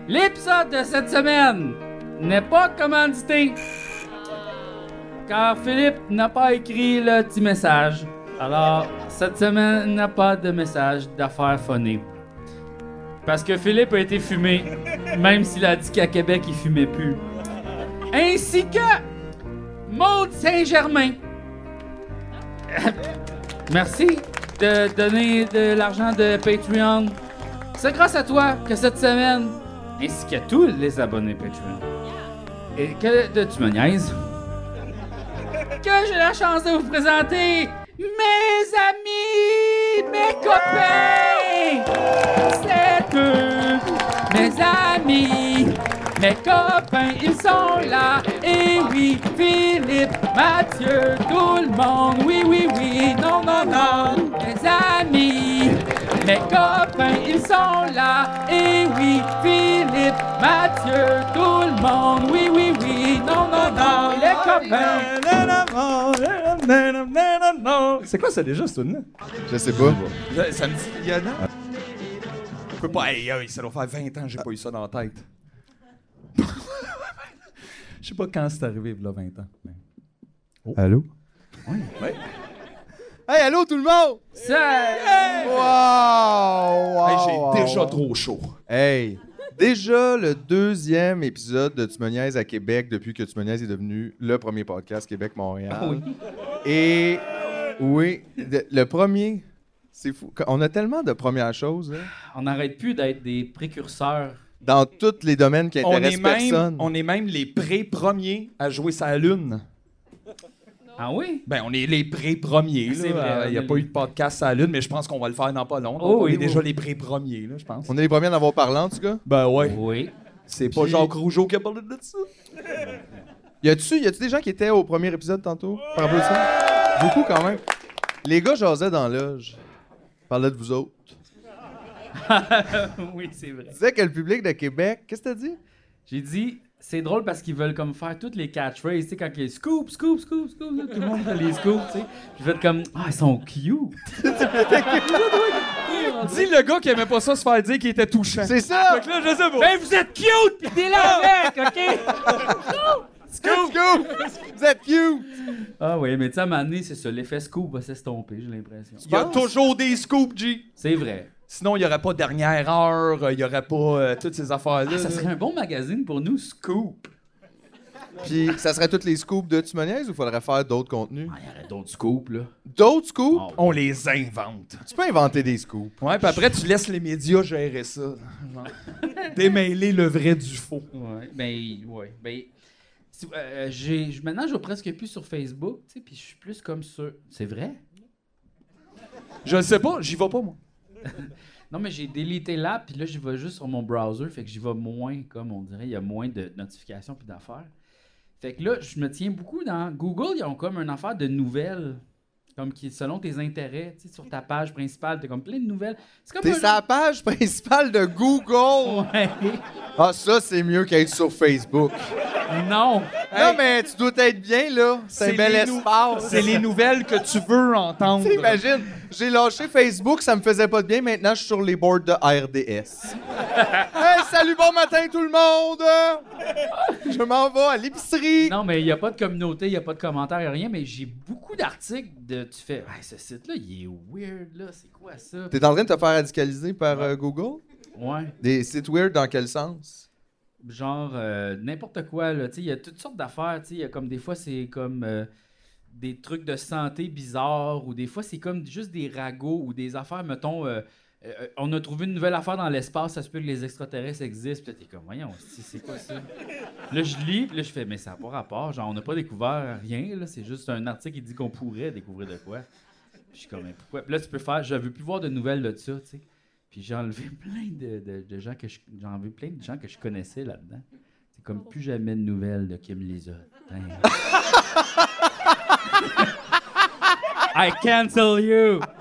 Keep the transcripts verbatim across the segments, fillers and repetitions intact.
L'épisode de cette semaine n'est pas commandité car Philippe n'a pas écrit le petit message. Alors, cette semaine n'a pas de message d'affaires phonées. Parce que Philippe a été fumé, même s'il a dit qu'à Québec, il fumait plus. Ainsi que Maude Saint-Germain. Merci de donner de l'argent de Patreon. C'est grâce à toi que cette semaine, ainsi qu'à tous les abonnés Patreon, et que de, tu me niaises, que j'ai la chance de vous présenter mes amis, mes copains. C'est eux, mes amis, mes copains, ils sont là. Et oui, Philippe, Mathieu, tout le monde. Oui, oui, oui, non, non, non. Mes amis, mes copains, ils sont là. Et oui, Philippe, Mathieu, tout le monde. Oui, oui, oui, non, non, non, les copains. C'est quoi ça déjà, ce tune-là? Je sais pas. Ça, ça me dit qu'il y en a. Je peux pas. Hey, hey, ça doit faire vingt ans que j'ai pas eu ça dans la tête. Je sais pas quand c'est arrivé, là, vingt ans. Mais... Oh. Allô? Oui. Ouais. Hey, allô tout le monde! C'est... Wow! wow Hey, j'ai wow, déjà wow. trop chaud. Hey! Déjà le deuxième épisode de Tu me niaises à Québec depuis que Tu me niaises est devenu le premier podcast Québec-Montréal. Ah oui. Et oui, de- le premier, c'est fou. On a tellement de premières choses là, On n'arrête plus d'être des précurseurs. dans tous les domaines qui On intéressent est, même, personne. on est même les pré-premiers à jouer sa lune. Ah oui? Ben, on est les pré-premiers. C'est là. vrai, Euh, on Il n'y a est pas les- eu de podcast à la lune, mais je pense qu'on va le faire dans pas long. Donc Oh on oui, est déjà oui. les pré-premiers, là, je pense. On est les premiers à en avoir parlé en tout cas. Ben ouais. Oui. C'est pas Puis- Jacques Rougeau qui a parlé de ça. Y a-tu, y a-tu des gens qui étaient au premier épisode tantôt? Par applaudissement? Beaucoup quand même. Les gars jasaient dans la loge. Parlaient de vous autres. Oui, c'est vrai. Tu disais que le public de Québec, qu'est-ce que t'as dit? J'ai dit, c'est drôle parce qu'ils veulent comme faire toutes les catchphrases, tu sais, quand il y a scoop, scoop, scoop, scoop, là, tout le monde fait les scoops, tu sais. J'ai fait comme, ah, ils sont cute. Dis le gars qui aimait pas ça se faire dire qu'il était touchant. C'est ça! Fait que là, je sais pas. Ben, vous êtes cute, pis t'es là avec, OK? Scoop! Scoop! Vous êtes cute! Ah oui, mais tu sais, à un moment donné, c'est ça, l'effet scoop va s'estomper, j'ai l'impression. Il y a toujours des scoops, G. C'est vrai. Sinon, il n'y aurait pas dernière heure, euh, il n'y aurait pas euh, toutes ces affaires-là. Ah, ça serait un bon magazine pour nous, Scoop. Puis, ça serait tous les scoops de Tu me niaises ou faudrait faire d'autres contenus? Ah, il y aurait d'autres scoops, là. D'autres scoops? Oh. On les invente. Tu peux inventer des scoops. Ouais, puis après, tu laisses les médias gérer ça. Genre, démêler le vrai du faux. Ouais, ben, ouais, ben... si- euh, j'ai, j- maintenant, je vais presque plus sur Facebook, tu sais, puis je suis plus comme sur... C'est vrai? Je le sais pas, j'y vais pas, moi. Non, mais j'ai délité l'app, puis là, j'y vais juste sur mon browser, fait que j'y vais moins, comme on dirait, il y a moins de notifications puis d'affaires. Fait que là, je me tiens beaucoup dans... Google, ils ont comme une affaire de nouvelles, comme qui, selon tes intérêts, tu sais, sur ta page principale, t'as comme plein de nouvelles. C'est comme T'es un sur la page principale de Google! Ouais. Ah, ça, c'est mieux qu'être sur Facebook. Non! Non, mais tu dois être bien, là. C'est un bel les nou- espace. C'est les nouvelles que tu veux entendre. T'imagines? J'ai lâché Facebook, ça me faisait pas de bien. Maintenant, je suis sur les boards de R D S. Hey, salut, bon matin tout le monde! Je m'en vais à l'épicerie. Non, mais il n'y a pas de communauté, il n'y a pas de commentaires, y a rien, mais j'ai beaucoup d'articles de... Tu fais, hey, ce site-là, il est weird, là, c'est quoi ça? T'es en train de te faire radicaliser par euh, Google? Ouais. Des sites weird dans quel sens? Genre, euh, n'importe quoi, là, tu sais, il y a toutes sortes d'affaires, tu sais, il y a comme, des fois, c'est comme euh, des trucs de santé bizarres, ou des fois, c'est comme juste des ragots, ou des affaires, mettons, euh, euh, on a trouvé une nouvelle affaire dans l'espace, ça se peut que les extraterrestres existent, puis là, t'es comme, voyons, c'est c'est quoi ça? Là, je lis, puis là, je fais, mais ça n'a pas rapport, genre, on n'a pas découvert rien, là, c'est juste un article qui dit qu'on pourrait découvrir de quoi. Puis je suis comme, mais pourquoi? Puis là, tu peux faire, je veux plus voir de nouvelles de ça, tu sais. Puis j'ai enlevé plein de, de, de gens que je, j'ai enlevé plein de gens que je connaissais là-dedans. C'est comme plus jamais de nouvelles de Kim Lizotte. Hein. I cancel you!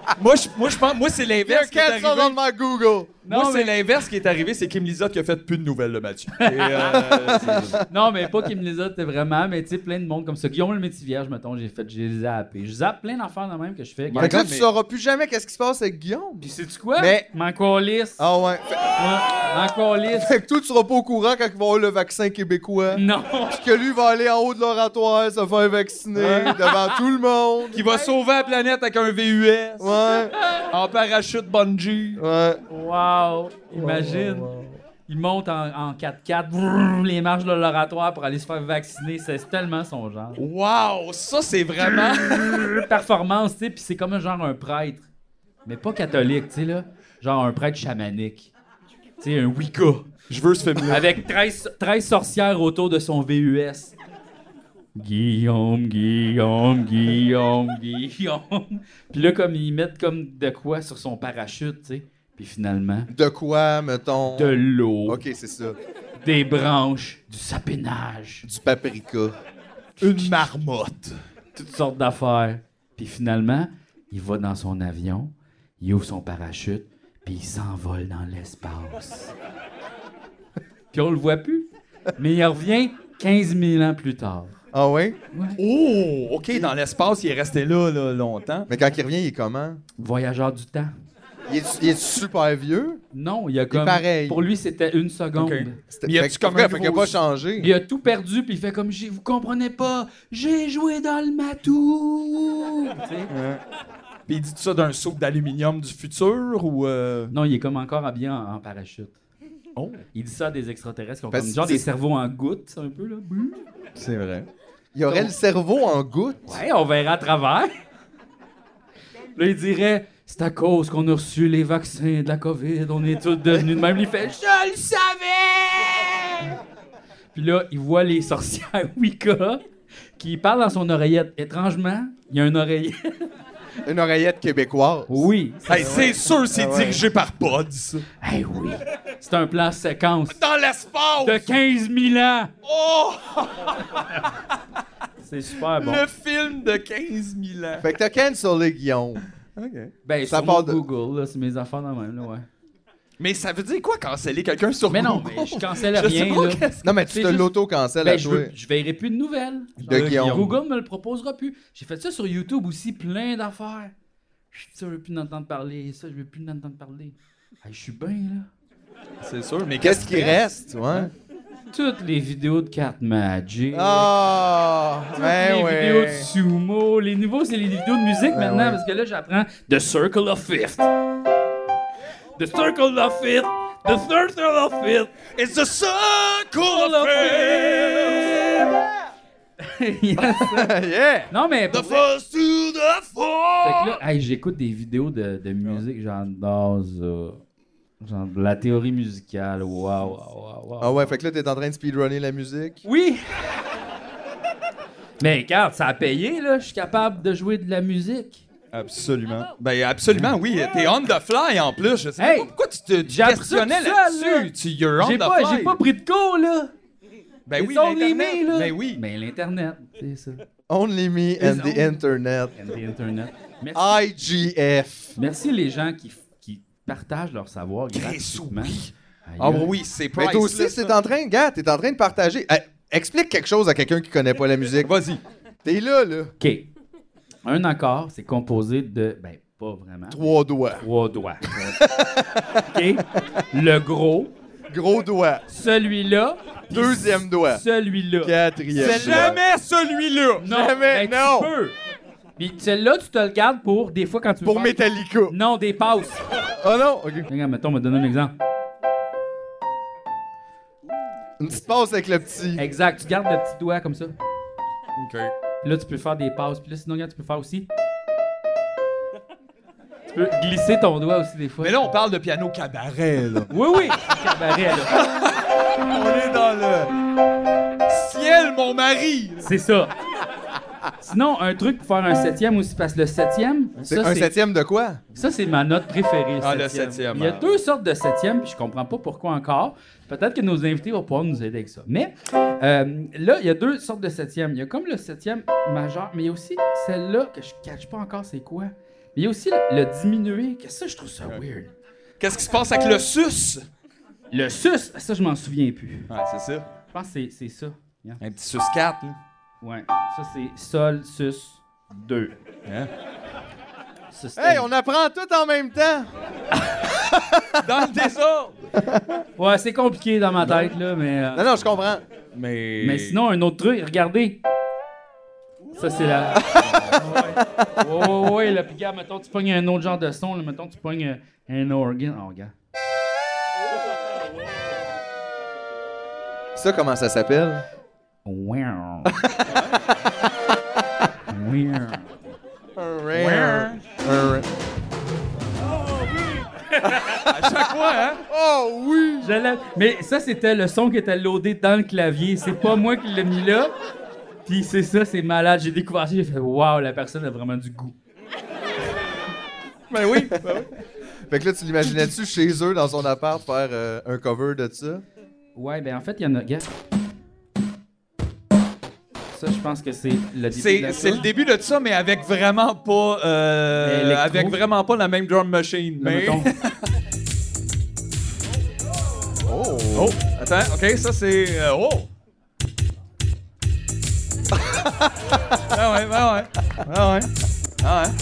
moi, je, moi, je pense, moi, c'est Il y a un l'inverse qui est cancel arrivé. dans ma Google. Non, moi, c'est mais- l'inverse qui est arrivé, c'est Kim Lizotte qui a fait plus de nouvelles de Mathieu. Et, euh, c'est- Non, mais pas Kim Lizotte, c'était vraiment, mais tu sais, plein de monde comme ça. Guillaume le métier vierge, mettons, j'ai fait, j'ai zappé. Je zappe plein d'affaires de même que je fais. Fait que là, mais- tu sauras plus jamais qu'est-ce qui se passe avec Guillaume. Puis sais-tu quoi? Mais- M'en calisse. Ah ouais. Fait, Ouais, m'en calisse. fait que toi, tu seras pas au courant quand il va avoir le vaccin québécois. Non. Puis que lui va aller en haut de l'oratoire se faire vacciner devant tout le monde. qui va sauver la planète avec un V U S. Ouais. En parachute bungee. Ouais. Wow. Imagine. Il monte en, en quatre-quatre, brrr, les marches de l'oratoire pour aller se faire vacciner. C'est tellement son genre. Wow, ça, c'est vraiment... Performance, tu sais, puis c'est comme un genre un prêtre. Mais pas catholique, tu sais, là. Genre un prêtre chamanique. Tu sais, un Wicca. Je veux ce film-là. Avec treize, treize sorcières autour de son V U S. Guillaume, Guillaume, Guillaume, Guillaume. Puis là, comme ils mettent comme de quoi sur son parachute, tu sais. Puis finalement, De quoi, mettons? de l'eau, Ok, c'est ça. des branches, du sapinage, Du paprika. Une marmotte. toutes sortes d'affaires. Puis finalement, il va dans son avion, il ouvre son parachute, puis il s'envole dans l'espace. Puis on le voit plus. Mais il revient quinze mille ans plus tard. Ah ouais? Oh, OK, dans l'espace, il est resté là, là longtemps. Mais quand il revient, il est comment? Voyageur du temps. Il est, il est super vieux? Non, il y a comme. pareil. Pour lui, c'était une seconde. Ok. C'était- Mais y a-tu fait que- comme fait un qu'il a gros- pas changé. Il a tout perdu, puis il fait comme j'ai- vous comprenez pas, j'ai joué dans le matou. Tu sais? Puis il dit ça d'un saut d'aluminium du futur ou... euh, Non, il est comme encore habillé en, en parachute. Oh, Il dit ça à des extraterrestres qui ont Parce comme que genre c'est- des cerveaux en gouttes, un peu là. Bouh. c'est vrai. Il aurait le cerveau en goutte. Ouais, on verra à travers. Là, il dirait c'est à cause qu'on a reçu les vaccins de la COVID, on est tous devenus de même. Il fait je le savais. Puis là, il voit les sorcières Wicca qui parlent dans son oreillette. Étrangement, il y a une oreillette. Une oreillette québécoise. Oui. Hey, c'est sûr, c'est Ah ouais. dirigé par Pod, ça. Eh oui. C'est un plan séquence Dans l'espace! de quinze mille ans. Oh! C'est super bon. Le film de quinze mille ans. Fait que t'as cancelé Guillaume. OK. Ben, Ça sur part mon de- Google, là, c'est mes affaires dans le même, là, ouais. Mais ça veut dire quoi, canceller quelqu'un sur Mais non, Google? mais je cancelle Je sais rien, pas là. qu'est-ce- Non, mais tu C'est te juste- l'auto-cancelles Ben, à je, toi. veux, je verrai plus de nouvelles. De Guillaume. Google me le proposera plus. J'ai fait ça sur YouTube aussi, plein d'affaires. Ça, je veux plus en entendre parler. Ça, je veux plus en entendre parler. Hey, je suis bien, là. C'est sûr, mais Qu'est-ce qui reste, ouais? Toutes les vidéos de cartes Magic. Ah! toutes Ben les vidéos de ouais. sumo. Les nouveaux, c'est les vidéos de musique Ben maintenant, ouais. parce que là, j'apprends The Circle of Fifth. The Circle of Fifth. The Circle of Fifth. It's the circle Circle of of fate. Yes. Yeah! Non, mais... The pour vrai- first to the Fait fourth. que là, hey, j'écoute des vidéos de, de musique, j'adore ça. Genre de la théorie musicale, waouh, waouh, waouh, waouh. Ah ouais, fait que là, t'es en train de speedrunner la musique. Oui! Mais regarde, ça a payé, là. Je suis capable de jouer de la musique. Absolument. Ben absolument, oui. T'es on the fly en plus. Je sais Hey, pas pourquoi tu te tu j'ai appris ça questionnais tout seul, là-dessus. là. Tu you're on J'ai the pas, fly. j'ai pas pris de cours, là. Ben oui, It's only l'Internet. me, là. Ben oui. Mais l'Internet, c'est ça. Only me and the only- internet. And the Internet. Merci, I G F. merci les gens qui, qui partagent leur savoir Chris, gratuitement. oui. Aïe, Ah aïe. oui, c'est Mais priceless. toi aussi, t'es en train, gars, t'es en train de partager. Eh, explique quelque chose à quelqu'un qui connaît pas la musique. Vas-y. T'es là, là. OK. Un accord, c'est composé de... Ben, pas vraiment. Trois doigts. Trois doigts. OK? Le gros, Gros doigt. celui-là, puis Deuxième doigt. celui-là. Quatrième C'est doigt. jamais celui-là. Non, Jamais, ben, non. Tu peux. Puis celle-là, tu te le gardes pour des fois quand tu veux Pour faire- Metallica. Non, des passes. Oh non? OK. Regarde, mettons, on va te donner un exemple. Une petite passe avec le petit. Exact, tu gardes le petit doigt comme ça. OK. Puis là, tu peux faire des passes. Puis là, sinon, regarde, tu peux faire aussi... Tu peux glisser ton doigt aussi des fois. Mais là, on parle de piano cabaret, là. Oui, oui! Cabaret, là. On est dans le ciel, mon mari. C'est ça. Sinon, un truc pour faire un septième aussi, parce que le septième, C'est ça, un c'est... septième de quoi? Ça, c'est ma note préférée. Ah, le septième, Il y a ah. deux sortes de septième, puis je comprends pas pourquoi encore. Peut-être que nos invités vont pouvoir nous aider avec ça. Mais euh, là, il y a deux sortes de septième. Il y a comme le septième majeur, mais il y a aussi celle-là que je ne cache pas encore c'est quoi. il y a aussi le, le diminué. Qu'est-ce que je trouve ça weird? Qu'est-ce qui se passe avec le sus? Le sus, ça, je m'en souviens plus. Ouais, c'est ça. Je pense que c'est, c'est ça. Yeah. Un petit sus quatre, là. Ouais, ça, c'est sol, sus, deux. Hein? Hey, on apprend tout en même temps! Dans le désordre! Ouais, c'est compliqué dans ma tête, là, mais... euh, Non, non, je comprends. Mais... Mais sinon, un autre truc, regardez. Ça, c'est la... ouais, ouais, ouais, ouais, là, puis regarde, mettons, tu pognes un autre genre de son, là, mettons, tu pognes un, un organ. Oh, regarde. Ça, comment ça s'appelle? Wow. Weird. Un rare. Un rare. À chaque fois, hein? Oh oui! Je l'aime. Mais ça, c'était le son qui était loadé dans le clavier. C'est pas moi qui l'ai mis là. Puis c'est ça, c'est malade. J'ai découvert ça, j'ai fait « Wow, la personne a vraiment du goût. » Ben oui, ben oui. Fait que là, tu l'imaginais-tu chez eux, dans son appart, faire euh, un cover de ça? Ouais, ben en fait, il y en a... Regarde. Ça, je pense que c'est le début C'est, de la c'est le tune. début de ça, mais avec vraiment pas... Euh, Électro. avec vraiment pas la même drum machine. Là, Mais... mettons. Oh! Oh! Attends, OK, ça c'est... euh, oh! ah ouais, ah ouais. Ah ouais. Ah ouais.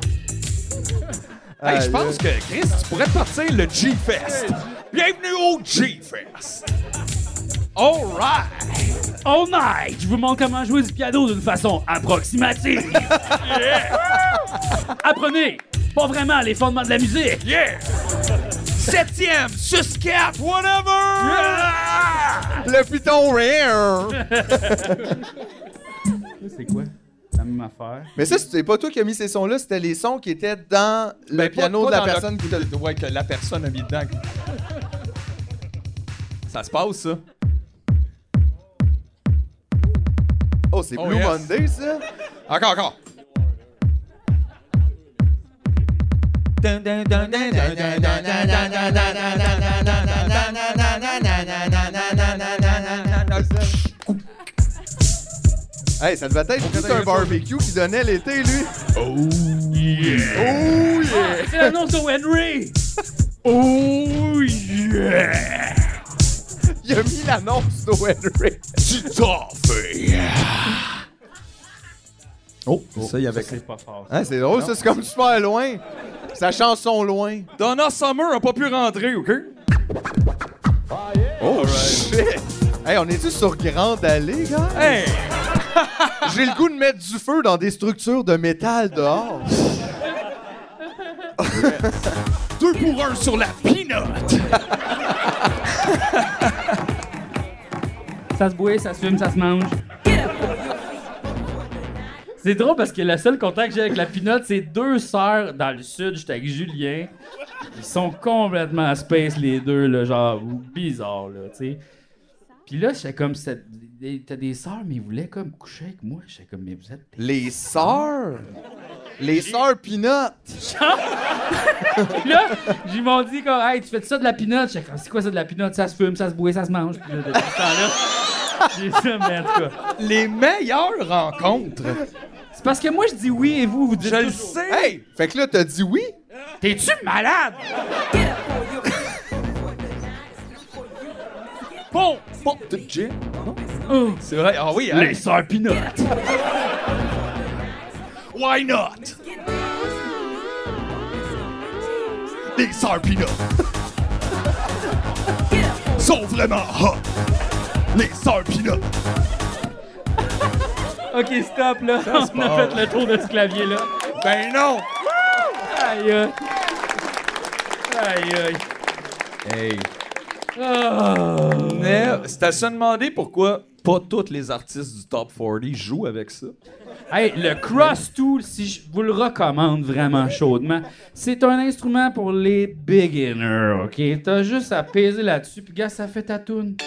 Hey, je pense que, Chris, tu pourrais te partir le G-Fest. Bienvenue au G-Fest. All right. All night! Je vous montre comment jouer du piano d'une façon approximative. Yeah. Apprenez pas vraiment les fondements de la musique. Yeah! Septième, sus quatre, whatever! Le piton rare! C'est quoi? La même affaire. Mais ça, c'est pas toi qui as mis ces sons-là, c'était les sons qui étaient dans le Ben, piano pas- de pas la dans le- personne qui te... Ouais, que la personne a mis dedans. Ça se passe, ça. Oh, c'est Oh, Blue yes. Monday, ça? Encore, encore. Hey, ça devait être tout un barbecue qui donnait l'été, lui. Oh yeah! Oh yeah! C'est l'annonce de Henry! Oh yeah! Il a mis l'annonce d'O Henry. Tu t'en fais! Oh, ça, il y avait... C'est pas fort. Hein, c'est drôle, ça, c'est comme super loin. Sa chanson loin. Donna Summer a pas pu rentrer, OK? Oh shit! Hey, on est-tu sur Grande Allée, gars? Hey! J'ai le goût de mettre du feu dans des structures de métal dehors. Deux pour un sur la peanut! Ça se boit, ça se fume, ça se mange. C'est drôle parce que le seul contact que j'ai avec la pinotte, c'est deux sœurs dans le sud. J'étais avec Julien. Ils sont complètement space, les deux, là, genre bizarre, là, tu sais. Puis là, j'étais comme, c'est- t'as des sœurs, mais ils voulaient comme coucher avec moi. J'étais comme, mais vous êtes... Les sœurs? Les sœurs Peanut! Puis là, ils m'ont dit comme, hey, tu fais ça de la pinotte? J'étais comme, c'est quoi ça de la pinotte? Ça se fume, ça se boit, ça se mange. Puis là, depuis ce temps-là, j'ai ça, mais en tout cas. Les meilleures rencontres! C'est parce que moi, je dis oui et vous, vous dites Je le toujours- sais! Hey! Fait que là, t'as dit oui? T'es-tu malade? Bon! Bon! De gin? Oh. C'est vrai? Ah oui, hein? Les sœurs pinottes. Why not? Les sœurs Peanut sont vraiment hot. Les sœurs Peanut. OK, stop, là. On a fait le tour de ce clavier-là. Ben non! Aïe, aïe. Aïe, aïe. Hey. Oh. Mais c'est à se demander pourquoi pas tous les artistes du Top quarante jouent avec ça. Hey, le Cross Tool, si je vous le recommande vraiment chaudement, c'est un instrument pour les beginners, OK? T'as juste à peser là-dessus, puis gars, ça fait ta toune.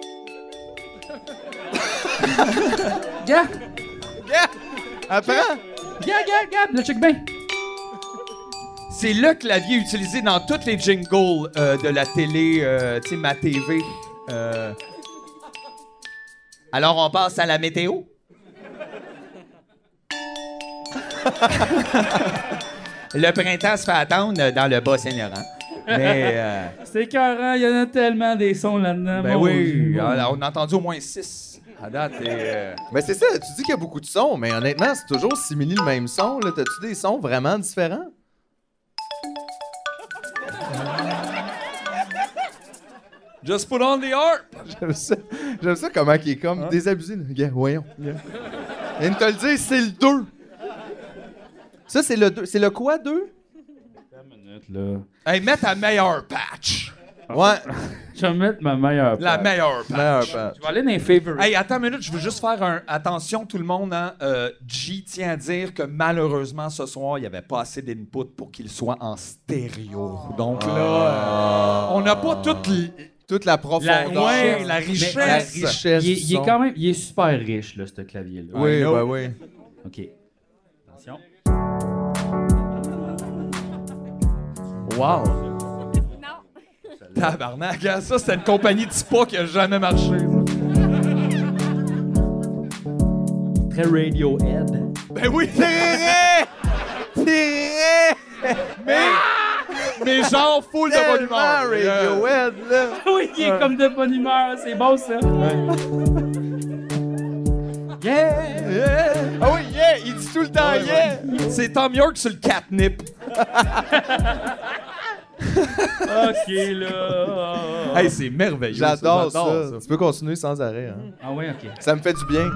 Gars, Yeah! Apprends! gars, gars, gars, là, check bien. C'est le clavier utilisé dans toutes les jingles euh, de la télé, euh, tu sais, ma T V. Euh. Alors, on passe à la météo? Le printemps se fait attendre dans le Bas-Saint-Laurent. Mais, euh, C'est écœurant, il y en a tellement des sons là-dedans. ben mon oui, Dieu. alors, on a entendu au moins six à date. Et, euh, Mais c'est ça, tu dis qu'il y a beaucoup de sons, mais honnêtement, c'est toujours simili le même son. Là. T'as-tu des sons vraiment différents? Just put on the harp! J'aime ça. J'aime ça comment il est comme Hein? désabusé. Là. Gars, voyons. Il vient de te le dire, c'est le deux. Ça, c'est le deux. C'est le quoi, deux? Une minute, là. Hey, mets ta meilleure patch! Ouais. Je vais mettre ma meilleure La patte. meilleure patch! Meilleur patch. Je vais aller dans les favorites. Hey, attends une minute, je veux juste faire un... Attention tout le monde, hein. Euh, G tient à dire que malheureusement, ce soir, il n'y avait pas assez d'input pour qu'il soit en stéréo. Donc là, euh, on n'a pas toute... l- Toute la profondeur. La- Ouais, Mais- la la richesse. richesse Il est, du il est son. quand même, il est super riche, là, ce clavier-là. Oui, I know. ben oui. OK. Attention. Wow! Non. Tabarnak, hein, ça, c'était une compagnie de spa qui a jamais marché. Très Radiohead. Ben oui! C'est vrai! Mais, mais genre full de bonne humeur. Tellement Radiohead, là. Oui, il est comme de bonne humeur. C'est bon, ça. Yeah! Yeah. Ah oui, yeah! Il dit tout le temps yeah! C'est Tom York sur le catnip. OK, là. Hey, c'est merveilleux. J'adore ça. J'adore Tu peux continuer sans arrêt. Hein? Ah ouais, OK. Ça me fait du bien.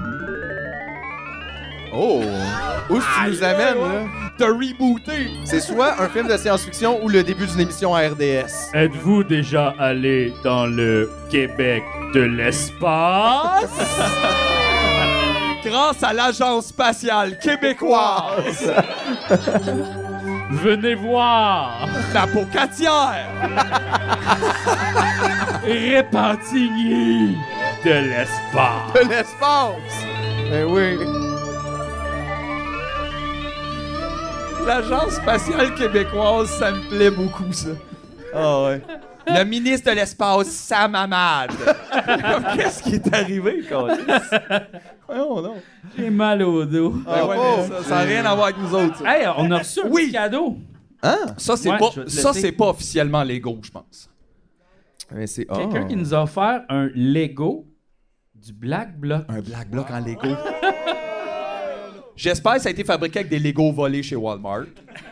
Oh! Où est-ce que tu nous amènes, là? T'as rebooté. C'est soit un film de science-fiction ou le début d'une émission à R D S. Êtes-vous déjà allé dans le Québec de l'espace? Grâce à l'Agence spatiale québécoise. Venez voir La pocatière. Repentigny de l'espace. De l'espace! Ben oui. L'Agence spatiale québécoise, ça me plaît beaucoup, ça. Ah ouais. Le ministre de l'Espace, Sam Hamad. Qu'est-ce qui est arrivé, Carlis? Voyons non. J'ai mal au dos. Ben ouais, mais ça, ça n'a rien à voir avec nous autres. ça. Hey, on a reçu un Oui. petit cadeau. Hein? Ça, c'est Ouais, pas, je vais te ça, laisser. c'est pas officiellement Lego, je pense. Mais c'est... Quelqu'un qui nous a offert un Lego du Black Bloc. Un Black Bloc en Lego. J'espère que ça a été fabriqué avec des Lego volés chez Walmart.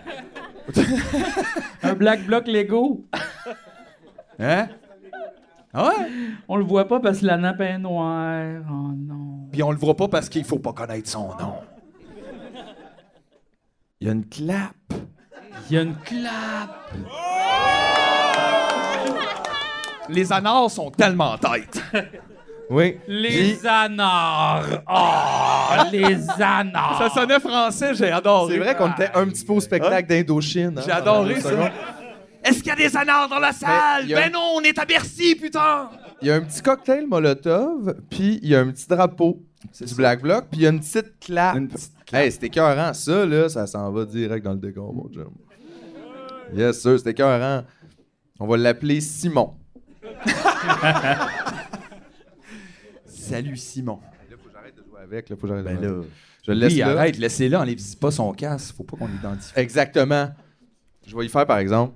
Un Black Bloc Lego. Hein? Ah ouais? On le voit pas parce que la nappe est noire. Oh non. Puis on le voit pas parce qu'il faut pas connaître son nom. Il y a une clap. Il y a une clap. Les anards sont tellement en tête. Oui. Les Puis, anards. Oh, les anards. Ça sonnait français, j'ai adoré. c'est vrai qu'on était un petit peu au spectacle d'Indochine. hein, J'ai adoré pendant ça. deux secondes. Est-ce qu'il y a des anards dans la salle? il y a- Ben non, on est à Bercy, putain! Il y a un petit cocktail Molotov, puis il y a un petit drapeau du Black Bloc, puis il y a une petite clap. Une petite clap. Hey, c'était écœurant. Ça, là, ça s'en va direct dans le décor, mon chum. Yes, sir, c'était écœurant. On va l'appeler Simon. Salut, Simon. Là, faut que j'arrête de jouer avec. Là, faut que j'arrête Ben de jouer là... avec. Je le laisse Oui, là. arrête, laissez-le, on les visite pas son casque. Faut pas qu'on l'identifie. Exactement. Je vais y faire, par exemple.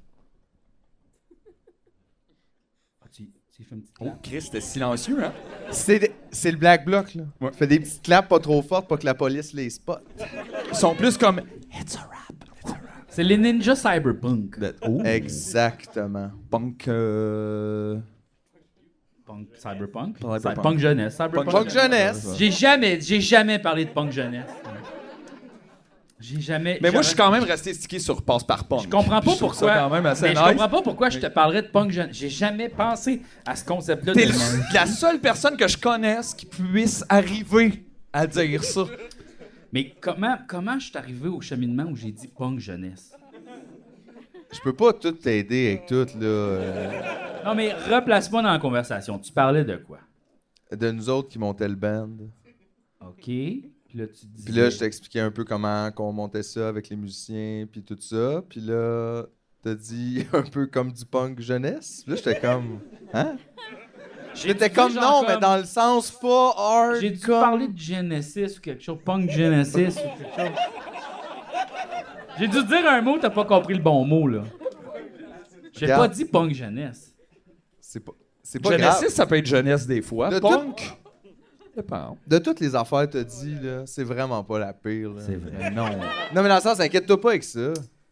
Ah, tu, tu fais une petite Oh, clap. Chris, c'était silencieux, hein? C'est c'est le Black Bloc, là. Ouais. Fais des petites claps pas trop fortes pour que la police les spot. Ils sont plus comme... It's a rap, it's a rap. C'est les ninjas cyberpunk. Oh. Exactement. Punk... Euh... Punk cyberpunk. Cyberpunk. Cy- Punk jeunesse. Cyberpunk. Punk jeunesse. J'ai jamais, j'ai jamais parlé de punk jeunesse. J'ai jamais. Mais moi, je jamais- suis quand même resté stické sur Passe par Punk. Je comprends pas Je trouve pourquoi. ça quand même assez mais nice. je comprends pas pourquoi je te parlerais de punk jeunesse. J'ai jamais pensé à ce concept-là. T'es de- le- la seule personne que je connaisse qui puisse arriver à dire ça. Mais comment, comment je suis arrivé au cheminement où j'ai dit punk jeunesse? Je peux pas tout t'aider avec tout, là. euh, Non, mais replace-moi dans la conversation. Tu parlais de quoi? de nous autres qui montaient le band. OK. Puis là, tu dis. Puis là, je t'expliquais un peu comment qu'on montait ça avec les musiciens, puis tout ça. Puis là, t'as dit un peu comme du punk jeunesse. Puis là, j'étais comme... Hein? J'étais comme non, mais dans le sens pas hard. J'ai dû comme... parler de Genesis ou quelque chose. Punk Genesis ou quelque chose. J'ai dû dire un mot, t'as pas compris le bon mot, là. J'ai Regarde. pas dit punk jeunesse. C'est pas, c'est pas grave. Genesis, ça peut être jeunesse des fois. De Punk, dépend. De toutes les affaires que t'as dit, là, c'est vraiment pas la pire. Là. C'est vrai. Mais non. Non, mais dans le sens, inquiète-toi pas avec ça.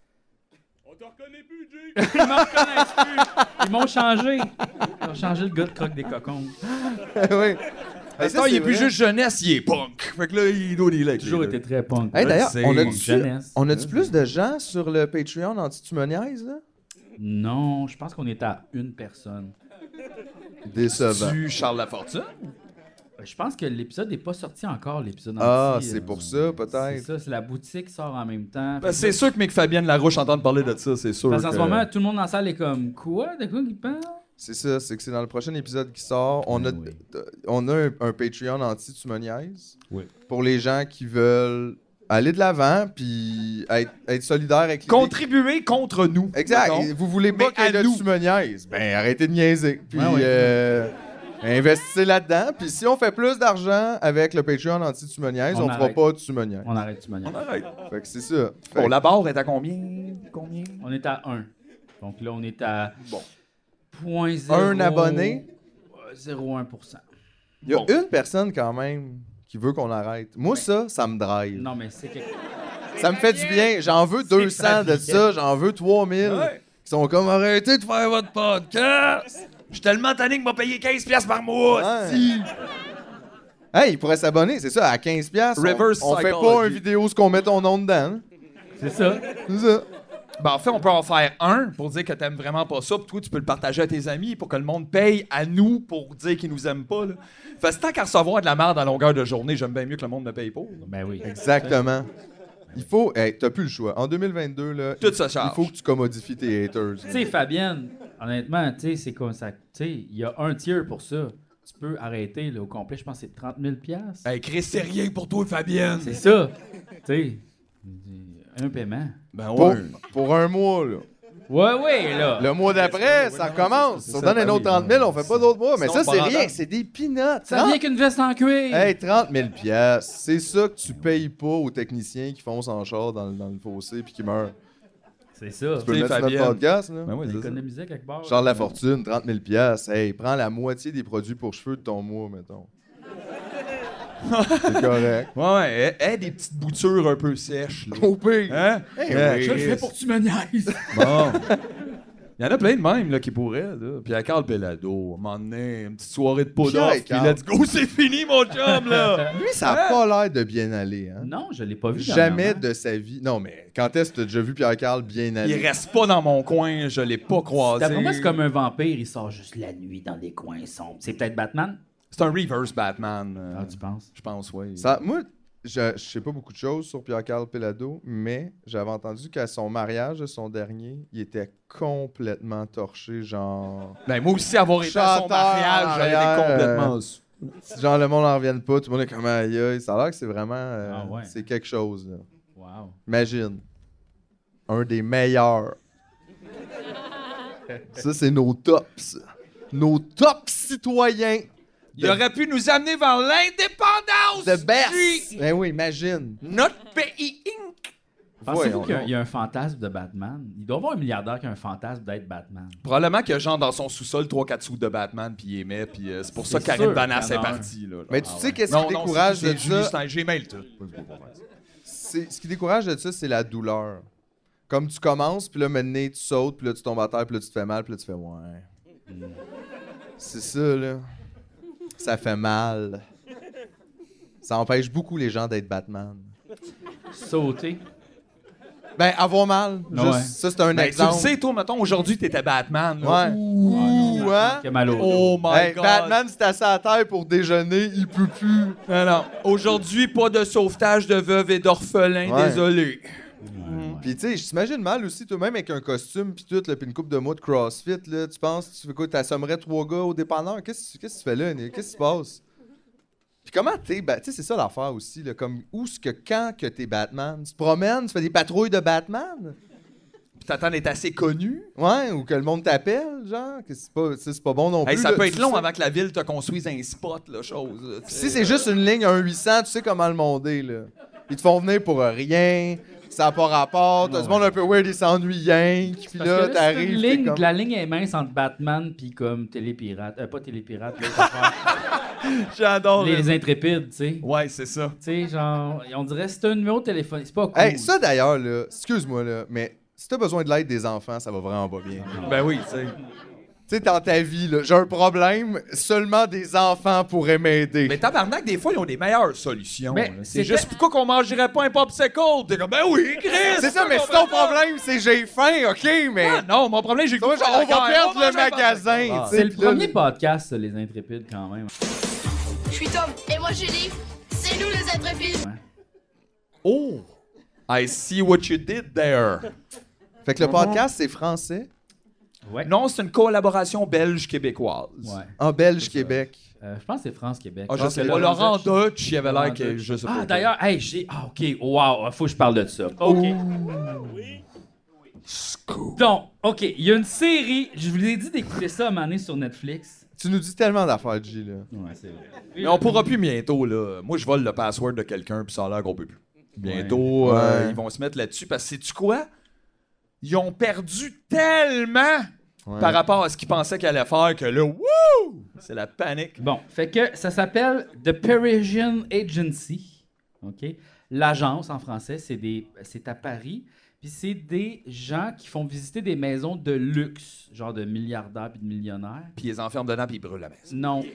Ils m'en reconnaissent plus. Ils m'ont changé. Ils ont changé le gars de croque des cocons. oui. Hey, Attends, ça, il est c'est plus vrai. juste jeunesse, il est punk. Fait que là, il doit dealer avec J'ai toujours les été deux. très punk. Hey, d'ailleurs, C'est on a-tu jeunesse. on a-tu plus de gens sur le Patreon anti-tu me niaises, là? Non, je pense qu'on est à une personne. Décevant. Tu Charles Lafortune? Je pense que l'épisode n'est pas sorti encore, l'épisode Ah, anti, c'est euh, pour ça, C'est peut-être. ça, c'est la boutique qui sort en même temps. Ben, c'est sûr que Mick Fabienne Larouche entend parler de ça, c'est sûr. Parce qu'en que- ce moment, tout le monde dans la salle est comme quoi? De quoi il parle? C'est ça, c'est que c'est dans le prochain épisode qui sort. On a, Oui. d- on a un, un Patreon anti-tu me niaises. Oui. Pour les gens qui veulent aller de l'avant puis être, être solidaires avec l'idée. Contribuer contre nous. Exact. mettons. Et vous voulez Mais pas qu'il y ait à de nous. tu me niaises. Ben, arrêtez de niaiser. Puis, Ouais, ouais. euh, investissez là-dedans. Puis, si on fait plus d'argent avec le Patreon anti-tu me niaises, On on, fera arrête. pas tu me niaises. On arrête tu manière. On arrête. Fait que c'est ça. Fait Bon, que- la barre est à combien? Combien? On est à un. Donc là, on est à Bon. point zéro- Un abonné. zéro virgule un pour cent. Il y a Bon. une personne quand même qui veut qu'on arrête. Moi, ça, ça me drive. Non, mais c'est quelque... Ça me fait du bien. J'en veux deux cents de ça. J'en veux trois mille. Ouais. Qui sont comme arrêtez de faire votre podcast. Je suis tellement tanné que m'a payé quinze piastres par mois. Ouais. si. Hey, il pourrait s'abonner, c'est ça, à quinze piastres. on- Reverse On, fait pas psychology. une vidéo où on met ton nom dedans. hein. C'est ça. C'est ça. Ben, en fait, on peut en faire un pour dire que t'aimes vraiment pas ça, puis toi, tu peux le partager à tes amis pour que le monde paye à nous pour dire qu'ils nous aiment pas. Là. Fait que tant qu'à recevoir de la merde à longueur de journée, j'aime bien mieux que le monde me paye pour. là. Ben oui. Exactement. Il faut. Hey, t'as plus le choix. En deux mille vingt-deux, là, Tout il, se charge. il faut que tu commodifies tes haters. Tu sais, Fabienne, honnêtement, tu sais, c'est comme ça. Tu sais, il y a un tier pour ça. Tu peux arrêter là, au complet, je pense que c'est trente mille piastres. Hey, Chris, c'est rien pour toi, Fabienne. C'est ça. Tu sais, un paiement. Ben Pour, ouais. pour un mois, là. Ouais, ouais, là. Le mois d'après, ça recommence. Si on donne un autre trente mille, on fait pas d'autres mois. Mais Sinon, ça, on c'est part en rien. date. C'est des peanuts. Ça vient qu'une veste en cuir. Hey, trente mille piastres. C'est ça que tu payes pas aux techniciens qui foncent en char dans, le- dans le fossé puis qui meurent. C'est ça. Tu peux le T'sais, mettre sur notre Fabienne. podcast, là. Ben ouais, c'est ça. Économiser quelque part. Charles Lafortune, trente mille piastres. Hey, prends la moitié des produits pour cheveux de ton mois, mettons. C'est correct. Ouais, ouais. Hey, hey, des petites boutures un peu sèches. Là. Au pire. Hein? Hey, Ouais, oui. Je le fais pour que tu me niaises. Bon. Il y en a plein de même là, qui pourraient. Là. Puis à Carl Pelado, à un moment donné, une petite soirée de pot Pierre d'off, et puis Carl. let's go, c'est fini, mon chum, là! Lui, ça a pas l'air de bien aller, hein? Non, je l'ai pas vu. Jamais dernièrement. de sa vie. Non, mais quand est-ce que t'as déjà vu Pierre-Carl bien aller? Il reste pas dans mon coin, je l'ai pas croisé. D'après moi, c'est comme un vampire, il sort juste la nuit dans des coins sombres. C'est peut-être Batman? C'est un reverse Batman. euh, Ah, tu penses? Je pense, oui. Ça, moi, je, je sais pas beaucoup de choses sur Pierre-Carl Pelado, mais j'avais entendu qu'à son mariage, son dernier, il était complètement torché, genre... Ben, moi aussi, avoir été à son Chanteur mariage, en j'avais arrière, été complètement... Si genre le monde en revienne pas, tout le monde est comme aïe aïe. Ça a l'air que c'est vraiment... euh, Ah ouais. C'est quelque chose, là. Wow. Imagine. Un des meilleurs. Ça, c'est nos tops. Nos tops citoyens. Il aurait pu nous amener vers l'indépendance The best. du- Ben oui, imagine. notre pays Inc. Pensez-vous Voyons qu'il y, a- donc. il y a un fantasme de Batman? Il doit y avoir un milliardaire qui a un fantasme d'être Batman. Probablement qu'il y a genre dans son sous-sol trois quatre sous de Batman, puis il aimait, puis euh, c'est pour ça que C'est Karine sûr Vanasse qu'il y est en a un. partie. Là, Mais tu Ah sais ouais. qu'est-ce non, qui non, décourage c'est- de c'est Julie ça? Stein, j'ai mail tout. C'est- Ce qui décourage de ça, c'est la douleur. Comme tu commences, puis là, maintenant, tu sautes, puis là, tu tombes à terre, puis là, tu te fais mal, puis là, tu fais ouais. C'est ça, là. Ça fait mal. Ça empêche beaucoup les gens d'être Batman. Sauter. Ben, avoir mal. Ouais. Juste, ça, c'est un Ben, tu le exemple. sais, toi, mettons, aujourd'hui, t'étais Batman. Là. Ouais. Ouh, hein? Qui a mal au dos. Oh my Hey, God. Batman, c'est assis à terre pour déjeuner, il peut plus. Non, non. Aujourd'hui, pas de sauvetage de veuves et d'orphelins, Ouais. désolé. Puis tu sais, je t'imagine mal aussi, toi-même avec un costume, puis tout, là, puis une coupe de mois de CrossFit, là, tu penses, tu fais quoi, t'assommerais trois gars au dépanneur? Qu'est-ce que qu'est-ce que tu fais là? Nick? Qu'est-ce qui se passe? Puis comment t'es, ba- tu sais, c'est ça l'affaire aussi, là, comme où est-ce que quand que t'es Batman? Tu te promènes, tu fais des patrouilles de Batman? Puis t'attends d'être assez connu. Ouais, ou que le monde t'appelle, genre, que c'est pas, tu sais, c'est pas bon non plus. Hey, ça là, peut tu être long sais. avant que la ville te construise un spot, là, chose. là, tu Si sais. c'est juste une ligne un huit cents, tu sais comment le monde est, là. Ils te font venir pour rien. Tu ça n'a pas rapport. T'as Ouais. du monde un peu weird, il s'ennuie rien. Puis Parce là, que là, c'est t'arrives. une t'es ligne, comme... La ligne est mince entre Batman puis comme Télépirate. Euh, pas Télépirate, l'autre affaire. J'adore. les, les intrépides, tu sais. Ouais, c'est ça. Tu sais, genre, on dirait que c'est un numéro de téléphone. C'est pas cool. Hey, ça d'ailleurs, là, excuse-moi, là, mais si t'as besoin de l'aide des enfants, ça va vraiment pas bien. Ben oui, tu sais. Tu sais, dans ta vie, là, j'ai un problème, seulement des enfants pourraient m'aider. Mais tabarnak, des fois, ils ont des meilleures solutions. Mais là. c'est C'est juste pourquoi qu'on mangerait pas un popsicle? T'es comme, ben oui, Chris! C'est ça, mais si ton problème, c'est j'ai faim, OK, mais... Ah, non, mon problème, j'ai Ça va, goûté genre, à la on va guerre, perdre on le mange un magasin, popsicle. tu sais. C'est le puis là, premier podcast, ça, les intrépides, quand même. Je suis Tom. Et moi, Julie. C'est nous les intrépides. Oh! I see what you did there. Fait que le podcast, c'est français. Ouais. Non, c'est une collaboration belge-québécoise. Ouais. En Belge-Québec. Euh, je pense que c'est France-Québec. Ah, je Ah, sais c'est pas. Laurent Laurent Dutch, il avait l'air Laurent que Dutch. je sais pas. Ah, d'ailleurs, hey, j'ai. Ah, OK. Wow, faut que je parle de ça. OK. Donc, OK, il y a une série. Je vous ai dit d'écouter ça à un moment donné sur Netflix. Tu nous dis tellement d'affaires, G, là. Ouais, c'est vrai. Mais on pourra plus bientôt, là. Moi, je vole le password de quelqu'un, puis ça a l'air qu'on peut plus. Bientôt, Ouais. euh, Ouais. ils vont se mettre là-dessus, parce que sais-tu quoi? Ils ont perdu tellement Ouais. par rapport à ce qu'ils pensaient qu'ils allaient faire que là, wouh! C'est la panique. Bon, fait que ça s'appelle The Parisian Agency. OK? L'agence en français, c'est des c'est à Paris, puis c'est des gens qui font visiter des maisons de luxe, genre de milliardaires puis de millionnaires. Puis ils les enferment dedans, puis ils brûlent la maison. Non.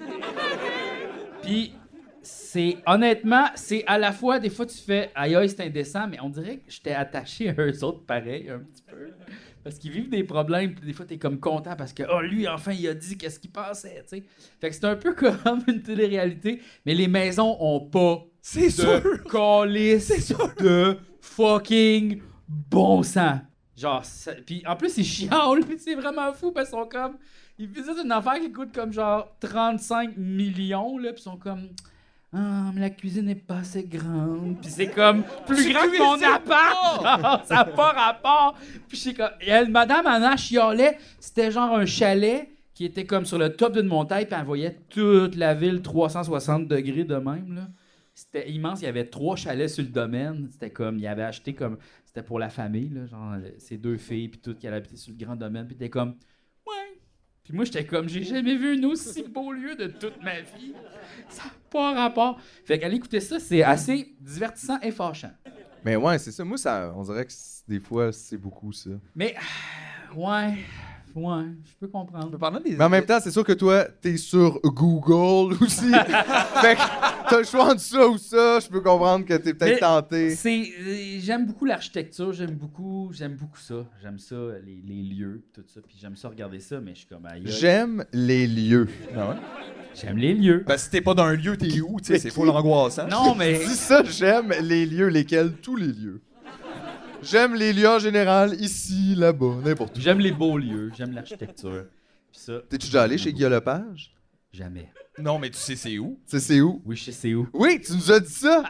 Puis c'est honnêtement, c'est à la fois des fois tu fais aïe aïe c'est indécent, mais on dirait que j'étais attaché à eux autres pareil un petit peu. Parce qu'ils vivent des problèmes, puis des fois, t'es comme content parce que, oh, lui, enfin, il a dit qu'est-ce qu'il pensait, tu sais. Fait que c'est un peu comme une télé-réalité, mais les maisons ont pas C'est de calice de fucking bon sang. Genre, ça- puis en plus, ils chialent, puis c'est vraiment fou parce qu'ils sont comme. Ils visitent une affaire qui coûte comme genre trente-cinq millions, là, puis ils sont comme. Ah, mais la cuisine n'est pas assez grande. Puis c'est comme plus Tu grand que mon cuisines appart. Genre, ça n'a pas rapport. Puis c'est comme. Et elle, Madame Anna chialait, c'était genre un chalet qui était comme sur le top d'une montagne, puis elle voyait toute la ville trois cent soixante degrés de même, là. C'était immense. Il y avait trois chalets sur le domaine. C'était comme. Il avait acheté comme. C'était pour la famille, là. Genre, ses deux filles, puis tout, qui allaient habiter sur le grand domaine. Puis t'es comme. Ouais. Puis moi, j'étais comme. J'ai jamais vu un aussi beau lieu de toute ma vie. Ça n'a pas rapport. Fait qu'aller écouter ça, c'est assez divertissant et fâchant. Mais ouais, c'est ça. Moi, ça, on dirait que c'est- des fois, c'est beaucoup ça. Mais. Ouais. Ouais. Je peux comprendre. Pendant des... Mais en même temps, c'est sûr que toi, t'es sur Google aussi. Fait que t'as le choix entre ça ou ça. Je peux comprendre que t'es peut-être Mais tenté. C'est, euh, j'aime beaucoup l'architecture, j'aime beaucoup, j'aime beaucoup ça. J'aime ça, les, les lieux, tout ça. Puis j'aime ça regarder ça, mais je suis comme aïe, aïe. J'aime les lieux. Ah ouais? J'aime les lieux. Ben, si t'es pas dans un lieu, t'es où? Tu sais, c'est full angoissant. Non, mais. Dis ça, j'aime les lieux. Lesquels? Tous les lieux. J'aime les lieux en général, ici, là-bas, n'importe où. J'aime les beaux lieux, j'aime l'architecture. Puis ça. T'es-tu déjà allé chez Guillaume Lepage? Jamais. Non, mais tu sais c'est où? Tu sais, c'est où? Oui, je sais c'est où. Oui, tu nous as dit ça!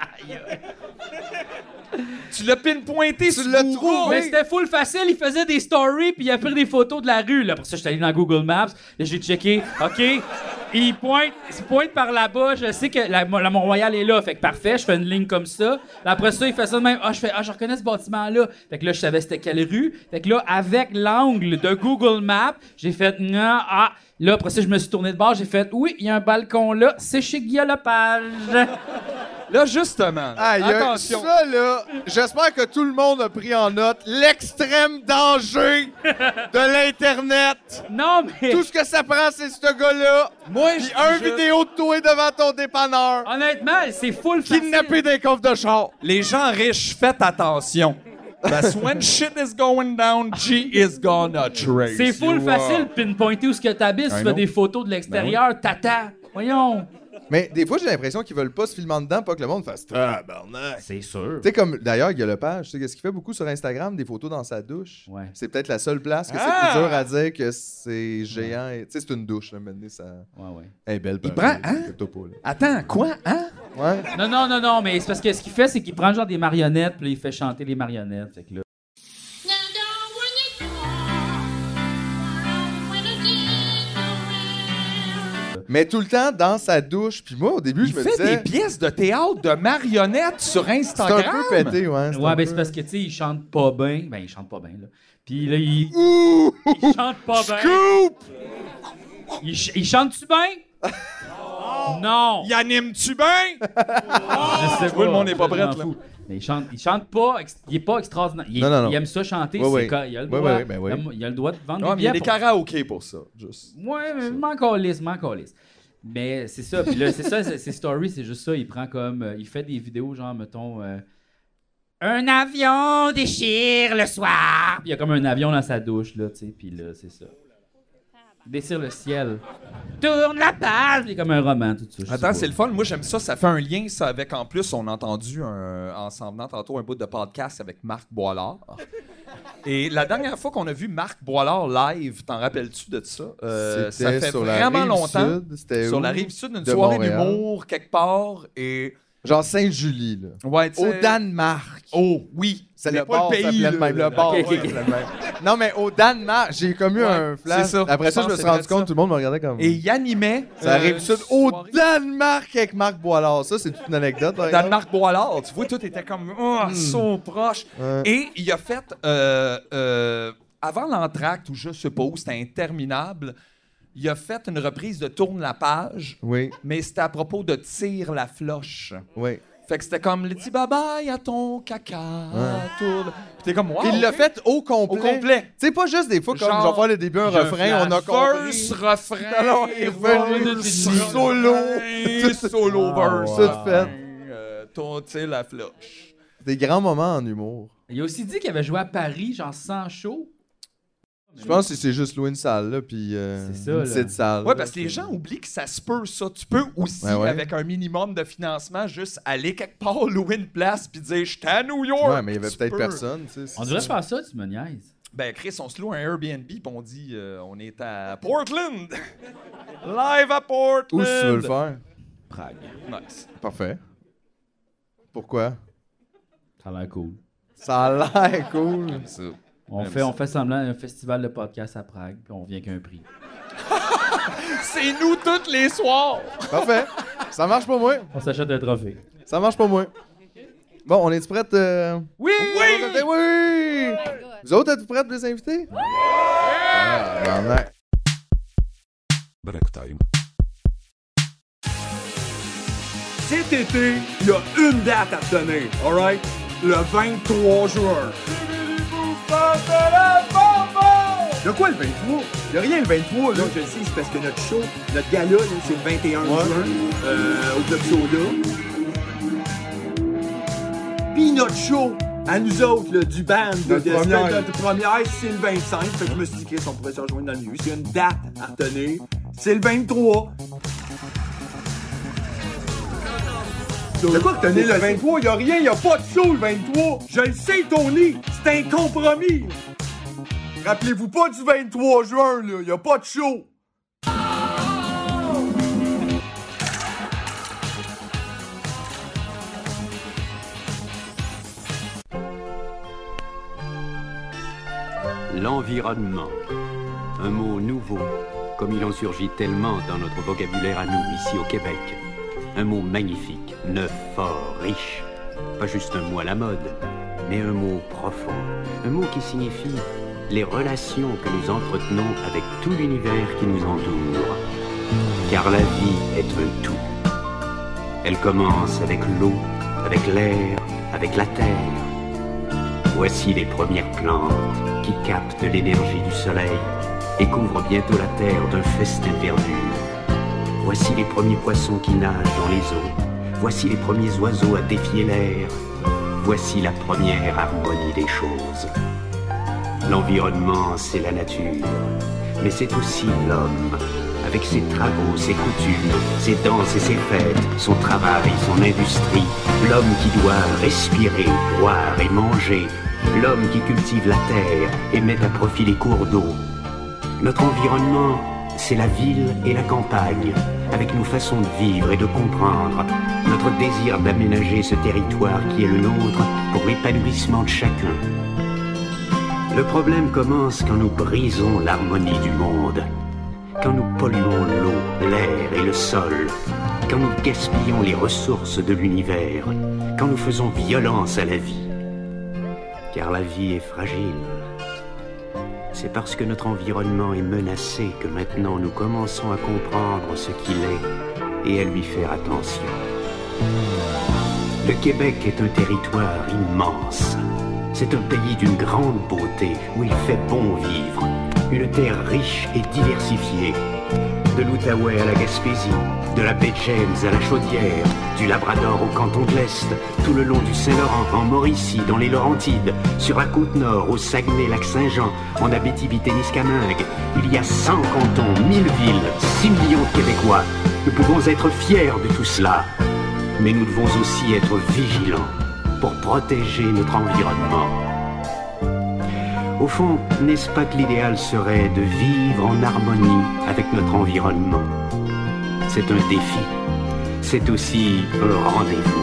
Tu l'as pinpointé sur l'as Google. trouvé. Mais c'était full facile, il faisait des stories puis il a pris des photos de la rue. Là. Après ça, j'étais allé dans Google Maps, là j'ai checké, OK, il pointe, il pointe par là-bas, je sais que la, la Mont-Royal est là, fait que parfait, je fais une ligne comme ça. Là, après ça, il fait ça de même, ah, je fais, ah, je reconnais ce bâtiment-là. Fait que là, je savais c'était quelle rue. Fait que là, avec l'angle de Google Maps, j'ai fait, non, ah. Là, après ça, je me suis tourné de bord, j'ai fait, oui, il y a un balcon là, c'est chez Guillaume Lepage. Là, justement, Ah, y a attention. ça, là, j'espère que tout le monde a pris en note l'extrême danger de l'Internet. Non, mais. Tout ce que ça prend, c'est ce gars-là. Moi, Puis je- un je- vidéo de toi devant ton dépanneur. Honnêtement, c'est full facile. Kidnappé d'un coffre de char. Les gens riches, faites attention. Parce que when shit is going down, G is gonna trace. C'est full you, facile uh, de pinpointer où ce que t'habites. Tu I fais know. des photos de l'extérieur, tata. Voyons. Mais des fois, j'ai l'impression qu'ils veulent pas se filmer en dedans, pas que le monde fasse tabarnak. C'est sûr. Tu sais, comme d'ailleurs, Guillaume Lepage, tu sais, qu'est-ce qu'il fait beaucoup sur Instagram, des photos dans sa douche. Ouais. C'est peut-être la seule place que Ah! c'est plus dur à dire que c'est géant. et- Tu sais, c'est une douche, là, maintenant, ça. Ouais, ouais. Elle est belle, Il pareil, prend, hein? le topo, là. Attends, quoi? Hein? Ouais. Non, non, non, non, mais c'est parce que ce qu'il fait, c'est qu'il prend genre des marionnettes, puis là, il fait chanter les marionnettes. Fait que là. Mais tout le temps dans sa douche. Puis moi, au début, Il je me fait disais... des pièces de théâtre de marionnettes sur C'est Instagram. un peu pété, ouais. Ouais, ben c'est parce que, tu sais, il chante pas bien. Ben, il chante pas bien, là. Puis là, il... Ouh! Il chante pas bien. Scoop! Il, ch- il chante-tu bien? Non! Il anime-tu bien? Je sais Tout le monde n'est pas je prêt, m'en là. fous. Mais il chante, il chante pas, ex- il est pas extraordinaire. Il, est- Non, non, non. il aime ça chanter, Ouais, c'est ouais. ca- il a le Ouais, droit. ouais, ben oui. il, a, il a le droit de vendre Ouais, des mais il y a billets des pour- karaokés pour ça. Juste. Ouais, mais m'en calisse, m'en calisse. Mais c'est ça, puis là, c'est ça, c'est- ses stories, c'est juste ça. Il prend comme. euh, il fait des vidéos, genre, mettons. euh, un avion déchire le soir! Puis il y a comme un avion dans sa douche, là, tu sais, puis là, c'est ça. Déchire le ciel. Tourne la page! Il est comme un roman, tout ça. je sais Attends, pas. c'est le fun. Moi, j'aime ça. Ça fait un lien, ça, avec, en plus, on a entendu, un, en s'en venant tantôt, un bout de podcast avec Marc Boilard. Et la dernière fois qu'on a vu Marc Boilard live, t'en rappelles-tu de ça? Euh, ça C'était fait sur la vraiment rive longtemps. sud, c'était Sur où? la rive sud, une De soirée Montréal. d'humour, quelque part. Et. Genre Sainte-Julie, là. Ouais, tu sais- Au Danemark. Oh, oui. C'est Mais le pas bar le pays, s'appelait le, de même. le bar. Ok, ok, ouais, ok. s'appelait de même. Non, mais au Danemark, j'ai comme eu Ouais, un flash. c'est ça. Après ça, Je je me pense suis que rendu c'est compte, ça. tout le monde me regardait comme... Et il animait. Ça arrive euh, sud une au soirée. Danemark avec Marc Boilard. Ça, c'est toute une anecdote. par exemple. Danemark Boilard, tu vois, tout était comme oh, so proche. Ouais. Et il a fait, euh, euh, avant l'entracte, ou je sais pas où, c'était interminable, il a fait une reprise de Tourne la page, Oui, mais c'était à propos de Tire la floche. oui. Fait que c'était comme, dis bye-bye à ton caca, tourne. Puis t'es comme, wow. Puis il l'a ok. fait au au complet. complet. Tu sais, pas juste des fois comme Genre, je vais faire le début, un Je refrain, on a compris. Verse, refrain, Alors, il est revenu, verse, solo. refrain, solo, verse. Tout refrain, fait. euh, ton, tu sais, la floche. Des grands moments en humour. Il a aussi dit qu'il avait joué à Paris, genre sans show. Je pense que c'est juste louer une salle, là, puis euh, C'est ça, une là. petite salle. Ouais, là, parce que les puis- gens oublient que ça se peut, ça. Tu peux aussi, Ouais, ouais. avec un minimum de financement, juste aller quelque part, louer une place, puis dire « J'étais à New York! » Ouais, mais il y avait Tu peut-être peux. personne, tu sais. On devrait faire ça, tu me niaises. Ben, Chris, on se loue un Airbnb, puis on dit euh, on est à Portland! Live à Portland! Où si tu veux le faire? Prague. Nice. Parfait. Pourquoi? Ça a l'air cool. Ça a l'air cool. On J'aime fait, ça. on fait semblant un festival de podcast à Prague, puis on vient qu'un prix. C'est nous tous les soirs! Parfait. Ça marche pour moi. On s'achète un trophée. Ça marche pour moi. Bon, on est-tu prêtes? euh? Oui! Oui! Oui! Vous autres, êtes-vous prêtes, les invités? Oui! Ah, tabarnak. Break time. Cet été, il y a une date à tenir, alright? Le vingt-trois juin. De quoi le vingt-trois? Il n'y a rien le vingt-trois, là. Je le sais, c'est parce que notre show, notre gala, là, c'est le vingt et un juin, euh, au Club Soda. Puis notre show, à nous autres, là, du band, de, Notre de, première. de- de- de première, c'est le vingt-cinq. Fait que je me suis dit, Chris, on pourrait se rejoindre dans le milieu. C'est une date à tenir. C'est le vingt-trois. De quoi que tenez le vingt-trois? Y'a rien, y'a pas de show le vingt-trois! Je le sais, Tony! C'est un compromis! Rappelez-vous pas du vingt-trois juin, là! Y'a pas de show! L'environnement. Un mot nouveau, comme il en surgit tellement dans notre vocabulaire à nous, ici au Québec. Un mot magnifique, neuf, fort, riche. Pas juste un mot à la mode, mais un mot profond. Un mot qui signifie les relations que nous entretenons avec tout l'univers qui nous entoure. Car la vie est un tout. Elle commence avec l'eau, avec l'air, avec la terre. Voici les premières plantes qui captent l'énergie du soleil et couvrent bientôt la terre d'un festin de verdure. Voici les premiers poissons qui nagent dans les eaux. Voici les premiers oiseaux à défier l'air. Voici la première harmonie des choses. L'environnement, c'est la nature, mais c'est aussi l'homme, avec ses travaux, ses coutumes, ses danses et ses fêtes, son travail, son industrie. L'homme qui doit respirer, boire et manger. L'homme qui cultive la terre et met à profit les cours d'eau. Notre environnement, c'est la ville et la campagne, avec nos façons de vivre et de comprendre, notre désir d'aménager ce territoire qui est le nôtre pour l'épanouissement de chacun. Le problème commence quand nous brisons l'harmonie du monde. quand nous polluons l'eau, l'air et le sol, quand nous gaspillons les ressources de l'univers, quand nous faisons violence à la vie. Car la vie est fragile. C'est parce que notre environnement est menacé que maintenant nous commençons à comprendre ce qu'il est et à lui faire attention. Le Québec est un territoire immense. C'est un pays d'une grande beauté où il fait bon vivre. Une terre riche et diversifiée. De l'Outaouais à la Gaspésie, de la baie James à la Chaudière, du Labrador au canton de l'Est, tout le long du Saint-Laurent, en Mauricie, dans les Laurentides, sur la côte nord, au Saguenay-Lac-Saint-Jean, en Abitibi-Témiscamingue. Il y a cent cantons, mille villes, six millions de Québécois. Nous pouvons être fiers de tout cela. Mais nous devons aussi être vigilants pour protéger notre environnement. Au fond, n'est-ce pas que l'idéal serait de vivre en harmonie avec notre environnement? C'est un défi. C'est aussi un rendez-vous.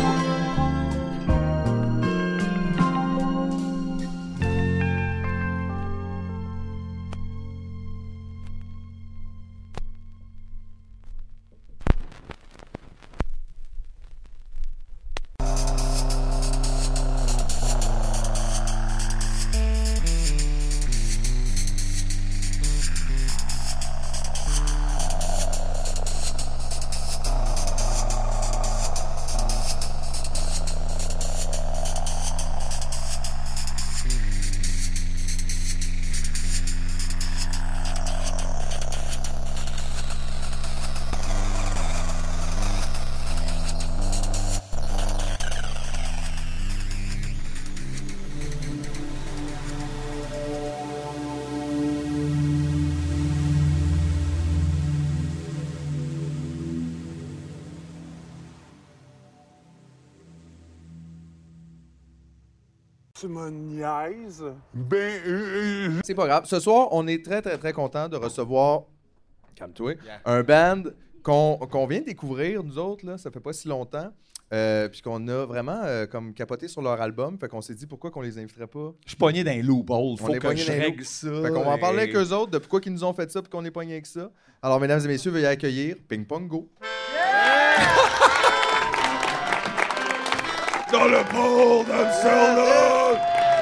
Tu me niaises? Ben, euh, c'est pas grave. Ce soir, on est très, très, très content de recevoir, calme-toi, yeah. un band qu'on qu'on vient de découvrir, nous autres, là, ça fait pas si longtemps. Euh, puis qu'on a vraiment euh, comme capoté sur leur album. Fait qu'on s'est dit pourquoi qu'on les inviterait pas. Je suis pogné d'un loophole. Faut que je règle ça. Fait qu'on va en parler avec eux autres de pourquoi ils nous ont fait ça puis qu'on est pogné avec ça. Alors, mesdames et messieurs, veuillez accueillir Ping Pong Go. Yeah! Dans le port d'Amsterdam!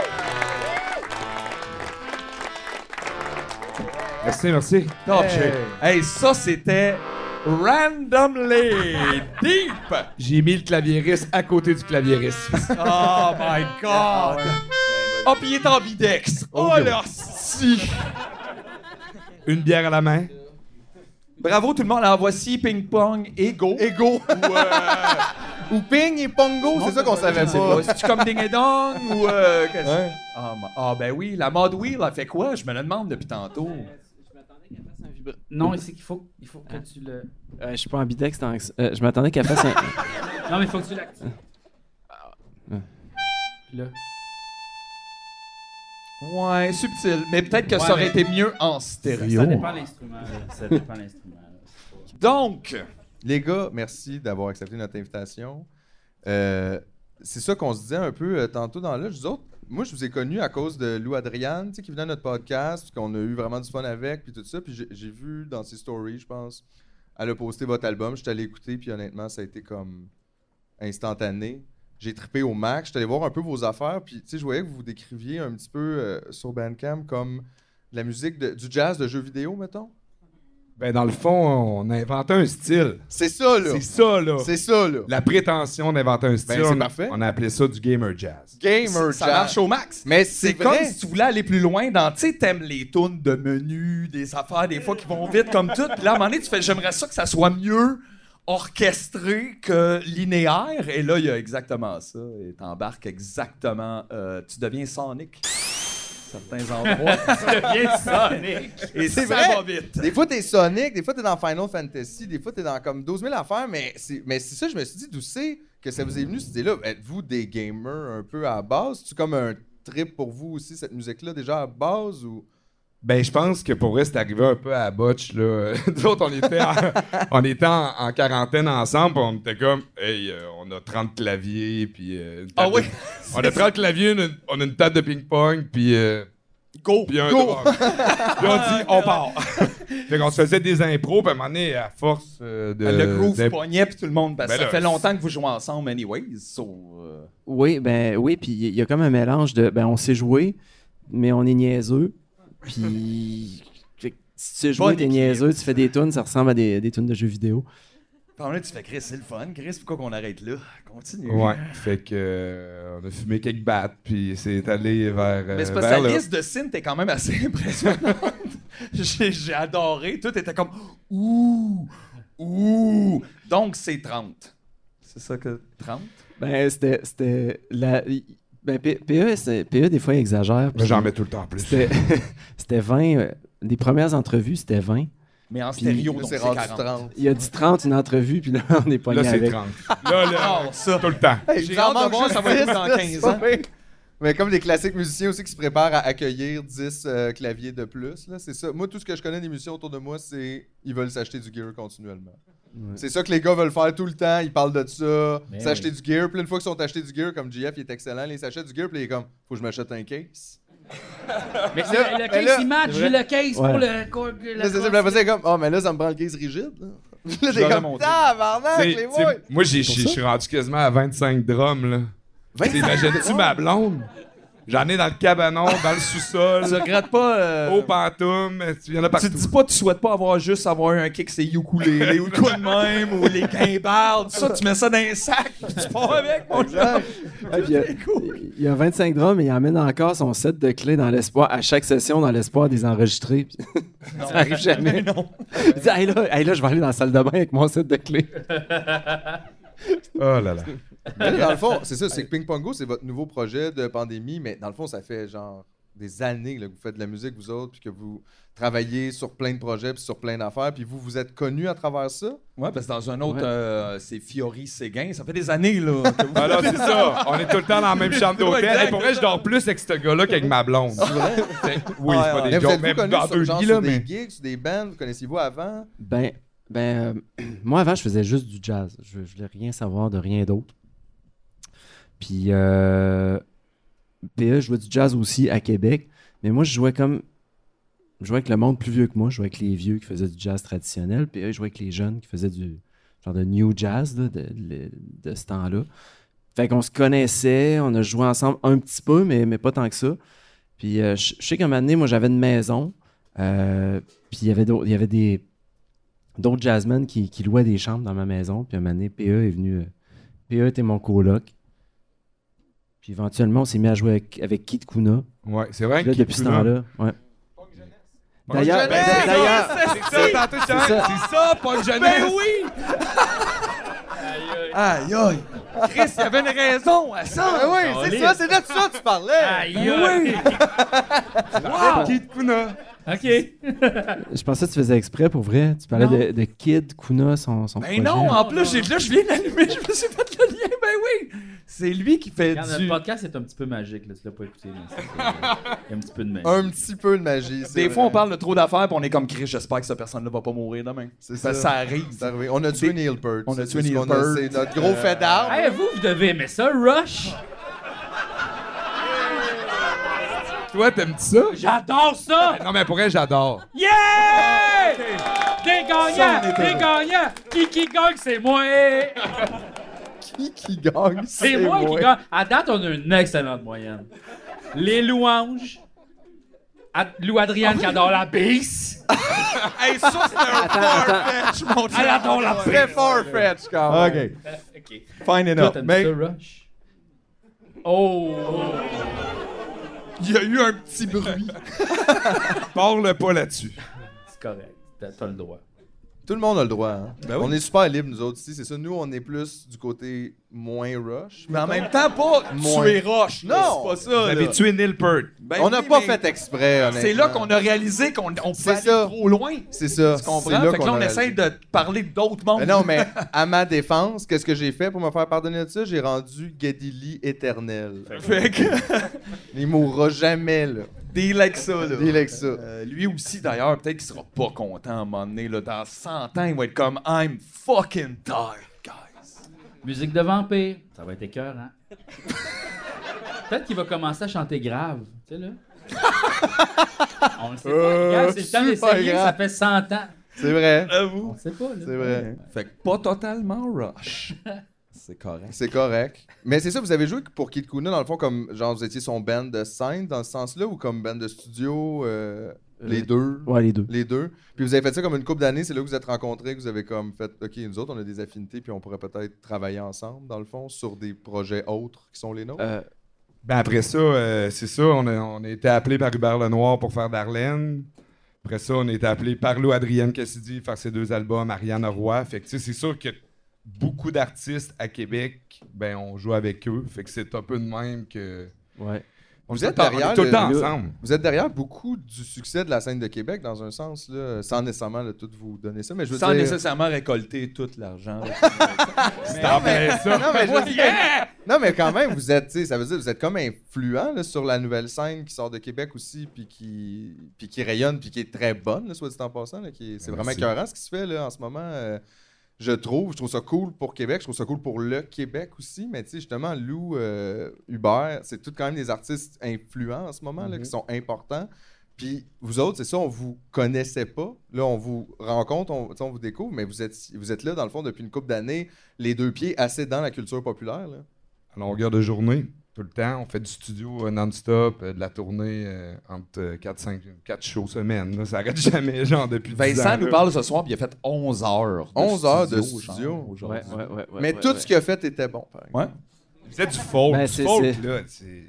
Merci, merci. Top hey. hey, ça c'était Randomly Deep. J'ai mis le claviériste à côté du claviériste. Oh my God. Oh, puis il est ambidextre. Oh, oh là, si. Une bière à la main. Bravo tout le monde. Alors voici Ping Pong et Go. Et Go. Ou, euh... ou Ping et Pongo, c'est ça qu'on savait pas. pas. C'est-tu comme Ding et Dong ou... Euh, ouais. Ah, oh, ben oui, la Mod Wheel a fait quoi? Je me le demande depuis tantôt. Non, c'est qu'il faut, il faut que tu le... Euh, je suis pas ambidextre. Euh, je m'attendais qu'elle fasse un... Non, mais il faut que tu l'actives. Euh. Puis là... Ouais, subtil. Mais peut-être que ouais, ça aurait mais... été mieux en stéréo. Ça, ça dépend de l'instrument. Ça dépend de l'instrument. Donc... Les gars, merci d'avoir accepté notre invitation. Euh, c'est ça qu'on se disait un peu euh, tantôt dans là. Je vous autres, moi, je vous ai connus à cause de Lou Adriane, qui venait à notre podcast, puis qu'on a eu vraiment du fun avec, puis tout ça. Puis j'ai, j'ai vu dans ses stories, je pense, elle a posté votre album. Je suis allé écouter, puis honnêtement, ça a été comme instantané. J'ai trippé au max. Je suis allé voir un peu vos affaires, puis je voyais que vous vous décriviez un petit peu euh, sur Bandcamp comme de la musique, de, du jazz de jeux vidéo, mettons. Ben, dans le fond, on a inventé un style. C'est ça, là. C'est ça, là. C'est ça, là. La prétention d'inventer un style. Ben, c'est on, parfait. On a appelé ça du gamer jazz. Gamer ça, jazz. Ça marche au max. Mais c'est, c'est comme si tu voulais aller plus loin dans, tu sais, t'aimes les tunes de menu, des affaires, des fois qui vont vite comme tout. Puis là, à un moment donné, tu fais, j'aimerais ça que ça soit mieux orchestré que linéaire. Et là, il y a exactement ça. Et t'embarques exactement. Euh, tu deviens Sonic. Certains endroits. Tu deviens Sonic. Et c'est ça vrai. va vite. Des fois, t'es Sonic, des fois, t'es dans Final Fantasy, des fois, t'es dans comme douze mille affaires, mais c'est, mais c'est ça, je me suis dit, d'où c'est que ça vous est venu, cette idée-là? Êtes-vous des gamers un peu à la base? C'est-tu comme un trip pour vous aussi, cette musique-là, déjà à base, ou... Ben, je pense que pour vrai, c'est arrivé un peu à la botche, là. Nous autres, on était en, on était en, en quarantaine ensemble, on était comme, hey, euh, on a trente claviers, puis... Euh, ah oui? De... On a trente claviers, on a, on a une table de ping-pong, puis... Euh, Go! Puis un Go! Puis on dit, on part. Fait qu'on se faisait des impros, puis à un moment donné, à force euh, de... le groove d'imp- pognait, puis tout le monde... Parce que Ben ça là, fait c'est- longtemps que vous jouez ensemble, anyways. So, euh, Oui, ben oui, puis il y a comme un mélange de. Ben, on sait jouer, mais on est niaiseux. Puis. fait que si tu sais jouer, Bonne t'es équilibre. niaiseux, tu fais des tunes, ça ressemble à des, des tunes de jeux vidéo. Puis là, tu fais Chris, c'est le fun. Chris, pourquoi qu'on arrête là? Continue. Ouais, fait que euh, on a fumé quelques battes, puis c'est allé vers. euh, Mais c'est parce que vers la là. liste de synth est quand même assez impressionnante. j'ai, j'ai adoré. Tout était comme ouh, ouh. Donc c'est trente. C'est ça que trente? Ben, c'était. c'était la, ben, P- PE, c'est- PE, des fois, il exagère. Mais puis j'en mets tout le temps en plus. C'était, c'était vingt. euh, Les premières entrevues, c'était vingt. Mais en Puis stéréo, Là, donc c'est c'est rendu quarante. trente. Il a dit trente une entrevue, puis là, on est pogné Là, c'est avec. trente. Là, là, Ah, ça. tout le temps. Hey, J'ai j'en hâte de manque voir juste ça va être dix, dans là, quinze c'est pas ans. pire. Mais comme des classiques musiciens aussi qui se préparent à accueillir dix euh, claviers de plus, là, c'est ça. Moi, tout ce que je connais des musiciens autour de moi, c'est ils veulent s'acheter du gear continuellement. Ouais. C'est ça que les gars veulent faire tout le temps. Ils parlent de ça, Mais s'acheter oui. du gear. Puis une fois qu'ils sont achetés du gear, comme J F, il est excellent, ils s'achètent du gear, puis il est comme, faut que je m'achète un case. Mais là- le, le mais case, là- il match, c'est j'ai vrai. le case Ouais. pour le. co- le Là, c'est ça. cross. Puis après, c'est comme, oh, mais là, ça me prend le case rigide. Là, là t'es l'aurais comme, monté. tabarnak, T'sais- les t'sais, boys. moi, j'ai- Pour j'ai- ça? je suis rendu quasiment à vingt-cinq drums, là. T'imagines-tu ma blonde? J'en ai dans le cabanon, dans le sous-sol, Tu regrettes pas. euh, au pantoum, il y en a Tu partout. te dis pas, tu souhaites pas avoir juste avoir un kick, c'est ukulélé ou quoi de même, ou les guimbardes, ça, tu mets ça dans un sac, puis tu pars avec, mon gars. Ah, puis il, y a, il y a vingt-cinq drums et il emmène encore son set de clés dans l'espoir, à chaque session, dans l'espoir des enregistrer. Puis ça arrive jamais. Non. Il dit, hey là, hey là, je vais aller dans la salle de bain avec mon set de clés. Oh là là. Mais là, dans le fond, c'est ça, c'est que Ping Pongo, c'est votre nouveau projet de pandémie, mais dans le fond, ça fait genre des années là, que vous faites de la musique, vous autres, puis que vous travaillez sur plein de projets, puis sur plein d'affaires, puis vous, vous êtes connus à travers ça. Ouais, parce que dans un autre, Ouais. euh, c'est Fiori Séguin. Ça fait des années, là. que vous- Ah là, c'est ça. On est tout le temps dans la même chambre Ouais, d'hôtel. exact. Hey, pour vrai, je dors plus avec ce gars-là qu'avec ma blonde. Fait- Oui, c'est pas Mais des vous jokes, êtes-vous mais connus dans sur, deux genre, vies, sur là, des mais... gigs, sur des bands, vous connaissiez-vous avant? Ben, ben euh, moi avant, je faisais juste du jazz. Je, je voulais rien savoir de rien d'autre. Puis, euh, P E, je jouais du jazz aussi à Québec. Mais moi, je jouais comme. Je jouais avec le monde plus vieux que moi. Je jouais avec les vieux qui faisaient du jazz traditionnel. Puis, eux, je jouais avec les jeunes qui faisaient du genre de new jazz là, de, de, de ce temps-là. Fait qu'on se connaissait. On a joué ensemble un petit peu, mais, mais pas tant que ça. Puis, euh, je, je sais qu'à un moment donné, moi, j'avais une maison. Euh, puis, il y avait d'autres- il y avait des. d'autres jazzmen qui, qui louaient des chambres dans ma maison. Puis, à un moment donné, P E est venu. euh, P E était mon coloc. Puis, éventuellement, on s'est mis à jouer avec, avec Kid Kuna. Ouais, c'est vrai Puis là, que depuis ce temps-là, ouais. Punk D'ailleurs, jeunesse, ben, d'ailleurs, c'est ça, tantôt, je te- ça. c'est ça, punk jeunesse. Ben oui! Aïe, aïe. Chris, il y avait une raison à ça. Ah oui, c'est ça, c'est de ça que tu parlais! Aïe, aïe. Wow! Kid Kuna. OK. Je pensais que tu faisais exprès pour vrai. Tu parlais Non. de, de Kid Kuna, son, son Ben projet. non, en plus, j'ai- là, je viens d'allumer, je me suis fait le lien, ben oui! C'est lui qui fait Regarde, du... notre podcast est un petit peu magique, là, tu l'as pas écouté. Mais c'est- c'est- il y a un petit peu de magie. Un petit peu de magie. c'est Des vrai. fois, on parle de trop d'affaires, puis on est comme Chris, j'espère que cette personne-là va pas mourir demain. C'est Ça, ça. ça arrive. C'est arrivé. On a tué Des- Neil Peart. on a C'est tué ce Neil qu'on a- Peart. C'est notre gros fait d'armes. Hey, vous, vous devez aimer ça, Rush? Toi, t'aimes ça? J'adore ça! Non, mais pour vrai, j'adore. Yeah! T'es gagnant! T'es gagnant! Qui qui gagne, c'est moi! Qui qui gagne? C'est moi, qui gagne. À date, on a une excellente moyenne. Les louanges. Ad- Lou Adrienne qui adore la bass. Hey, ça, c'est un farfetch, mon Elle adore la bass. Très farfetch quand même. OK. OK. Fine Toi, enough. t'aimes Mais ça, Rush? Oh! il y a eu un petit bruit. Parle pas là-dessus. C'est correct. T'as t'as le droit. Tout le monde a le droit. Hein? Ben oui. On est super libres, nous autres ici. C'est ça. Nous, on est plus du côté moins rush. Mais en même temps, pas Moins. tuer Roche. là, Non. C'est pas ça. Vous avez là. tué Neil Peart. Ben on n'a oui, pas mais fait exprès, honnêtement. C'est là qu'on a réalisé qu'on on C'est pouvait aller ça. trop loin. C'est ça. Tu comprends? C'est là Fait que qu'on là, on a essaye réalisé. de parler d'autres mondes. Mais non, mais à ma défense, qu'est-ce que j'ai fait pour me faire pardonner de ça? J'ai rendu Geddy Lee éternel. Fait que, Il mourra jamais, là. deal avec ça, là. Deal avec ça. Euh, lui aussi, d'ailleurs, peut-être qu'il sera pas content à un moment donné. Là, dans cent ans, il va être comme « I'm fucking tired, guys. Musique de vampire. Ça va être écœurant. Hein? Peut-être qu'il va commencer à chanter grave. Tu sais, là? On le sait pas. Regarde, c'est le temps super d'essayer, grand. ça fait cent ans. C'est vrai. Avoue. On sait pas, là. C'est vrai. Fait que pas totalement rush. C'est correct. C'est correct. Mais c'est ça, vous avez joué pour Kid Kuna, dans le fond, comme genre vous étiez son band de scène dans ce sens-là ou comme band de studio euh, Les Euh, deux Ouais, les deux. Les deux. Puis vous avez fait ça comme une couple d'années, c'est là que vous êtes rencontrés, que vous avez comme fait OK, nous autres, on a des affinités, puis on pourrait peut-être travailler ensemble, dans le fond, sur des projets autres qui sont les nôtres. Euh, Ben après ça, euh, c'est ça, on a, on a été appelé par Hubert Lenoir pour faire Darlene. Après ça, on a été appelé par Lou Adrienne Cassidy pour faire ses deux albums, Ariane Roy. Fait que tu sais, c'est sûr que beaucoup d'artistes à Québec, ben on joue avec eux. Fait que c'est un peu de même que. ouais. On Vous est êtes tout le temps- on est derrière tout le le- temps le- ensemble. Vous êtes derrière beaucoup du succès de la scène de Québec, dans un sens, là, sans nécessairement là, tout vous donner ça, mais je veux Sans dire... nécessairement récolter tout l'argent. C'est en plein ça. Non, mais je veux dire- non, mais quand même, vous êtes, tu sais, ça veut dire vous êtes comme influent là, sur la nouvelle scène qui sort de Québec aussi, puis qui, puis qui rayonne, puis qui est très bonne, là, soit dit en passant. Là, qui est- c'est vraiment Merci. écœurant ce qui se fait là, en ce moment. euh, je trouve, je trouve ça cool pour Québec, je trouve ça cool pour le Québec aussi, mais tu sais, justement, Lou, euh, Hubert, c'est tout quand même des artistes influents en ce moment, là, qui sont importants. Puis vous autres, c'est ça, on vous connaissait pas. Là, on vous rencontre, on, tu sais, on vous découvre, mais vous êtes, vous êtes là, dans le fond, depuis une couple d'années, les deux pieds assez dans la culture populaire. Là. À longueur de journée, tout le temps. On fait du studio euh, non-stop, euh, de la tournée euh, entre quatre cinq quatre shows semaine. Là. Ça arrête jamais, genre, depuis dix ans. Vincent nous là. parle ce soir, puis il a fait onze heures. De onze heures de studio, studio. genre, aujourd'hui. Ouais, ouais, ouais, ouais, mais ouais, tout ouais. ce qu'il a fait était bon, par exemple. Ouais. C'est du folk. Ben, du c'est- folk, c'est- là. C'est...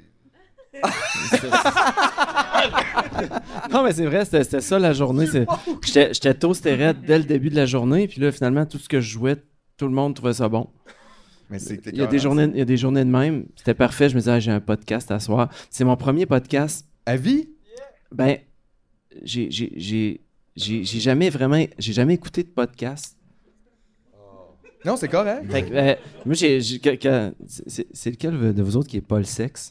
Non, mais c'est vrai, c'était c'était ça la journée. c'est- J'étais j'étais toasté raide dès le début de la journée, puis là, finalement, tout ce que je jouais, tout le monde trouvait ça bon. Mais c'est Il y a des journées, il y a des journées de même. C'était parfait. Je me disais, ah, j'ai un podcast à soir. C'est mon premier podcast. À vie? Ben, j'ai j'ai- j'ai- j'ai- j'ai jamais vraiment, j'ai jamais écouté de podcast. Non, c'est correct. Fait que, euh, moi, j'ai, j'ai- que- que- c'est c'est lequel de vous autres qui est pas le sexe?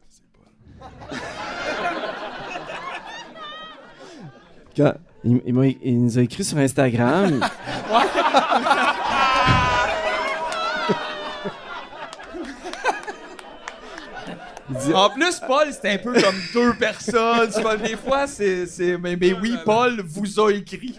Quand- il, il m'a- il nous a écrit sur Instagram. En plus, Paul, c'est un peu comme deux personnes. C'est pas- Des fois, c'est. c'est- Mais, mais oui, Paul vous a écrit.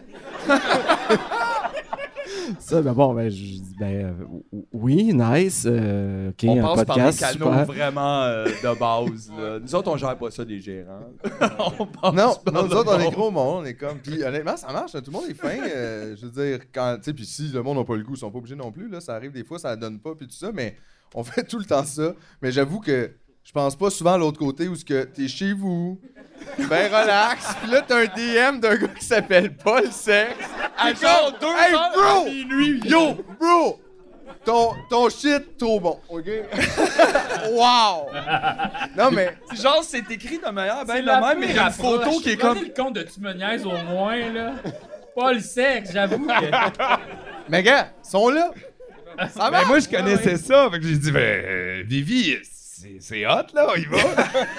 Ça, ben bon, ben, je dis, ben, euh, oui, nice. euh, OK, On un passe podcast, par des canaux super. vraiment euh, de base. Là. Nous autres, on gère pas ça des gérants. on passe Non, par non, nous le autres, on est monde. gros monde, on est comme. Puis honnêtement, ça marche, hein, tout le monde est fin. euh, je veux dire, quand. Tu sais, puis si le monde n'a pas le goût, ils sont pas obligés non plus, là. Ça arrive des fois, ça donne pas, puis tout ça, mais on fait tout le temps ça. Mais j'avoue que je pense pas souvent à l'autre côté où ce que t'es chez vous, ben relax, puis là, t'as un D M d'un gars qui s'appelle Paul Sex. À genre deux Hey, heures bro! à minuit. Yo, bro! Ton, ton shit, trop bon, OK? Wow! Non, mais. C'est genre, c'est écrit de manière ben C'est de la même, mais il y a une photo qui est comme. Regardez le compte de Tu me niaises au moins, là. Pas le sexe, j'avoue que... Mais gars, ils sont là! Ça Ben, marche! moi, je connaissais ça. Fait que j'ai dit, ben, euh, Vivi, c'est, c'est hot, là, il va.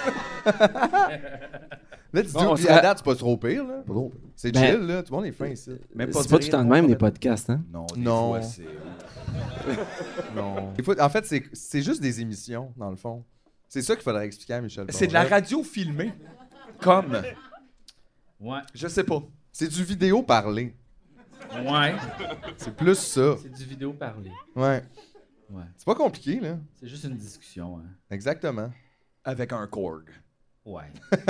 Là, tu dis, Bon, on puis sera- à date, c'est pas trop pire, là. C'est Ben- chill, là. Tout le monde est fin ici. Même C'est pas tout le temps de même, les podcasts, hein? Non, des Non. fois, c'est. Non. Des fois, en fait, c'est, c'est juste des émissions, dans le fond. C'est ça qu'il faudrait expliquer à Michel. C'est de la Barrette. radio filmée. Comme. Ouais, Je sais pas. C'est du vidéo parlé. ouais. C'est plus ça. C'est du vidéo parlé. Ouais. Ouais. C'est pas compliqué, là. C'est juste une discussion, hein. Exactement. Avec un Korg. Ouais.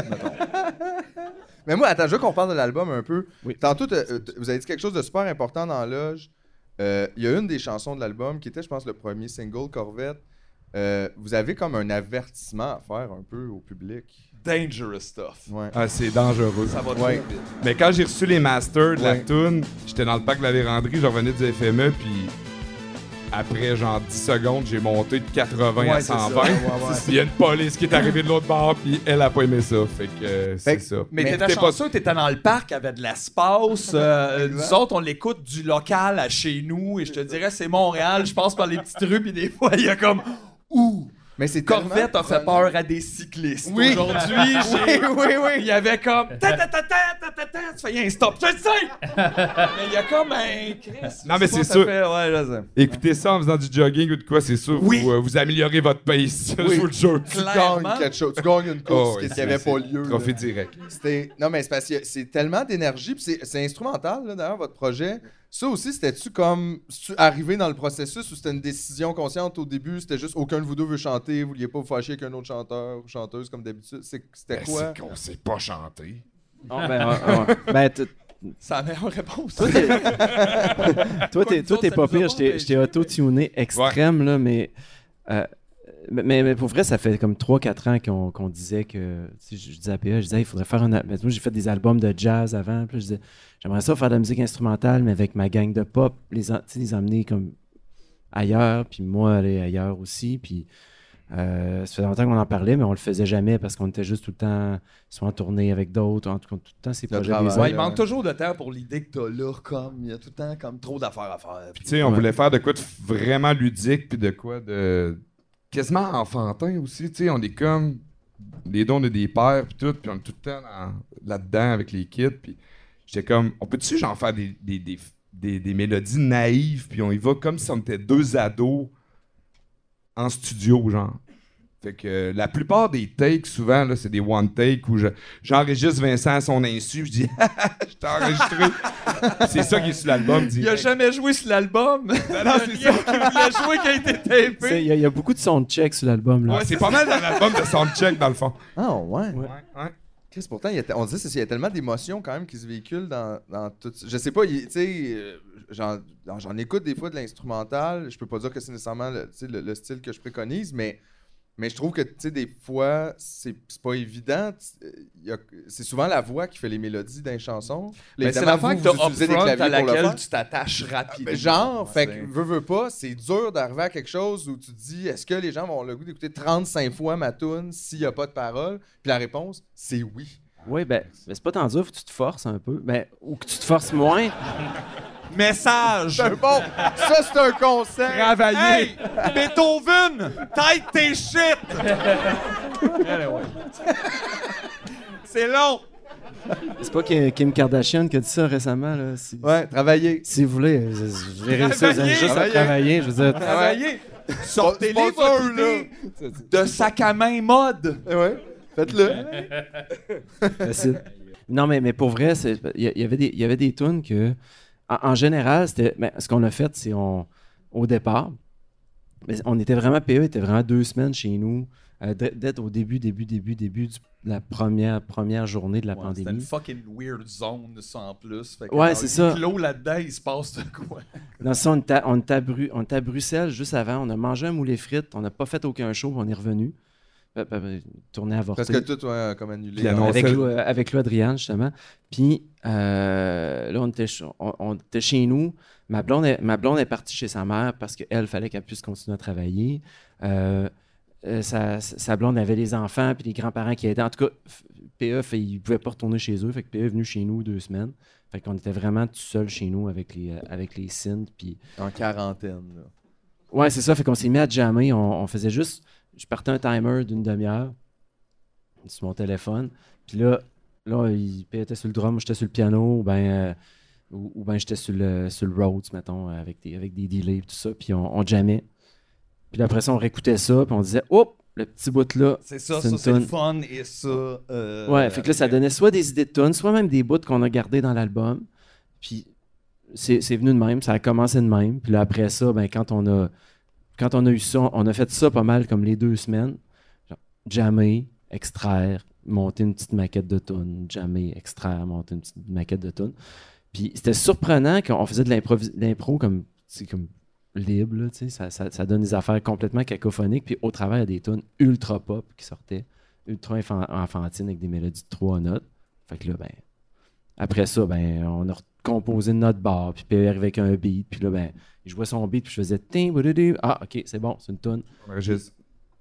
Mais moi, attends, je veux qu'on parle de l'album un peu. Oui. Tantôt, t'as- euh, t- vous avez dit quelque chose de super important dans la loge. Euh, Il y a une des chansons de l'album qui était, je pense, le premier single, Corvette. Euh, vous avez comme un avertissement à faire un peu au public. Dangerous stuff. Ouais. Ah, c'est dangereux. Ça va trop Ouais. vite. Mais quand j'ai reçu les masters de la Ouais. toune, j'étais dans le parc de la véranderie, je revenais du F M E, puis après genre dix secondes, j'ai monté de quatre-vingts à Ouais, c'est cent vingt. ça. Ouais, ouais. Il y a une police qui est arrivée de l'autre bord, puis elle a pas aimé ça. Fait que euh, Fait c'est que- ça. Mais, Mais t'étais t'es pas- chanceux, t'étais dans le parc avec de l'espace. Euh, Exact. nous autres, on l'écoute du local à chez nous. Et je te dirais, c'est Montréal. Je passe par les petites rues, puis des fois, il y a comme. Ouh! Mais c'est Corvette a tellement fait prenant. peur à des cyclistes. Oui. Aujourd'hui, j'ai... Oui, oui, oui. Il y avait comme... Ta, ta, ta, ta, ta, ta, ta, tu fais, il y a un stop, je le sais! Mais il y a comme un... Chris, Non, mais je sais c'est pas, ça sûr. fait- Ouais, je sais. Écoutez ça en faisant du jogging ou de quoi, c'est sûr. Oui. Vous, euh, vous améliorez votre pace. Oui. Je vous le jure. Tu Clairement. gagnes quelque chose. Tu gagnes une course Oh, oui, qui c'est- n'avait c'est pas lieu. Trophée là. direct. C'était... Non, mais c'est parce que c'est tellement d'énergie, puis c'est, c'est instrumental, là, d'ailleurs, votre projet. Ça aussi, c'était-tu comme... C'est-tu arrivé dans le processus ou c'était une décision consciente au début? C'était juste aucun de vous deux veut chanter, vous vouliez pas vous fâcher avec un autre chanteur ou chanteuse comme d'habitude? C'est- C'était Ben, quoi? c'est qu'on sait pas chanter. Oh, ben, ouais, ouais. Ben, t- C'est la meilleure réponse. toi, t'es, toi, t'es, Nous toi, autres, t'es ça pas nous a pire. pas Je t'ai, je t'ai empêché. auto-tuné extrême, là, mais, euh, mais, mais- mais pour vrai, ça fait comme trois quatre ans qu'on, qu'on disait que. Tu sais, Je, je disais à P A, je disais, il faudrait faire un. al- ben, moi, j'ai fait des albums de jazz avant. Puis là, je disais, j'aimerais ça faire de la musique instrumentale, mais avec ma gang de pop, les, en- tu sais, les emmener comme ailleurs, puis moi aller ailleurs aussi. Puis euh, ça fait longtemps qu'on en parlait, mais on le faisait jamais parce qu'on était juste tout le temps soit en tournée avec d'autres, en tout, tout le temps ces Le projets travail. des Ouais, autres. il manque toujours de temps pour l'idée que t'as là, comme... Il y a tout le temps comme trop d'affaires à faire. Puis tu sais, on Ouais. voulait faire de quoi de vraiment ludique, puis de quoi de quasiment enfantin aussi. Tu sais, on est comme les dons de des pères, puis tout, puis on est tout le temps dans- là-dedans avec les kids. Puis j'étais comme, on peut-tu genre faire des, des, des, des, des mélodies naïves, puis on y va comme si on était deux ados en studio, genre. Fait que euh, la plupart des takes, souvent, là, c'est des one take où je- j'enregistre Vincent à son insu, je dis je t'ai enregistré. C'est ça qui est sur l'album. dit, Il a jamais joué sur l'album. non, c'est ça. Il voulait jouer quand il était Tu sais, tapé. Il y, a- il y a beaucoup de soundcheck sur l'album. Là. Ouais, c'est pas mal dans l'album de Soundcheck, dans le fond. Ah, ouais. Ouais, ouais. Chris, pourtant, il y a t- on dit qu'il y a tellement d'émotions quand même qui se véhiculent dans, dans tout. Je sais pas, il- tu sais, euh, j'en, j'en écoute des fois de l'instrumental. Je peux pas dire que c'est nécessairement le, tu sais, le, le style que je préconise, mais, mais je trouve que, tu sais, des fois, c'est, c'est pas évident. Tu- euh, il y a- c'est souvent la voix qui fait les mélodies dans les chansons. Mais c'est Évidemment, l'affaire vous, que vous t'as utilisez des upfront claviers à pour le laquelle faire. tu t'attaches rapidement. Ben, genre, fait que, C'est- veux, veux pas, c'est dur d'arriver à quelque chose où tu te dis, est-ce que les gens vont avoir le goût d'écouter trente-cinq fois ma tune s'il y a pas de parole? Puis la réponse, c'est oui. Oui, ben, ben, c'est pas tant dur, faut que tu te forces un peu. Ben, ou que tu te forces moins. Message! C'est un bon, ça c'est un conseil. Travailler! Hey! Beethoven! Tête tes shit! C'est long! C'est pas Ki- Kim Kardashian qui a dit ça récemment. Là. Si, Ouais, travailler. si vous voulez, je, je vais réussir, vous avez juste à Travailler. travailler. Je veux dire, Travailler! Sortez-les C'est pas votre dur, là. idée de sac à main mode! Eh ouais, faites-le. facile. Non, mais, mais pour vrai, c'est- il y, a- il y avait des, il y avait des tunes que, en, en général, c'était, ben, ce qu'on a fait, c'est on, au départ, mais on était vraiment, P E était vraiment deux semaines chez nous, euh, d- d'être au début, début, début, début de la première, première journée de la Ouais, c'était une pandémie. fucking weird zone, ça, en plus. Fait que Ouais, dans c'est le ça. clos là-dedans, il se passe de quoi? Dans ça, on était, à- on était à Bru- on était à Bruxelles juste avant, on a mangé un moulet frites, on n'a pas fait aucun show, puis on est revenu. Euh, euh, Tourné à Vortex. Parce que tout, ouais, comme annulé. Puis annonce- Avec fait- Lou, euh, avec Lou Adriane, justement. Puis euh, là, on était, ch- on, on était chez nous. Ma blonde, est, ma blonde est partie chez sa mère parce qu'elle, fallait qu'elle puisse continuer à travailler. Euh, euh, sa, sa blonde avait les enfants puis les grands-parents qui aidaient. En tout cas, f- P E, fait, il ne pouvait pas retourner chez eux. Fait que P E est venu chez nous deux semaines. Fait qu'on était vraiment tout seul chez nous avec les, euh, avec les synths. Puis En quarantaine. Là. ouais, c'est ça. Fait qu'on s'est mis à jammer. On, on faisait juste... Je partais un timer d'une demi-heure sur mon téléphone. Puis là, là il P était sur le drum, moi j'étais sur le piano, ou ben, euh, ou, ou ben j'étais sur le, sur le Rhodes, mettons, avec des, avec des delays et tout ça. Puis on, on jammait. Puis après ça, on réécoutait ça, puis on disait, hop, le petit bout là. C'est ça, C'est ça une c'est le toune. fun et ça. euh, Ouais, fait que là, ça donnait soit des idées de tunes, soit même des bouts qu'on a gardés dans l'album. Puis c'est c'est venu de même, ça a commencé de même. Puis là, après ça, ben, quand on a quand on a eu ça, on a fait ça pas mal comme les deux semaines. Genre, jammer, extraire, monter une petite maquette de tune, jammer, extraire, monter une petite maquette de tune. Puis c'était surprenant qu'on faisait de l'improvis- de l'impro comme, tu sais, comme libre, là, tu sais, ça, ça, ça donne des affaires complètement cacophoniques. Puis au travers, il y a des tunes ultra pop qui sortaient, ultra enfan- enfantines avec des mélodies de trois notes. Fait que là, ben, après ça, ben, on a composé notre barre, puis P E arrivait avec un beat, puis là, ben, il jouait son beat, puis je faisais ting, boudoudu. Ah, ok, c'est bon, c'est une tune. On enregistre.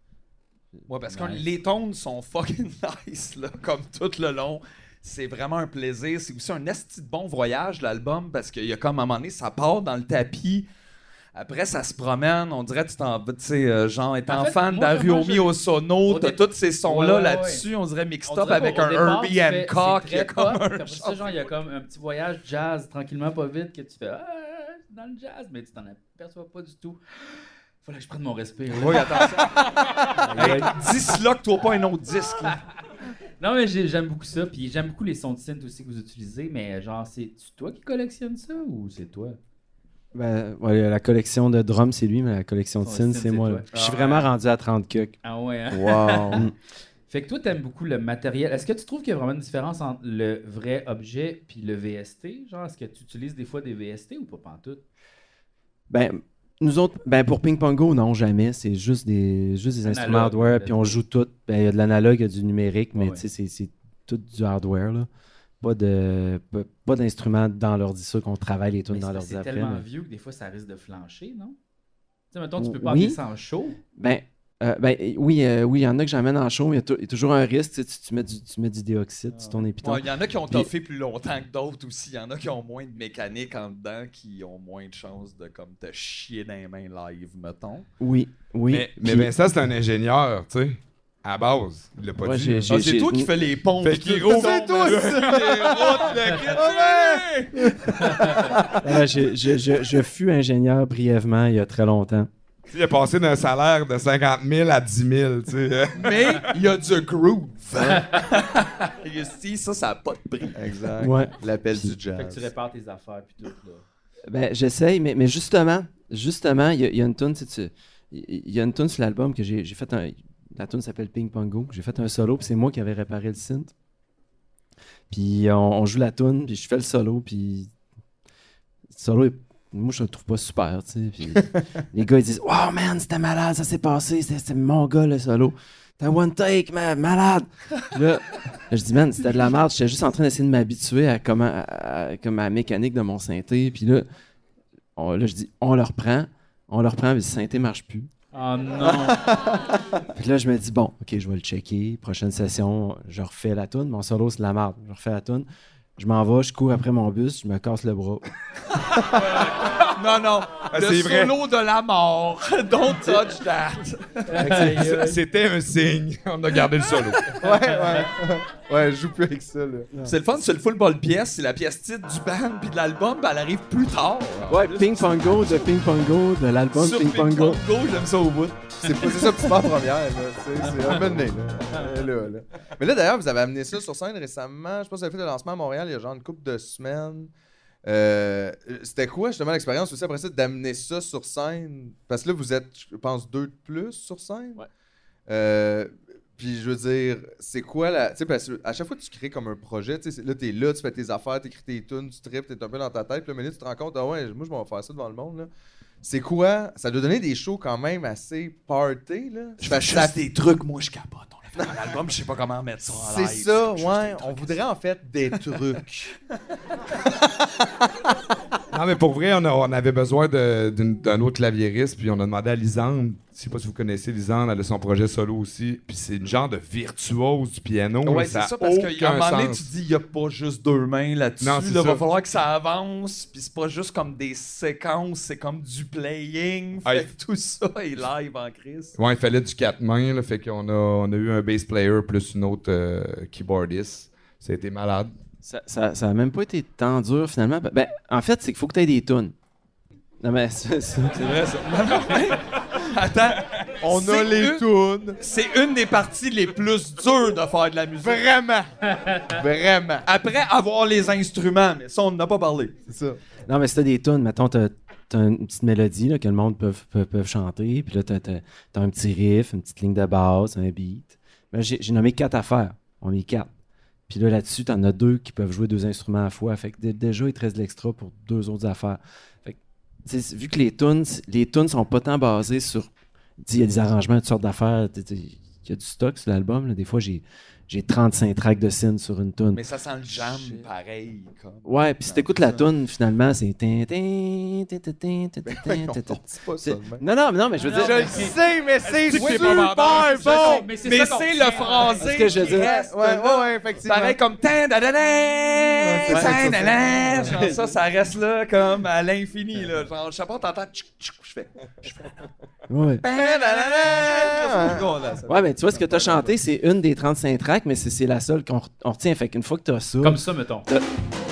Ouais, parce que Nice. les tones sont fucking nice, là, comme tout le long. C'est vraiment un plaisir. C'est aussi un esti de bon voyage, l'album, parce qu'il y a comme à un moment donné, ça part dans le tapis Après, ça se promène, on dirait que tu t'en tu sais, euh, genre, étant En fait, fan moi, comment d'Ariomi je- Osono, au t'as dé- tous ces sons-là Ouais, ouais, là-dessus, on dirait mixed On up dirait avec qu'au un départ, Herbie tu fais- Hancock, c'est il y a très comme pop, un puis après ça, genre, il y a comme un petit voyage jazz, tranquillement, pas vite, que tu fais ah, c'est dans le jazz, mais tu t'en aperçois pas du tout. Fallait que je prenne mon respire. là. Oui, attention. Hey, disloque-toi pas un autre disque, là. Non, mais j'ai- j'aime beaucoup ça, puis j'aime beaucoup les sons de synth aussi que vous utilisez, mais genre, c'est toi qui collectionnes ça ou c'est toi? Ben, ouais, la collection de drums, c'est lui, mais la collection de Son synth, synth, c'est c'est moi. toi. là. Je suis Ah, vraiment ouais. rendu à trente cucs. Ah ouais, hein? Wow. Mm. Fait que toi, t'aimes beaucoup le matériel. Est-ce que tu trouves qu'il y a vraiment une différence entre le vrai objet puis le V S T? Genre, est-ce que tu utilises des fois des V S T ou pas pantoute? Ben, nous autres, ben pour Ping Pongo, non, jamais. C'est juste des, juste des Analogue, instruments hardware, puis on let's joue tout. Ben, il y a de l'analogue, il y a du numérique, mais Ouais, tu sais, c'est- c'est tout du hardware, là. Pas de pas, pas d'instruments dans l'ordi, ça qu'on travaille les tunes Mais dans c'est l'ordi c'est après. tellement mais- vieux que des fois, ça risque de flancher, non? Tu sais, mettons, tu peux pas Oui. appeler ça en show. Ben, euh, ben euh, oui, euh, oui, il y en a que j'emmène en show, mais il y a tou- il y, a toujours un risque. Tu, sais, tu, tu mets du, tu mets du dioxyde sur ton épiton. Il y en a qui ont Puis- toffé plus longtemps que d'autres aussi. Il y en a qui ont moins de mécanique en dedans, qui ont moins de chances de comme te chier dans les mains live, mettons. Oui, oui. Mais, mais Puis- Vincent, c'est un ingénieur, tu sais. À la base, il l'a pas Ouais, dit. j'ai- là. j'ai- Ah, c'est toi qui fais les pompes. Fait qu'il roule. C'est toi, C'est les routes, le Ouais, j'ai- je, je, je fus ingénieur brièvement il y a très longtemps. Il a passé d'un salaire de cinquante mille à dix mille, tu sais. Mais il y a du groove. Ici, ça, ça n'a pas de prix. Exact. Ouais. L'appel Puis- du jazz. Fait que tu répares tes affaires puis tout, là. Ben, j'essaye, mais, mais justement, justement, il y, a- il y a une tune, tu sais, tu- il il y a une tune sur l'album que j'ai j'ai fait un. La tune s'appelle Ping Pongo. J'ai fait un solo, puis c'est moi qui avais réparé le synth. Puis on, on joue la tune, puis je fais le solo, puis le solo, est- moi je le trouve pas super, tu sais. Puis les gars ils disent wow man, c'était malade, ça s'est passé, c'était c'était mon gars le solo. T'as one take, man, malade. Puis là, là, je dis man, c'était de la merde. J'étais juste en train d'essayer de m'habituer à comment, à, à- comme à la mécanique de mon synthé. Puis là, on, là je dis on le reprend, on le reprend, mais le synthé marche plus. Oh non! Puis là, je me dis, bon, OK, je vais le checker. Prochaine session, je refais la toune. Mon solo, c'est de la merde. Je refais la toune. Je m'en vais, je cours après mon bus, je me casse le bras. Non, non. Ah, le c'est vrai. solo de la mort. Don't touch that. C'est- C'était un signe. On a gardé le solo. Ouais, ouais. Ouais, je joue plus avec ça, là. C'est le fun, c'est le full ball pièce. C'est la pièce titre du band puis de l'album, puis elle arrive plus tard. Ouais, Ping Pongo de Ping Pongo, de l'album Sur Ping Pongo. j'aime ça au bout. C'est pas c'est ça, c'est pas la première, là. C'est c'est un bon nez, là. Elle est là, là. Mais là, d'ailleurs, vous avez amené ça sur scène récemment. Je pense que vous avez fait le lancement à Montréal il y a genre une couple de semaines. Euh, C'était quoi, justement, l'expérience aussi après ça d'amener ça sur scène? Parce que là, vous êtes, je pense, deux de plus sur scène. Ouais. Euh, Puis, je veux dire, c'est quoi la. Tu sais, parce que à chaque fois que tu crées comme un projet, tu sais, c'est- là, t'es là, tu fais tes affaires, t'écris tes tunes, tu tripes, t'es un peu dans ta tête. Puis là, minute, tu te rends compte, ah ouais, moi, je vais faire ça devant le monde, là. C'est quoi? Ça doit donner des shows quand même assez party, là. Je fais juste des trucs, moi je capote. On l'a fait dans l'album, je sais pas comment mettre ça en C'est live. ça, Je fais juste ouais. des On trucs. voudrait en fait des trucs. Non, mais pour vrai, on, a- on avait besoin de- d'une- d'un autre claviériste, puis on a demandé à Lisande. Je sais pas si vous connaissez Lisande, elle a son projet solo aussi. Puis c'est une genre de virtuose du piano. Ouais, là, c'est a ça, parce qu'à aucun un moment donné, sens. tu dis, il n'y a pas juste deux mains là-dessus. Non, Il c'est va ça. falloir que ça avance, puis c'est pas juste comme des séquences, c'est comme du playing. Fait Ouais. que tout ça est live en crise. Ouais, il fallait du quatre mains, là, fait qu'on a, on a eu un bass player plus une autre euh, keyboardiste. Ça a été malade. Ça, ça, ça a même pas été tant dur finalement. Ben, en fait, c'est qu'il faut que tu aies des tunes. Non, mais c'est ça. C'est vrai, ça. Non, non, mais- Attends, On a c'est les une- tunes. C'est une des parties les plus dures de faire de la musique. Vraiment. Vraiment. Après avoir les instruments, mais ça, on n'en a pas parlé. C'est ça. Non, mais si t'as des tunes, mettons, t'as, t'as une petite mélodie là, que le monde peut, peut, peut chanter, puis là, t'as, t'as, t'as un petit riff, une petite ligne de basse, un beat. Ben, j'ai, j'ai nommé quatre affaires. On est quatre. Puis là, là-dessus, t'en as deux qui peuvent jouer deux instruments à la fois. Fait que d- déjà, il te reste de l'extra pour deux autres affaires. Fait que, tu sais, vu que les tunes, les tunes sont pas tant basées sur... Il y a des arrangements, toutes sortes d'affaires. Il qu'il y a du stock sur l'album. Là. Des fois, j'ai, j'ai trente-cinq tracks de synth sur une tune. Mais ça sent le jam pareil. Comme... Ouais, puis si t'écoutes la tune, finalement, c'est... tin, tin, tin, tin, tin, tin, Ben, tin, on tin. dit pas ça C'est- de même. Non, non, non, mais je veux Non, dire... Je le sais, mais c'est C'est que t'es super pas vendeur, bon! ça, mais c'est Mais ça qu'on c'est tient. le phrasé Parce que je qui veux dire- reste Ouais, là. ouais, ouais, effectivement. Pareil comme tan da da da c'est ça, tan da da. ça. Genre ça, ça reste là comme à l'infini là. Genre je sais pas, t'entends tchic, tchic, je fais. Ouais. Tan da da da. Ouais, mais tu vois, ce que t'as chanté, c'est une des trente-cinq tracks, mais c'est, c'est la seule qu'on re- on retient. Fait qu'une fois que t'as ça... Comme ça, mettons. Tout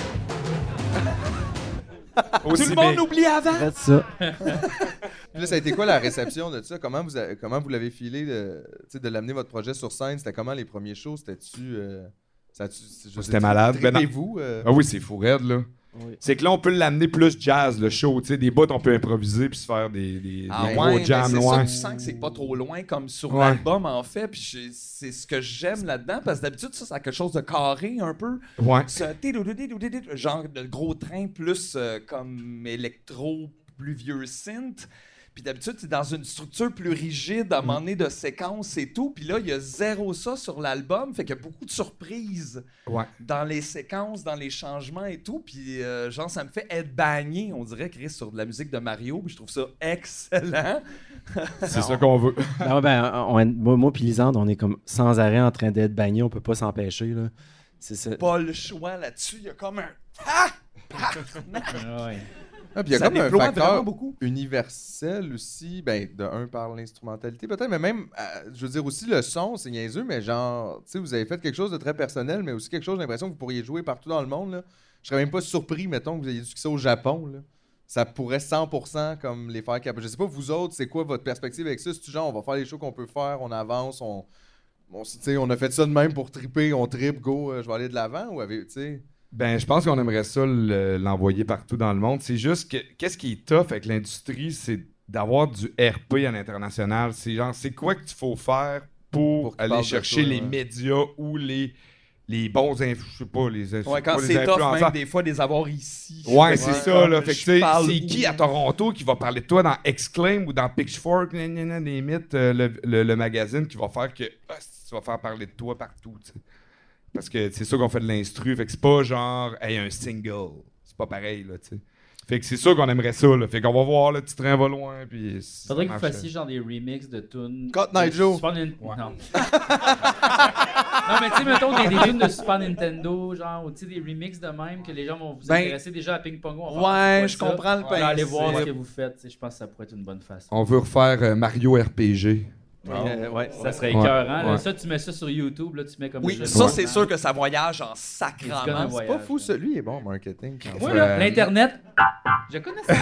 le monde oublie avant. Faites ça. Puis là, ça a été quoi la réception de ça? Comment vous, a- comment vous l'avez filé de, tu sais, de l'amener votre projet sur scène? C'était comment les premiers shows? C'était-tu... Euh, ça a-tu- je sais- C'était malade. Ben non. trippez-vous, euh? Ah oui, c'est fou raide, là. Oui. C'est que là, on peut l'amener plus jazz, le show. Tu sais, des bouts, on peut improviser puis se faire des, des, Ah des ouais, gros ben jams c'est loin. ça, tu sens que c'est pas trop loin comme sur Ouais. l'album en fait, puis j'ai- c'est ce que j'aime là-dedans parce que d'habitude ça, ça a quelque chose de carré un peu. Ouais. Ce tidoudoudoudoudoudoudou, genre de gros train plus euh, comme électro, plus vieux synth. Puis d'habitude, c'est dans une structure plus rigide, à un moment donné, de séquences et tout. Puis là, il y a zéro ça sur l'album. Fait qu'il y a beaucoup de surprises Ouais. dans les séquences, dans les changements et tout. Puis euh, genre, ça me fait être bagné, on dirait, Chris, sur de la musique de Mario. Puis je trouve ça excellent. C'est ça qu'on veut. Ben, ouais, ben, on, moi, moi puis Lisande, on est comme sans arrêt en train d'être bagnés. On peut pas s'empêcher, là. C'est ça. Pas le choix là-dessus. Il y a comme un... Ah! Ouais. Ah, puis il y a Ça comme un déploie facteur vraiment beaucoup. universel aussi, ben, de un par l'instrumentalité peut-être, mais même, euh, je veux dire aussi le son, c'est niaiseux, mais genre, tu sais, vous avez fait quelque chose de très personnel, mais aussi quelque chose, j'ai l'impression que vous pourriez jouer partout dans le monde, là. Je serais même pas surpris, mettons, que vous ayez du succès au Japon, là. Ça pourrait cent pour cent comme les faire capables. Je sais pas, vous autres, c'est quoi votre perspective avec ça? C'est-tu genre, on va faire les shows qu'on peut faire, on avance, on... On, tu sais, on a fait ça de même pour triper, on tripe, go, euh, je vais aller de l'avant, ou avez, tu sais... Ben, je pense qu'on aimerait ça le- l'envoyer partout dans le monde. C'est juste que qu'est-ce qui est tough avec l'industrie, c'est d'avoir du R P à l'international. C'est genre, c'est quoi qu'il faut faire pour, Pour qu'ils aller parlent de chercher toi, les ouais. médias ou les, les bons influenceurs, je sais pas, les, inf- Ouais, quand pas les c'est tough, influenceurs. même des fois, des avoir ici. Ouais, c'est ça, comme là. Fait que, je tu sais, parle c'est où? qui à Toronto qui va parler de toi dans Exclaim ou dans Pitchfork, gna, gna, gna, des mythes, euh, le, le- le magazine qui va faire que ah, tu vas faire parler de toi partout, tu sais. Parce que c'est sûr qu'on fait de l'instru, fait que c'est pas genre, hey, un single. C'est pas pareil, là, tu sais. Fait que c'est sûr qu'on aimerait ça, là. Fait qu'on va voir, le petit train va loin, puis... si ça Faudrait que vous marche, fassiez genre des remixes de tunes. Cut de Night Joe. Super Nin- Non. non, mais tu sais, mettons des, des tunes de Super Nintendo, genre, ou tu sais, des remixes de même que les gens vont vous Ben, intéresser déjà à Ping Pongo. on va ouais, faire je ça. comprends le On va aller voir ce principe. que vous faites. tu sais, Je pense que ça pourrait être une bonne façon. On veut refaire euh, Mario R P G. Euh, ouais. Ça serait Ouais, écœurant. là. ouais. Ça, tu mets ça sur YouTube, là, tu mets comme Oui, jeu ça, de c'est moment. sûr que ça voyage en C'est comme un sacrament. C'est voyage, pas fou, là. ça. Lui, il est bon en marketing. quand Moi, même. là, Euh, l'Internet, je connais ça.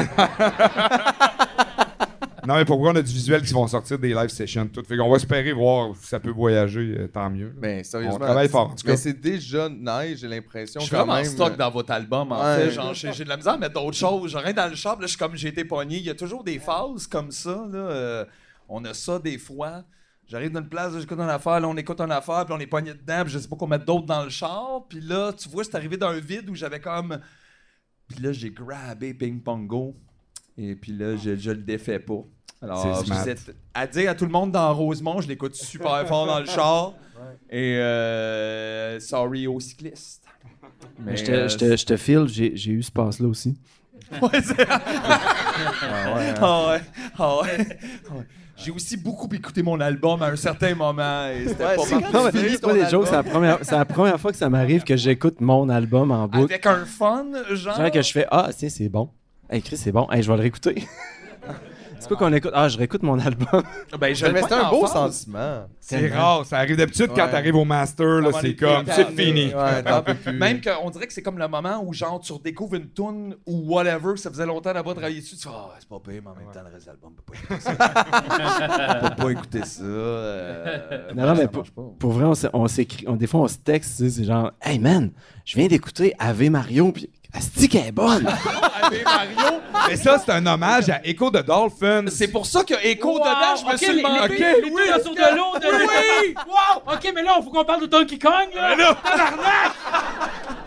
Non, mais pourquoi on a du visuel qui vont sortir des live sessions, tout. Fait qu'on va espérer voir si ça peut voyager, euh, tant mieux. là. Ben, sérieusement. On travaille fort, en tout Mais cas. c'est déjà nice, j'ai l'impression. Je suis quand vraiment en même, stock euh, dans votre album, en Ouais. fait. Genre, j'ai j'ai de la misère à mettre d'autres choses. Genre, rien dans le shop, là, je suis comme j'ai été pogné. Il y a toujours des phases comme ça, là. euh, on a ça des fois. J'arrive dans une place, là, j'écoute une affaire, là, on écoute une affaire, puis on est pogné dedans, puis je sais pas qu'on mette d'autres dans le char. Puis là, tu vois, c'est arrivé d'un vide où j'avais comme... Puis là, j'ai grabé Ping Pongo. Et puis là, je, je le défais pas. Alors, C'est smart. vous êtes à dire à tout le monde dans Rosemont, je l'écoute super fort dans le char. Et euh, sorry aux cyclistes. Mais je te, je te, je te file, j'ai, j'ai eu ce passe-là aussi. Ouais, c'est... Ah ouais, hein. Ah ouais, ah ouais. Ouais. J'ai aussi beaucoup écouté mon album à un certain moment et c'était Ouais, pas c'est mal. quand Non, mais tu finis c'est ton pas des album. jokes, c'est la, première, c'est la première fois que ça m'arrive que j'écoute mon album en boucle. Avec un fun, genre. Genre que je fais ah, tiens, c'est bon. Hey, Chris, c'est bon. Hey, je vais le réécouter. C'est pas qu'on écoute. Ah, je réécoute mon album. Ben, je Mais le c'est vois un en beau phase. sentiment. C'est rare, ça arrive d'habitude quand Ouais. t'arrives au master, là, Comment c'est les comme, filles c'est parlent, fini. Ouais, t'en peux plus. Même qu'on dirait que c'est comme le moment où genre tu redécouvres une tune ou whatever, que ça faisait longtemps d'avoir travaillé dessus, tu fais ah c'est pas pire, mais en même temps le reste de l'album peut pas écouter ça. peut pas écouter ça. euh, Non, non, mais ça pour, marche pas. pour vrai, on, s'est- on s'écrit. On, des fois, on se texte, tu sais, c'est genre, hey man, je viens d'écouter Ave Mario, puis Asti qu'elle est bonne. Avec Mario, Mais ça, c'est un hommage à Echo the Dolphin. c'est pour ça qu'il y a Echo Wow, dedans, je me ok, suis les- demandé. les filles- les filles là sur de l'eau, de Oui! Wow! Ok, mais là, il faut qu'on parle de Donkey Kong, là! Tabarnak!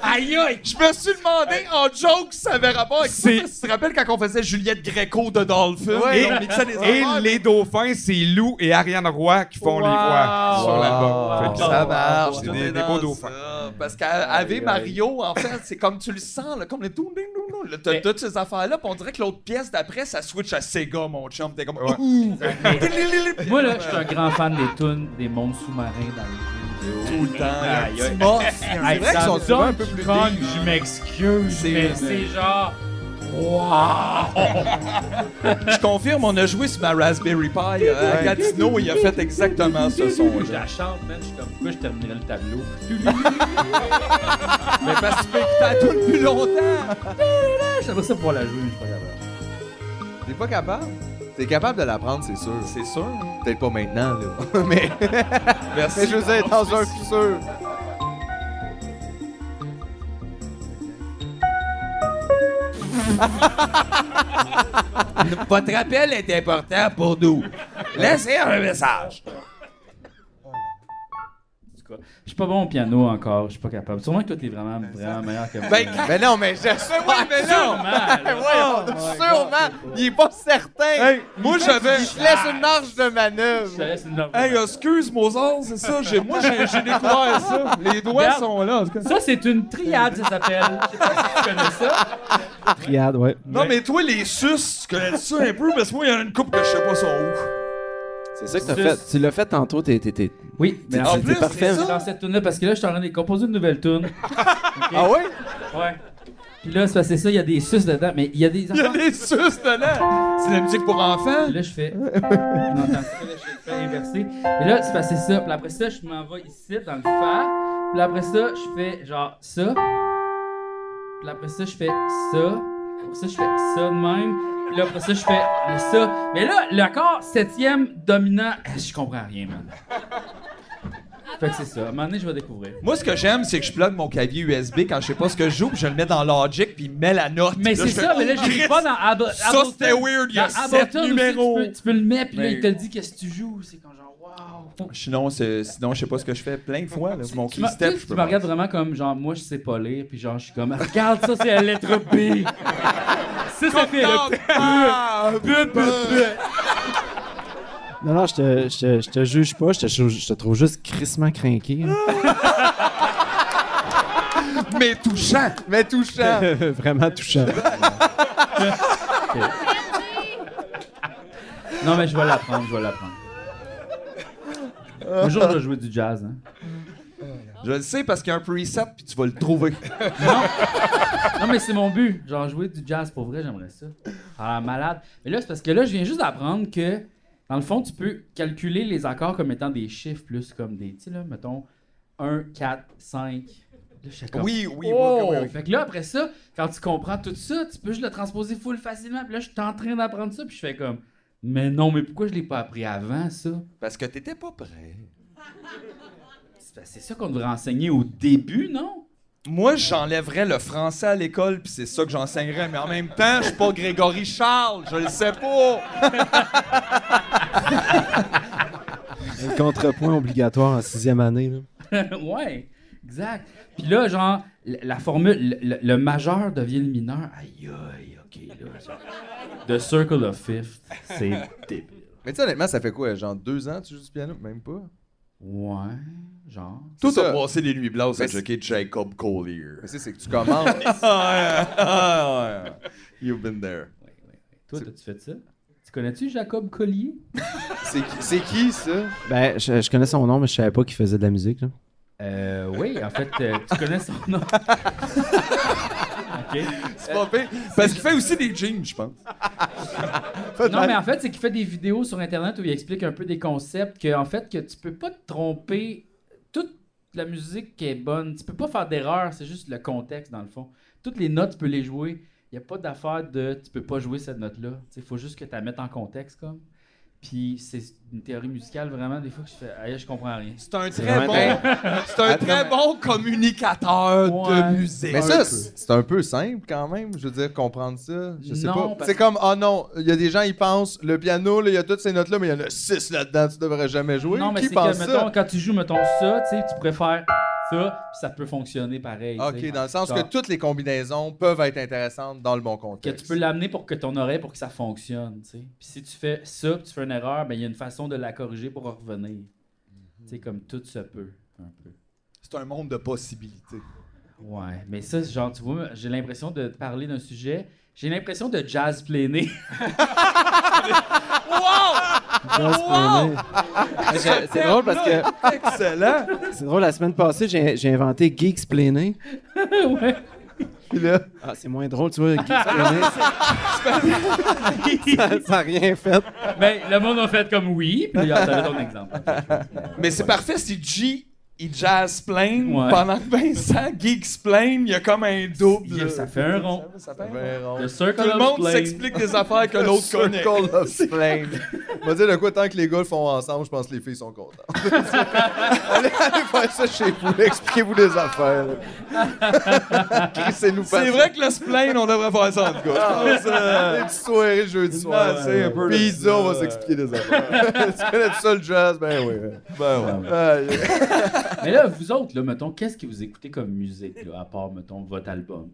Aïe aïe! Je me suis demandé en joke si ça avait rapport avec ça. Tu te rappelles quand on faisait Juliette Gréco de Dolphin? Ouais. Et, on mixait des Et affaires, les dauphins, c'est Lou et Ariane Roy qui font Wow. les voix sur Wow. l'album. Fait que Ça marche. C'est on des, est des dans beaux dauphins. ça. Parce qu'Ave Mario, en fait, c'est comme tu le sens, là, comme le tout ding ding ding. T'as Mais- toutes ces affaires-là, puis on dirait que l'autre pièce d'après, ça switch à Sega, mon chum. T'es comme. Ouais. Ouh. Moi, là, je suis un grand fan des tunes des mondes sous-marins dans les jeux vidéo. Tout le temps. Aïe, Petit aïe. morph. Hey, vrai qu'ils ça sont me souvent un donne peu plus Kong, deep. je m'excuse, C'est- mais c'est genre... Wow! Je confirme, on a joué sur ma Raspberry Pi euh, à Gatineau et il a fait exactement ce Je son-là. la chante, man, je suis comme, pourquoi je terminerais le tableau? Mais parce que tu peux écouter la tune depuis longtemps. J'aimerais ça pouvoir la jouer, mais je suis pas capable. T'es pas capable? T'es capable de l'apprendre, c'est sûr. C'est sûr. Peut-être pas maintenant, là. mais, Merci. mais je veux dire, dans un futur. Votre appel est important pour nous. Laissez un message. En tout cas, je suis pas bon au piano encore, je suis pas capable. Sûrement que toi, t'es vraiment, vraiment meilleur que moi. Ben, Mais non, mais j'espère. oui, mais là, Sûrement, là. Ouais, sûrement. Il est pas certain. hey, moi j'avais. Il se laisse une marge de manœuvre. Je te laisse une note. Hey, excuse Mozart, c'est ça. J'ai, moi j'ai, j'ai découvert ça. Les doigts Regarde. sont là. en tout cas. Ça, c'est une triade, ça s'appelle. Je sais pas si tu connais ça. Triade, ouais. Non, mais toi, les sus, tu connais ça un peu? Parce que moi, il y en a une couple que je sais pas sont où. C'est ça que t'as Sus. fait. Tu l'as fait tantôt, t'es, t'es, t'es- Oui, mais En en plus, fait, parfait. c'est dans cette tune-là, parce que là, je suis en train de composer une nouvelle tune. Ah oui? Ouais. Puis là, c'est parce que c'est ça, il y a des sus dedans, mais il y a des Il y a enfants. des sus dedans. C'est la musique pour enfants. Puis là, je fais. Non, attends, là, je fais inverser. Et là, c'est parce que c'est ça. Puis après ça, je m'en vais ici, dans le fa. Puis après ça, je fais genre ça. Puis après ça, je fais ça. Après ça, je fais ça de même. Puis là, après ça, je fais ça. Mais là, l'accord septième dominant, eh, je comprends rien, man. Fait que c'est ça. À un moment donné, je vais découvrir. Moi, ce que j'aime, c'est que je plug mon clavier U S B quand je sais pas ce que je joue, puis je le mets dans Logic, puis il met la note. Mais Là, c'est je fais, ça, mais là, oh, je Christ, l'ai pas dans Able- Ça, Ableton. c'était weird. Il y a Dans sept Ableton aussi, numéros. Tu peux, tu peux le mettre, puis là, Mais- il te le dit qu'est-ce que tu joues. C'est quand genre, waouh. Sinon, c'est, sinon, je sais pas ce que je fais plein de fois. Là, mon Tu, m'as- keystep, tu- je tu peux me pas. regardes vraiment comme genre, moi, je sais pas lire, puis genre, je suis comme, regarde, ça, c'est la lettre B. Ça, ça fait le. Ah, Non, non, je te, je te, je te juge pas, je te, je te trouve juste crissement crinqué. hein. mais touchant. Mais touchant. Vraiment touchant. Non, mais je vais l'apprendre, je vais l'apprendre. Un jour, je vais jouer du jazz, hein. Je le sais parce qu'il y a un preset, puis tu vas le trouver. Non, mais c'est mon but. Genre, jouer du jazz pour vrai, j'aimerais ça. Ah, malade. Mais là, c'est parce que là, je viens juste d'apprendre que, dans le fond, tu peux calculer les accords comme étant des chiffres plus comme des. Tu sais, là, mettons, un, quatre, cinq. Là, je suis comme. Oui, oui, oui, Oh! oui, oui, oui. Fait que là, après ça, quand tu comprends tout ça, tu peux juste le transposer full facilement. Puis là, je suis en train d'apprendre ça, puis je fais comme. Mais non, mais pourquoi je l'ai pas appris avant, ça? Parce que t'étais pas prêt. C'est c'est ça qu'on devrait enseigner au début, non? Moi, j'enlèverais le français à l'école, puis c'est ça que j'enseignerais. Mais en même temps, je suis pas Grégory Charles, je le sais pas. Le contrepoint obligatoire en sixième année. Là. Ouais, exact. Puis là, genre, la, la formule, le, le majeur devient le mineur. Aïe, aïe, ok, là. genre, The Circle of Fifth, c'est débile. Mais tu sais, honnêtement, ça fait quoi? Genre deux ans que tu joues du piano? Même pas. Ouais, genre. Toi, C'est t'as ça. passé les nuits blanches à Mais c'est- checker Jacob Collier. Mais c'est c'est que tu commences. Ah, ouais. You've been there. Ouais, ouais, ouais. Toi, t'as-tu fait ça? Tu connais-tu Jacob Collier? c'est qui, c'est qui, ça? Ben, je, je connais son nom, mais je savais pas qu'il faisait de la musique. Là. Euh, oui, en fait, euh, tu connais son nom. OK. C'est pas pire. Parce qu'il fait aussi des jeans, je pense. Non, mais en fait, c'est qu'il fait des vidéos sur Internet où il explique un peu des concepts que, en fait, que tu peux pas te tromper. Toute la musique qui est bonne, tu peux pas faire d'erreur, c'est juste le contexte, dans le fond. Toutes les notes, tu peux les jouer. Il n'y a pas d'affaire de tu peux pas jouer cette note-là. Il faut juste que tu la mettes en contexte, comme. Puis c'est une théorie musicale, vraiment, des fois que je fais, aïe, je comprends rien. C'est un C'est très bon, vraiment c'est un très bon communicateur Ouais. de musique. Mais ça, c'est c'est un peu simple quand même, je veux dire, comprendre ça. Je sais Non, pas. parce C'est comme, oh non, il y a des gens, ils pensent, le piano, là, il y a toutes ces notes-là, mais il y en a six là-dedans, tu devrais jamais jouer. Non, mais Qui c'est pense que, ça? mettons, quand tu joues, mettons ça, tu sais, tu pourrais faire ça, puis ça peut fonctionner pareil. tu sais. OK, dans le sens Genre, que toutes les combinaisons peuvent être intéressantes dans le bon que contexte. tu peux l'amener pour que ton oreille, pour que ça fonctionne, tu sais. Puis si tu fais ça, puis tu fais une erreur, ben il y a une façon de la corriger pour revenir. Tu sais, comme tout se peut, un peu. C'est un monde de possibilités. Ouais, mais ça, genre, tu vois, j'ai l'impression de parler d'un sujet, j'ai l'impression de jazz planer. Jazz plané. Mais j'ai- C'est drôle parce que Excellent! c'est drôle, la semaine passée, j'ai j'ai inventé Geeks Plané. Ouais. Puis là, Ah, c'est moins drôle, tu vois, Geeks Plané. ça ça a rien fait. Ben, le monde a fait comme oui, puis là, t'avais ton exemple. Mais c'est parfait si G, il jazz plane Ouais. pendant que Vincent geeks plane, il y a comme un double. Il- ça fait un rond. Ça fait un rond. ben, on- Le circle Tout le of monde plane. s'explique des affaires que l'autre connaît. Circle of Flame. On va dire de quoi, tant que les gars le font ensemble, je pense que les filles sont contentes. allez, allez faire ça chez vous, là, expliquez-vous des affaires. Crissez-nous pas. C'est vrai que le splane, on devrait faire ça en tout cas. Je pense, euh, Des petites soirées le jeudi soir. Non, c'est un peu Pizza, le- on va s'expliquer des affaires. Tu connais tout ça le jazz? Ben oui. Ben ouais. Aïe. Mais là, vous autres, là, mettons, qu'est-ce que vous écoutez comme musique, là, à part, mettons, votre album?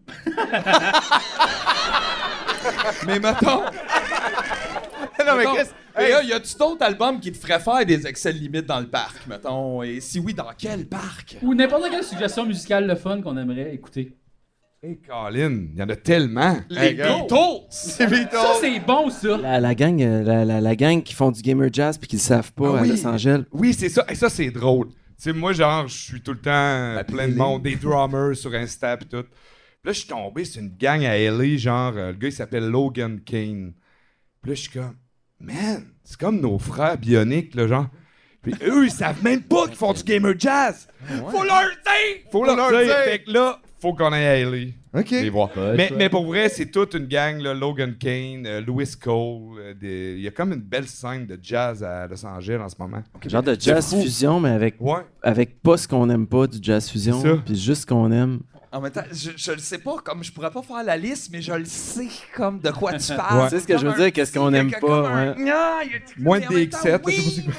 Mais mettons. Non, mais mettons, qu'est-ce... et là, y a-tu d'autres albums qui te feraient faire des Excel limites dans le parc, mettons? Et si oui, dans quel parc? Ou n'importe quelle suggestion musicale le fun qu'on aimerait écouter. Hey, Colin, il y en a tellement. Les Hey, gars. Beatles! C'est Beatles. Ça, c'est bon, ça! La, la gang, euh, la, la, la gang qui font du gamer jazz puis qui le savent pas Ah à oui. Los Angeles. Oui, c'est ça. Et ça, c'est drôle. Tu sais, moi, genre, je suis tout le temps euh, plein de monde, des drummers sur Insta pis tout. Puis là, je suis tombé sur une gang à L A, genre, euh, le gars, il s'appelle Logan Kane. Puis là, je suis comme, man, c'est comme nos frères bioniques, là, genre. Puis eux, ils savent même pas qu'ils font du gamer jazz. Faut leur dire! Faut leur leur dire! dire. Fait que là, faut qu'on aille à L A. OK. Les voir. Ouais, mais, toi. mais pour vrai, c'est toute une gang, là, Logan Kane, euh, Louis Cole. euh, des- Il y a comme une belle scène de jazz à Los Angeles en ce moment. Genre de jazz fou. fusion, mais avec, Ouais. avec pas ce qu'on aime pas du jazz fusion, C'est ça. puis juste ce qu'on aime. En même temps, je, je le sais pas, comme je pourrais pas faire la liste, mais je le sais comme de quoi tu parles. Ouais. Tu sais ce que je veux dire, qu'est-ce qu'on aime pas, ouais. Moins de D X sept, je sais pas c'est quoi.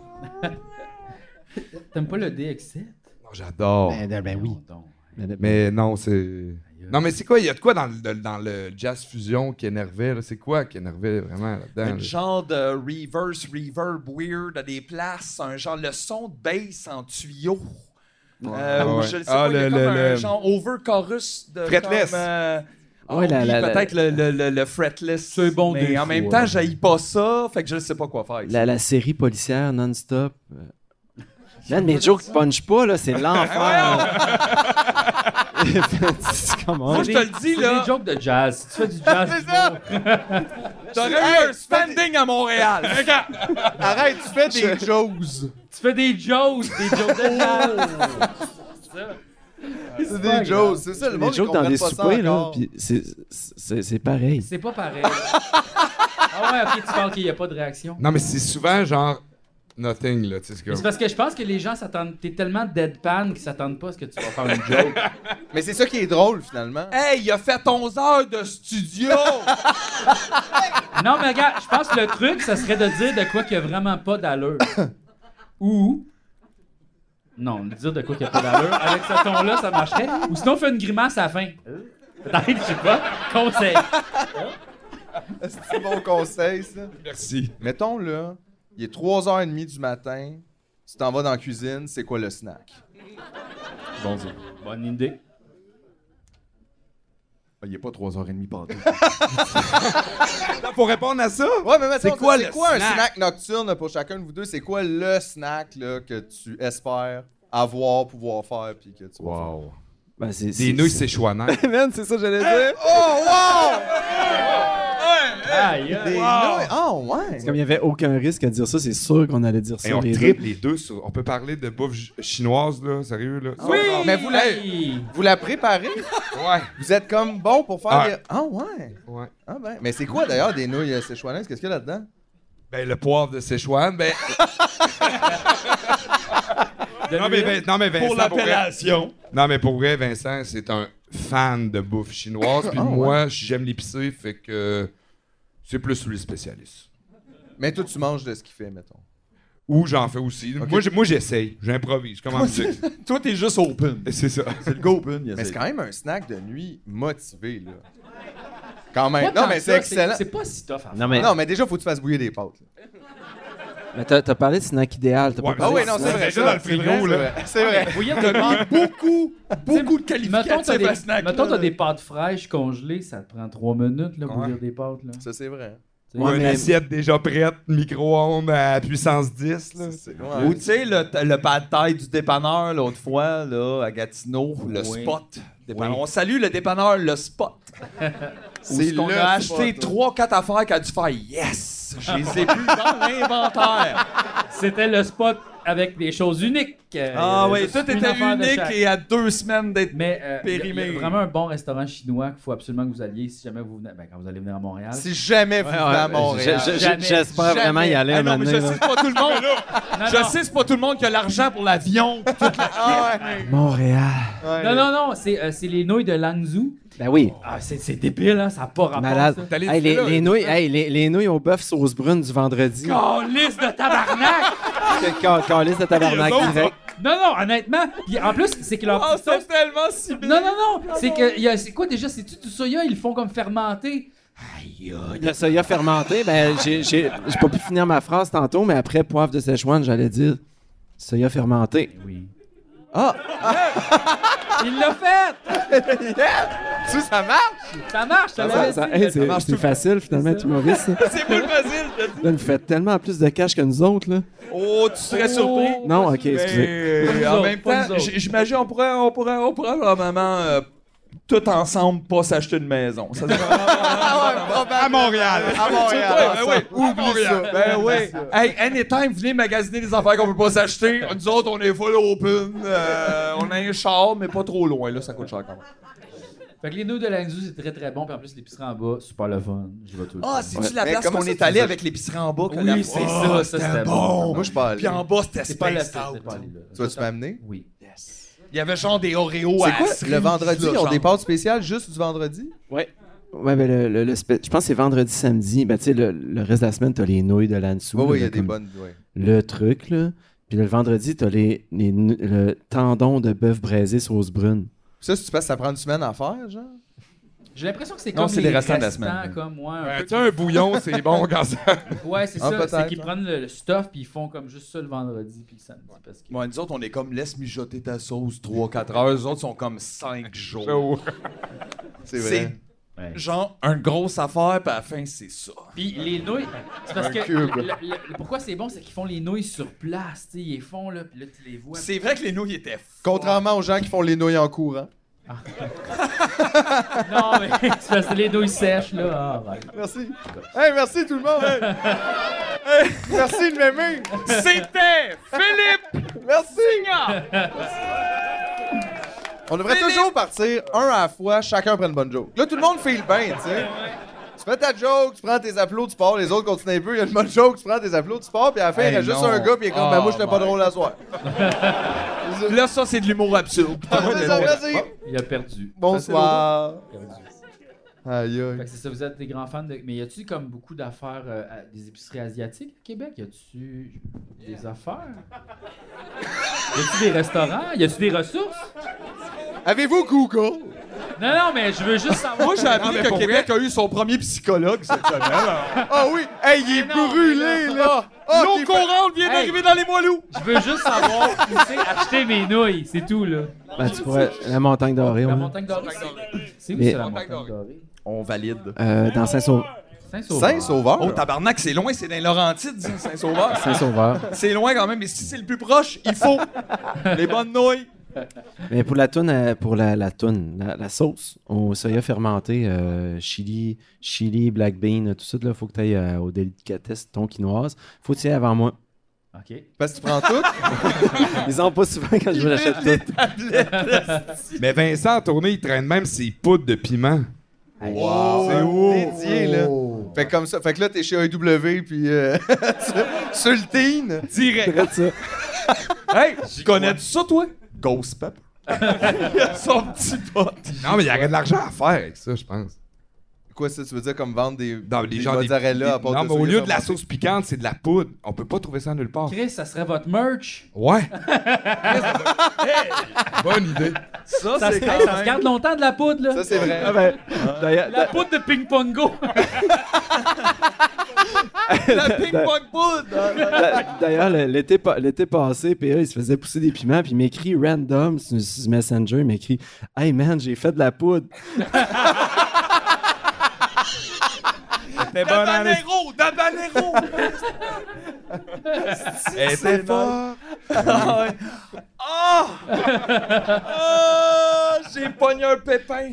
T'aimes pas le D X sept? Non, j'adore. Ben, ben oui. Non, donc. Mais, Mais non, c'est. Non, mais c'est quoi? Il y a de quoi dans le, dans le jazz fusion qui énervait? là? C'est quoi qui énervait vraiment là-dedans? Un là? genre de reverse reverb weird à des places, un genre le son de bass en tuyau. Euh, Ah ou ouais. je le sais Ah, pas, il y a le- comme le- un le- genre over chorus de Fretless. comme, euh, ah Ouais, la- oui, la- la- peut-être le, le, le, le fretless. C'est bon mais des en même fois. temps, j'haïs pas ça, fait que je ne sais pas quoi faire. la, la série policière non-stop. euh. Man, mes jokes punch pas, là, c'est l'enfer. C'est comment? Moi, je te le dis, C'est là, des jokes de jazz. Si tu fais du jazz, C'est du ça. bon. t'aurais eu un standing à Montréal. Arrête, tu fais des Joes. Tu fais des jokes, des jokes de jazz. C'est pas des Joes. C'est ça, le Des monde, ils jokes dans comprennent des pas ça soupers, là, encore. puis c'est- c'est c'est pareil. C'est pas pareil. Ah ouais, ok, tu parles qu'il n'y a pas de réaction. Non, mais c'est souvent genre nothing, là. Tu sais, c'est Mais comme. c'est parce que je pense que les gens s'attendent. T'es tellement deadpan qu'ils s'attendent pas à ce que tu vas faire une joke. Mais c'est ça qui est drôle, finalement. Hey, il a fait onze heures de studio. Non, mais regarde, je pense que le truc, ça serait de dire de quoi qu'il n'y a vraiment pas d'allure. Ou. Non, de dire de quoi qu'il n'y a pas d'allure. Avec ce ton-là, ça marcherait. Ou sinon, on fait une grimace à la fin. Peut-être, je sais pas. Conseil. C'est un bon conseil, ça. Merci. Mettons, là, il est trois heures trente du matin, tu t'en vas dans la cuisine, c'est quoi le snack? Bon, Dieu. Bonne idée. Ah, il est pas trois heures trente partout. Pour répondre à ça, Ouais, mais mettons, C'est quoi c'est le quoi un snack? snack nocturne pour chacun de vous deux? C'est quoi le snack là, que tu espères avoir, pouvoir faire, puis que tu vas faire? wow. Ben, c'est- Des c'est- nouilles c'est- séchouanais. Man, c'est ça que j'allais dire. Oh, wow! Aïe, Des aïe. nouilles? Oh, ouais! C'est comme il n'y avait aucun risque à dire ça, c'est sûr qu'on allait dire ça. Et on les deux. triple les deux sur. On peut parler de bouffe ch- chinoise, là, sérieux, là. Oui! Mais vous la- Hey! Vous la préparez? Ouais. Vous êtes comme bon pour faire Ah. des... Ah, ouais! Ouais. Ah, ben. Mais c'est quoi, d'ailleurs, des nouilles euh, séchouanaises? Qu'est-ce qu'il y a là-dedans? Ben, le poivre de Sichuan, ben. non, mais, ben- non, mais Vincent. Pour vrai- l'appellation. Non, mais pour vrai, Vincent, c'est un fan de bouffe chinoise. Puis Ah, ouais. moi, j'aime l'épicé, fait que c'est plus lui le spécialiste. Mais toi, tu manges de ce qu'il fait, mettons. Ou j'en fais aussi. Ok. Moi, j'ai- moi, j'essaye. J'improvise. Comme en musique. Toi, t'es juste open. C'est ça. C'est le go open. il Mais essaie. c'est quand même un snack de nuit motivé, là. Quand Pas même. tant Non, mais que c'est ça, excellent. C'est pas si tough à faire. Non, mais, Non, mais déjà, faut que tu fasses bouillir des pâtes. là. mais t'as, t'as parlé de snack idéal. T'as Ouais, pas Ah parlé oui, de non, c'est snack- vrai. déjà ça, dans le c'est frigo, vrai, là. C'est vrai. Bouillir T'as des mis pâtes. beaucoup, beaucoup de Mettons, qualificatifs t'as des, à snack. mettons, là, t'as là. des pâtes fraîches congelées, ça te prend trois minutes, là, bouillir Ouais. des pâtes, là. Ça, c'est vrai. Tu sais. Ou Ouais, une mais- assiette déjà prête, micro-ondes à puissance dix. Là. C'est- Ou ouais. tu sais, le, le pad thai du dépanneur l'autre fois, là, à Gatineau, le Oui. spot. Dépanneur. On salue le dépanneur, le spot. C'est Où on le a spot, acheté là. trois quatre affaires qui a dû faire yes! Je les ai vues dans l'inventaire. C'était le spot avec des choses uniques. euh, Ah oui, juste tout une était affaire de unique chaque. et à deux semaines d'être. Mais euh, il y a- périmé. il y a vraiment un bon restaurant chinois qu'il faut absolument que vous alliez si jamais vous venez, ben, quand vous allez venir à Montréal. Si jamais vous Ouais, venez ouais, à Montréal. je- je- Jamais. J'espère Jamais. vraiment y aller Ah un non, moment mais donné, je là. sais c'est pas tout le monde. Non, Je non. sais c'est pas tout le monde qui a l'argent pour l'avion. Ah ouais. Montréal. Ouais. Non, non, non, c'est euh, c'est les nouilles de Langzhou. Ben oui. Ah, c'est c'est débile, hein, ça n'a pas rapport. Malade. Ça. T'es allé Hey, les, là, les là. nouilles, hey, les, les nouilles au bœuf sauce brune du vendredi. Calice de tabarnak! Ca- Calice de tabarnak Il y a direct. Non, non, honnêtement. Puis en plus, c'est que leur Oh, petite sauce- c'est tellement ciblé. Non, non, non, c'est que. il y a- C'est quoi déjà? C'est-tu du soya? Ils le font comme fermenté. Aïe, aïe. Le soya fermenté, ben j'ai j'ai j'ai pas pu finir ma phrase tantôt, mais après poivre de Szechuan, j'allais dire soya fermenté. Oui. Ah! Il l'a fait! Tu sais, ça marche? Ça marche, ça Ça, l'avait ça- dit. hey, c'est marche c'est tout- facile finalement, être humoriste. ça. C'est pas le facile, je te dis. Là, vous faites tellement plus de cash que nous autres, là. Oh, tu serais surpris. Non, ok, excusez. Mais, Pas en nous même autres, pas temps, nous autres. j- j'imagine on pourrait, on pourrait, on pourrait probablement euh, tout ensemble pas s'acheter une maison. Ça serait vraiment- Ah ouais, probablement. À Montréal. À Montréal. Ben oui, Oublie ça. Ben oui. Hey, anytime, venez magasiner des affaires qu'on peut pas s'acheter. Nous autres, on est full open. Euh, on a un char, mais pas trop loin. Là, ça coûte cher quand même. Fait que les nouilles de Langzhou, c'est très très bon. Puis en plus, l'épicerie en bas, super le fun. J'y vais tout le temps. Ah, c'est-tu la Mais place comment qu'on ça, est tu allé les avec l'épicerie en bas? que Oui, la- c'est Oh, ça, ça, c'était bon. Moi, je suis pas allé. Puis en bas, c'était C'est pas le Space c'est Out. pas allé là. Tu vas-tu m'amener? Oui. Il y avait genre des Oreos C'est à quoi? la cerise, Le vendredi, là, ils ont genre. des pâtes spéciales juste du vendredi? Ouais. Ouais, ben le, le- le spé- je pense que c'est vendredi, samedi. Ben tu sais, le, le reste de la semaine, t'as les nouilles de Lanzhou. Oui, oui, il y là, a des comme bonnes. Ouais. Le truc, là. Puis le vendredi, t'as les, les, nou- le tendon de bœuf braisé sauce brune. Ça, si tu penses que ça prend une semaine à faire, genre? J'ai l'impression que c'est Non, comme c'est les les restants de la restants, semaine. comme moi. un Ouais, peu. tu sais, un bouillon, c'est bon quand ça. Ouais, c'est Ah, ça. peut-être, C'est qu'ils hein. prennent le, le stuff puis ils font comme juste ça le vendredi puis le samedi. Parce que... Ouais, nous autres, on est comme laisse mijoter ta sauce trois quatre heures. Les autres sont comme cinq jours. Chaud. C'est C'est vrai. Ouais. genre une grosse affaire, puis à la fin, c'est ça. Puis les nouilles, c'est parce Un que cube. le- le- le- pourquoi c'est bon, c'est qu'ils font les nouilles sur place, tu sais, ils les font là, puis là tu les vois. C'est vrai que les nouilles étaient Contrairement aux gens qui font les nouilles en courant. Non mais c'est parce que les nouilles sèches là. Ah, ouais. Merci. Hey, merci tout le monde. Hey. Hey, merci de m'aimer. C'était Philippe Merci. On devrait toujours partir un à la fois, chacun prend une bonne joke. Là, tout le monde fait le bain, tu sais. Tu fais ta joke, tu prends tes applaudissements, tu pars, les autres continuent un peu, il y a une bonne joke, tu prends tes applaudissements, tu pars, puis à la fin, il Hey, reste juste non. un gars, puis il est comme, Oh ben moi, j'étais pas my drôle à soir. Là, ça, c'est de l'humour absurde. C'est ça, merci. Il a perdu. Bonsoir. Perdu. Aïe, Fait aïe. que c'est ça, vous êtes des grands fans de. Mais y a-tu comme beaucoup d'affaires, euh, à- des épiceries asiatiques au Québec? Y a-tu des affaires? Y a-tu des restaurants? Y a-tu des ressources? Avez-vous Google? Non, non, mais je veux juste savoir. Moi, j'ai appris mais que pour Québec a eu son premier psychologue cette semaine. Ah oui! Hey, il est non, brûlé, mais là! Ah, L'eau qui fait- courante vient Hey. d'arriver dans les moelleux. Je veux juste savoir où c'est acheter mes nouilles, c'est tout, là. Ben, tu pourrais. La montagne dorée, La ouais. montagne dorée. c'est- C'est où Mais- c'est la montagne dorée? On valide. Euh, dans Saint-Sauveur. Saint-Sauveur. Saint-Sauveur? Oh, tabarnak, c'est loin, c'est dans les Laurentides, ça, Saint-Sauveur. Saint-Sauveur. C'est loin quand même, mais si c'est le plus proche, il faut les bonnes nouilles. Mais pour la toune, euh, pour la, la toune, la, la sauce au soya fermenté, euh, chili, chili, black bean, tout ça, il faut que tu ailles au délicatesse thon quinoise. Faut que tu y ailles avant moi. OK. Parce que tu prends tout? Ils ont pas souvent quand je l'achète tout. Mais Vincent, en tournée, il traîne même ses poudres de piment. Wow! C'est dédié, là. Fait que comme ça, fait que là, t'es chez A E W, puis euh, sur- sur le teen. Direct. Regarde ça. Hey, tu connais ça, toi? Ghost Pepper. Il a son petit pote. Non, mais il y aurait de l'argent à faire avec ça, je pense. Quoi, ça, tu veux dire comme vendre des, Dans les des gens, des- mozzarella des- à part Non, de mais au ça, lieu de la fermenté? sauce piquante, c'est de la poudre. On peut pas trouver ça nulle part. Chris, ça serait votre merch. Ouais. Bonne idée. Ça, Ça, c'est se, quand hey, ça se même... garde longtemps de la poudre, là. Ça, c'est vrai. Ah ben, d'ailleurs, La poudre de ping-pongo. La ping-pong poudre! d'ailleurs, le- l'été, pa- l'été passé, P A, il se faisait pousser des piments, puis il m'écrit random sur, sur Messenger, il m'écrit « Hey man, j'ai fait de la poudre. T'es bonne en D'Habanero! D'Habanero! Elle était forte. Ah! ouais. Ah! Ah! J'ai pogné un pépin!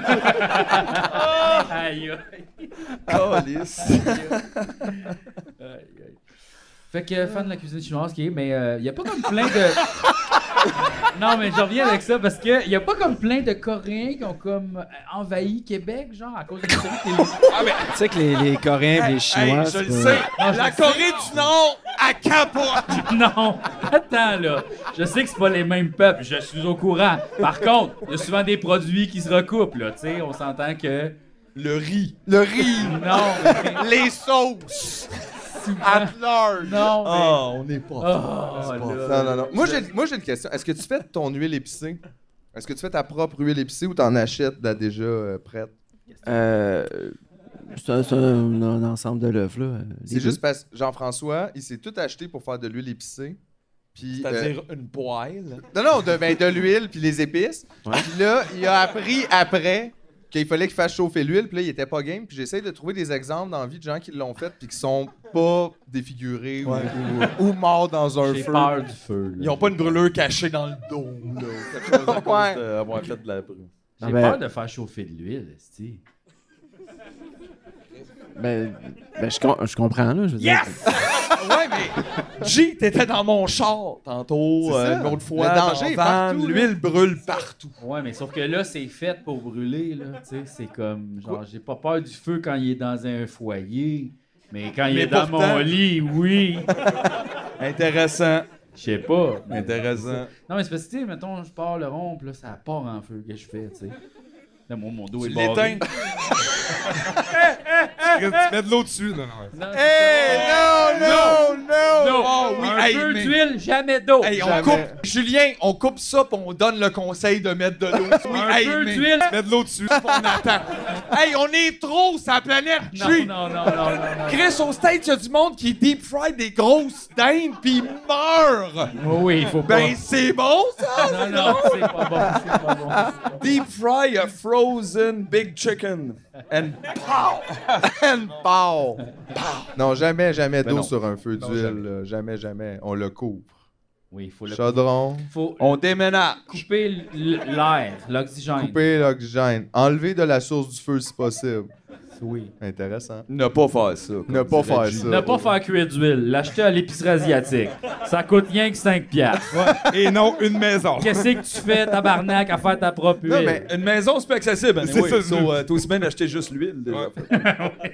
Aïe, aïe. Calice! Aïe, aïe. Fait que fan de la cuisine chinoise, qui est, mais il y a pas comme plein de. Non, mais je reviens avec ça parce que y a pas comme plein de Coréens qui ont comme euh, envahi Québec, genre à cause de la série télé. » Tu sais que les, les Coréens et les Chinois... Hey, je c'est le pas- sais! Non, je La le sais. Corée du Nord, à capote! Non, attends là. Je sais que c'est pas les mêmes peuples, je suis au courant. Par contre, il y a souvent des produits qui se recoupent là, tu sais, on s'entend que. Le riz. Le riz! Non, Les sauces! souvent. At large! Non, mais. Ah, on n'est pas. Oh, fort, c'est pas là. fort. Non, non, non. Moi, j'ai, moi, j'ai une question. Est-ce que tu fais ton huile épicée? Est-ce que tu fais ta propre huile épicée ou t'en achètes là, déjà euh, prête? Euh, c'est un, c'est un- un ensemble de l'œuf, là. Les C'est deux. juste parce que Jean-François, il s'est tout acheté pour faire de l'huile épicée. Puis, euh, C'est-à-dire une poêle. non, non, de, ben, de l'huile puis les épices. Ouais. Puis là, il a appris après qu'il fallait qu'il fasse chauffer l'huile. Puis là, il était pas game. Puis j'essaie de trouver des exemples dans la vie de gens qui l'ont fait puis qui sont pas défigurés ou- Ouais. ou, ou morts dans un J'ai feu. peur du feu. Ils ont pas une brûlure cachée dans le dos, là. Quelque chose à cause Ouais. d'avoir fait de la brûle. J'ai Ah ben- peur de faire chauffer de l'huile, esti. Ben, ben, je, com- je comprends, là. Je veux dire. Ouais, mais G, t'étais dans mon char tantôt, C'est euh, ça. une autre fois. Le danger dans est la van, partout, là. l'huile brûle partout. Ouais, mais sauf que là, c'est fait pour brûler, là. Tu sais, c'est comme. Genre, j'ai pas peur du feu quand il est dans un foyer. Mais quand il Mais est dans pourtant- mon lit, oui. Intéressant. Je sais pas. Intéressant. Non, mais c'est parce que, tu sais, mettons, je pars le rond, puis là, ça part en feu. Qu'est-ce que je fais, tu sais? Là, moi, mon dos Tu est barré. l'éteins. Tu mets de l'eau dessus. Non, non. Non, Hey, non, non, non! non. Oh, oui, un hey, feu mais- d'huile, jamais d'eau. Hey, on Jamais. coupe, Julien, on coupe ça puis on donne le conseil de mettre de l'eau. Oui, un hey, feu mais- d'huile. Mets de l'eau dessus. on attend. Hey, on est trop sur la planète Non, G. non, non, non, non, non. Chris, au States, il y a du monde qui deep fry des grosses dindes puis il meurt. Oui, oui, il faut pas. Ben, c'est bon, ça. Non, non, c'est pas bon, c'est pas bon. Deep fry a frozen big chicken. And pow! And pow! Non, jamais, jamais Ben d'eau non. sur un feu Non, d'huile. jamais. là. Jamais, jamais. On le couvre. Oui, il faut le Chaudron, faut On déménage. couper l- l'air, l'oxygène. couper l'oxygène. Enlever de la source du feu si possible. Oui. Intéressant. Ne pas faire ça. Ne pas faire ça. Ne pas faire cuire d'huile, l'acheter à l'épicerie asiatique. Ça coûte rien que cinq piastres. Et non, une maison. Qu'est-ce que tu fais, tabarnak, à faire ta propre huile? Non, mais Une maison, c'est pas accessible. C'est ça, So, euh, t'as aussi bien d'acheter juste l'huile. déjà. Ouais.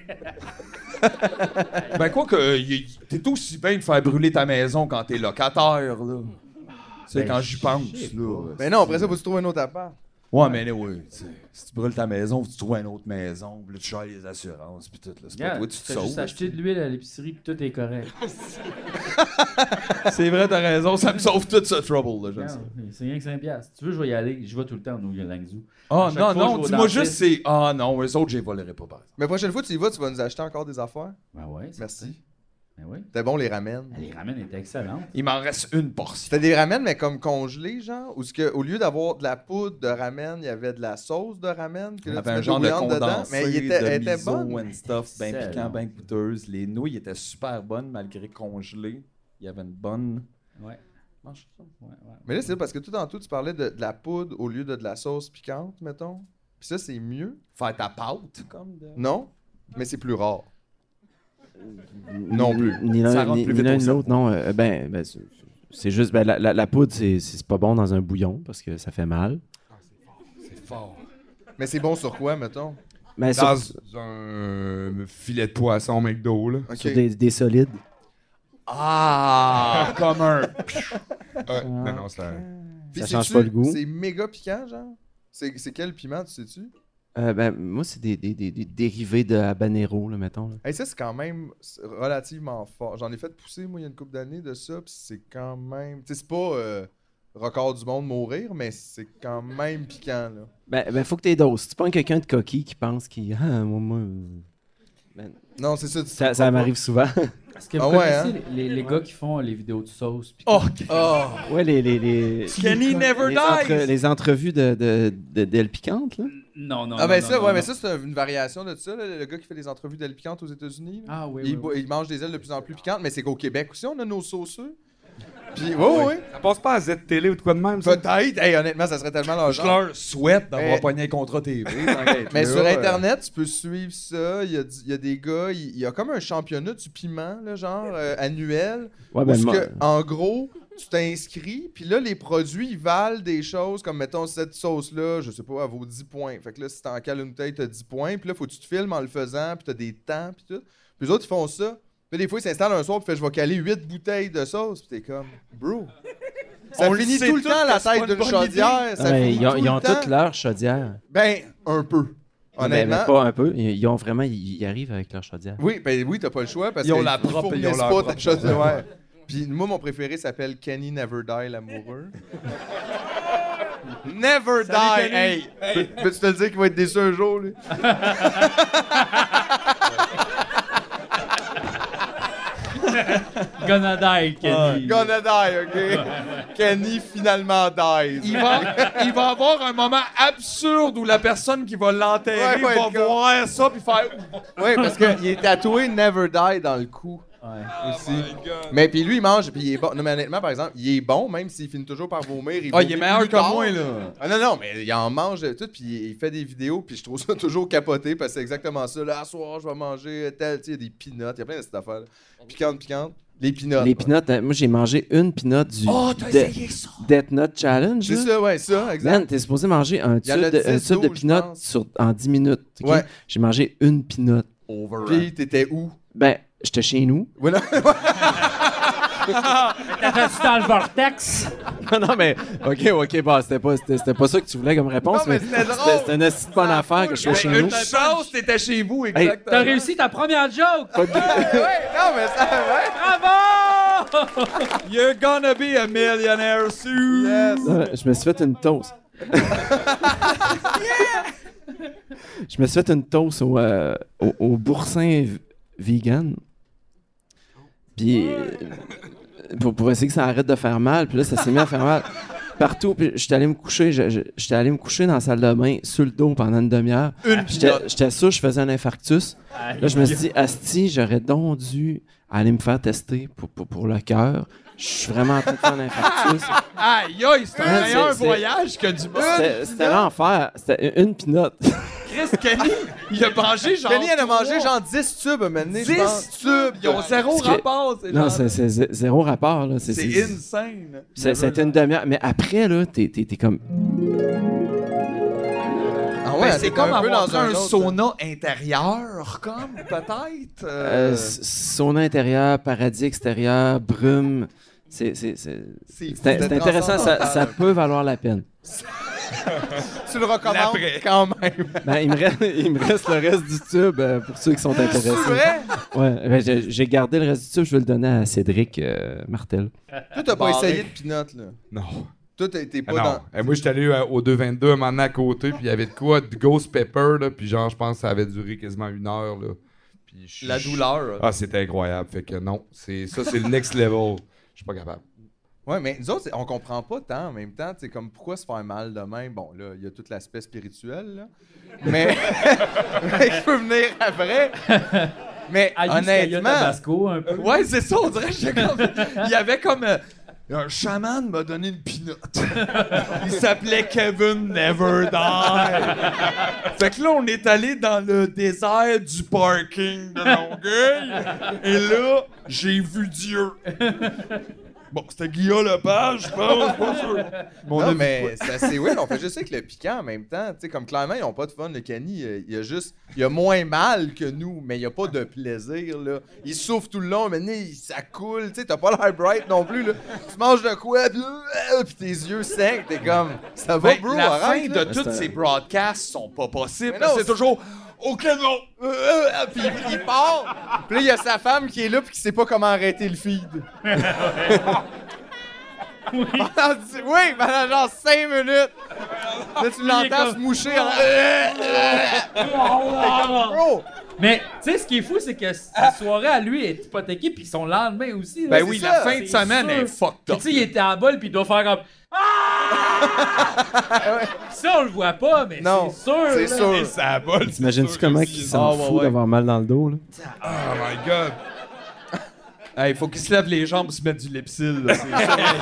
Ben, quoi que, euh, y- y- t'es aussi bien de faire brûler ta maison quand t'es locataire, là. Tu sais, Ben, quand j'y pense, je sais là. Mais non, après ça, faut que tu trouves un autre appart. Ouais, mais oui, tu sais, si tu brûles ta maison, faut que tu trouves une autre maison, puis là, tu gères les assurances, puis tout, là. C'est pas Regarde, toi, tu tu te fais juste sauves. acheter de l'huile à l'épicerie puis tout est correct. C'est vrai, t'as raison, ça me sauve tout ce trouble, là, je le sais. Regarde, c'est rien que cinq piastres. Si tu veux, je vais y aller. Je vais tout le temps au Langzhou. Ah, À chaque non, fois, je non, vais au dis-moi dentiste. juste, c'est. Ah, non, eux autres, je les volerai pas, par exemple. Mais prochaine fois, tu y vas, tu vas nous acheter encore des affaires. Ben ouais, c'est Merci. ça. Ben oui. C'était bon, les ramen. Les ramen étaient excellentes. Il m'en reste une portion. C'était des ramen, mais comme congelés, genre? Ou ce que, au lieu d'avoir de la poudre de ramen, il y avait de la sauce de ramen? Que Il y là, tu avait un mets genre de bouillante dedans, condensé, mais il était, de elle était miso bonne. and stuff, bien Excellent. piquant, bien coûteuse. Les nouilles étaient super bonnes malgré congelées. Il y avait une bonne... Ouais. Mange ça. Ouais, ouais. Mais là, c'est parce que tout en tout, tu parlais de, de la poudre au lieu de de la sauce piquante, mettons. Puis ça, c'est mieux. Faire ta pâte, comme de... Non? Mais c'est plus rare. Non plus. Ni Ça l'un rentre ni, plus ni vite l'un au ni l'autre, non. euh, ben, ben, c'est- c'est juste, ben, la, la, la poudre, c'est c'est pas bon dans un bouillon parce que ça fait mal. C'est fort. Mais c'est bon sur quoi, mettons? Mais Dans sur, un filet de poisson McDo, là. OK. sur des, des solides. Ah! Comme un... Ouais, non, non, c'est un... Puis Ça c'est-tu- change pas le goût. C'est méga piquant, genre? C'est c'est quel piment, tu sais-tu? Euh, ben, moi, c'est des, des, des, des dérivés de habanero, là, mettons. Là. Hey, ça, c'est quand même relativement fort. J'en ai fait pousser, moi, il y a une couple d'années de ça, puis c'est quand même... Tu sais, c'est pas euh, record du monde mourir, mais c'est quand même piquant, là. Ben, ben faut que t'aies doses. Si tu prends quelqu'un de coquille qui pense qu'il... Ah, moi, moi... Ben, non, c'est ça. Ça, ça m'arrive souvent. Est-ce que vous ah connaissez ouais, hein? les, les gars qui font les vidéos de sauce? Pis Oh! Oh! Ouais, les... les, les Kenny Never les Dies! entre- les entrevues de, de, de, d'Elle Piquante, là. Non, non, Ah, ben non, ça, non, ouais, non. mais ça, c'est une variation de ça, là, le gars qui fait des entrevues d'ailes piquantes aux États-Unis. là. Ah oui, il, oui, bo- oui. il mange des ailes de plus en plus piquantes, mais c'est qu'au Québec aussi, on a nos sauceux. Puis, ouais, ouais, ouais. Ça passe pas à Z-Télé ou de quoi de même, ça? Peut-être. Hey, honnêtement, ça serait tellement leur Je genre. leur souhaite d'avoir Mais- pogné un contrat T V. Mais Là, sur euh, Internet, tu peux suivre ça. Il y a, du- il y a des gars, il, il y a comme un championnat du piment, là, genre, euh, annuel. Ouais, Où ben, ce moi- que, en gros, tu t'inscris, puis là, les produits, ils valent des choses comme, mettons, cette sauce-là, je sais pas, elle vaut dix points. Fait que là, si t'en cales une bouteille, t'as dix points. Puis là, faut que tu te filmes en le faisant, puis t'as des temps, puis tout. Puis les autres, ils font ça. Puis des fois, ils s'installent un soir, puis fait, je vais caler huit bouteilles de sauce. Puis t'es comme, bro. Ça On le finit sait tout le tout temps que la c'est pas tête une d'une bonne chaudière. Ça Ouais, finit ils ont, tout ils le ont temps. toutes leur chaudière. Ben, un peu. Mais, Honnêtement. mais pas un peu. Ils, ils ont vraiment... Ils, ils arrivent avec leur chaudière. Oui, ben oui, t'as pas le choix parce Ils ont que la ils propre- ils ont fournissent leur pas propre ta chaudière. Ouais. Puis moi, mon préféré s'appelle Kenny Never Die, l'amoureux. Never die! Hey! Peux- Peux-tu te le dire qu'il va être déçu un jour, lui? Gonna die, Kenny. Gonna die, OK? Kenny finalement dies. Il va, il va avoir un moment absurde où la personne qui va l'enterrer Ouais, ouais, va le gars. voir ça puis faire. Oui, parce qu'il est tatoué Never Die dans le cou. Ouais. Aussi. Mais puis lui, il mange, puis il est bon. Non, mais honnêtement, par exemple, il est bon, même s'il finit toujours par vomir. Ah, il vomit est meilleur plus que tard. moi, là. Ah non, non, mais il en mange de tout, puis il fait des vidéos, puis je trouve ça toujours capoté, parce que c'est exactement ça. Là, à soir, je vais manger tel, tu sais, il y a des peanuts, il y a plein de cette affaire. Piquante, piquante. Les peanuts. Les peanuts, euh, moi j'ai mangé une peanut du Oh, t'as de- essayé ça! Death Nut Challenge. C'est là. ça, ouais, ça, exact. Man, t'es supposé manger un Il y en a tube de, un dix, tube de douze, je peanuts pense. sur, en dix minutes. ok? Ouais. J'ai mangé une peanut. Puis t'étais où? Ben, j'étais chez nous. Ouais, non. T'étais-tu dans le vortex? non, non, mais OK, OK, bon, c'était pas, c'était, c'était pas ça que tu voulais comme réponse, Non, mais mais c'était drôle. c'était, c'était une assez bonne affaire que je sois chez nous. Une chance, t'étais chez vous, exactement. T'as réussi ta première joke! ouais, non, mais ça, ouais. Bravo! You're gonna be a millionaire soon! Yes. Non, je me suis fait une toast. Je me suis fait une toast au, euh, au, au boursin v- vegan. Puis, euh, pour, pour essayer que ça arrête de faire mal. Puis là, ça s'est mis à faire mal partout. Puis j'étais allé me coucher. je- je- J'étais allé me coucher dans la salle de bain sur le dos pendant une demi-heure. J'étais j'étais sûr que je faisais un infarctus. Là, je me suis dit, asti, j'aurais donc dû aller me faire tester pour, pour, pour le cœur. Je suis vraiment en train de faire un infarctus. Aïe, aïe, c'est un Man, meilleur c'est- c'est- voyage que du bon. C'était c'était l'enfer. C'était une pinotte. Chris Kenny, il a mangé genre. Kenny, elle a mangé trois, genre dix tubes à un moment donné, je dix pense. tubes. Ils ont zéro Parce que- rapport, c'est Non, genre. c'est c'est zé- zéro rapport. là. C'est C'est c'est- insane. c'est- C'était une demi-heure. Mais après, là, t'es t'es- t'es comme. Ah Ben, ouais, c'est t'es comme un peu avoir dans un, un autre- sauna intérieur, comme, peut-être. Euh, Euh, s- sauna intérieur, paradis extérieur, brume. C'est c'est- c'est- C'est fou, c'est- c'est c'est intéressant, ça, transcendantal. ça peut valoir la peine. Tu le recommandes L'après. quand même. Ben, il, me reste, il me reste le reste du tube euh, pour ceux qui sont intéressés. C'est vrai? Ouais, ben, j'ai j'ai gardé le reste du tube, je vais le donner à Cédric euh, Martel. Toi, t'as pas Barré. essayé de peanut, là. Non. Toi, t'es t'es Ah pas non. dans... Eh, moi, j'étais allé euh, au deux vingt-deux un moment donné à côté, puis il y avait de quoi? De Ghost Pepper, là, puis genre, je pense que ça avait duré quasiment une heure, là. Puis je- La je- douleur. Ah, c'était incroyable. Fait que non, c'est ça, c'est le next level. Je suis pas capable. Ouais, mais nous autres, c'est- on comprend pas tant en même temps. C'est comme pourquoi se faire mal de même. Bon, là, il y a tout l'aspect spirituel, là. Mais mais je peux venir après. Mais Ayuskaya honnêtement, Tabasco, un peu. Ouais, c'est ça, on dirait que j'étais comme. Il y avait comme. euh, un chaman m'a donné une pinotte. Il s'appelait Kevin Never Die. Fait que là, on est allé dans le désert du parking de Longueuil. Et là, j'ai vu Dieu. Bon, c'était Guillaume Lepage, je pense, pas sûr. Mon non, mais c'est assez weird. On fait juste ça avec le piquant en même temps. Tu sais, comme clairement, ils ont pas de fun, le Kenny. Il y a juste... Il y a moins mal que nous, mais il y a pas de plaisir, là. Il souffre tout le long, mais il, ça coule. Tu sais, t'as pas l'air bright non plus, là. Tu manges de quoi, puis, euh, puis tes yeux saignent, t'es comme... Ça va, Ben, bro, la arrête, fin là. de tous ces broadcasts sont pas possibles. Mais non, c'est c'est- toujours... OK, non! Euh, euh, puis il, il part. Puis là, il y a sa femme qui est là, puis qui sait pas comment arrêter le feed. Oui. Pendant dix- oui, pendant genre cinq minutes. Là, tu l'entends comme- se moucher. En... Euh, euh. Bro! Mais, tu sais, ce qui est fou, c'est que sa soirée à lui est hypothéquée, puis son lendemain aussi. là. Ben C'est oui, ça, la fin de c'est semaine sûr. est fucked Puis up. tu sais, il était à bol, puis il doit faire comme. Ah! Ça, on le voit pas, mais Non, c'est sûr. c'est là. sûr. Et ça bol. T'imagines-tu comment il Ah, s'en ouais, fout ouais. d'avoir mal dans le dos, là? Oh my god. Il faut qu'il se lève les jambes pour se mettre du Lipsil. Là, c'est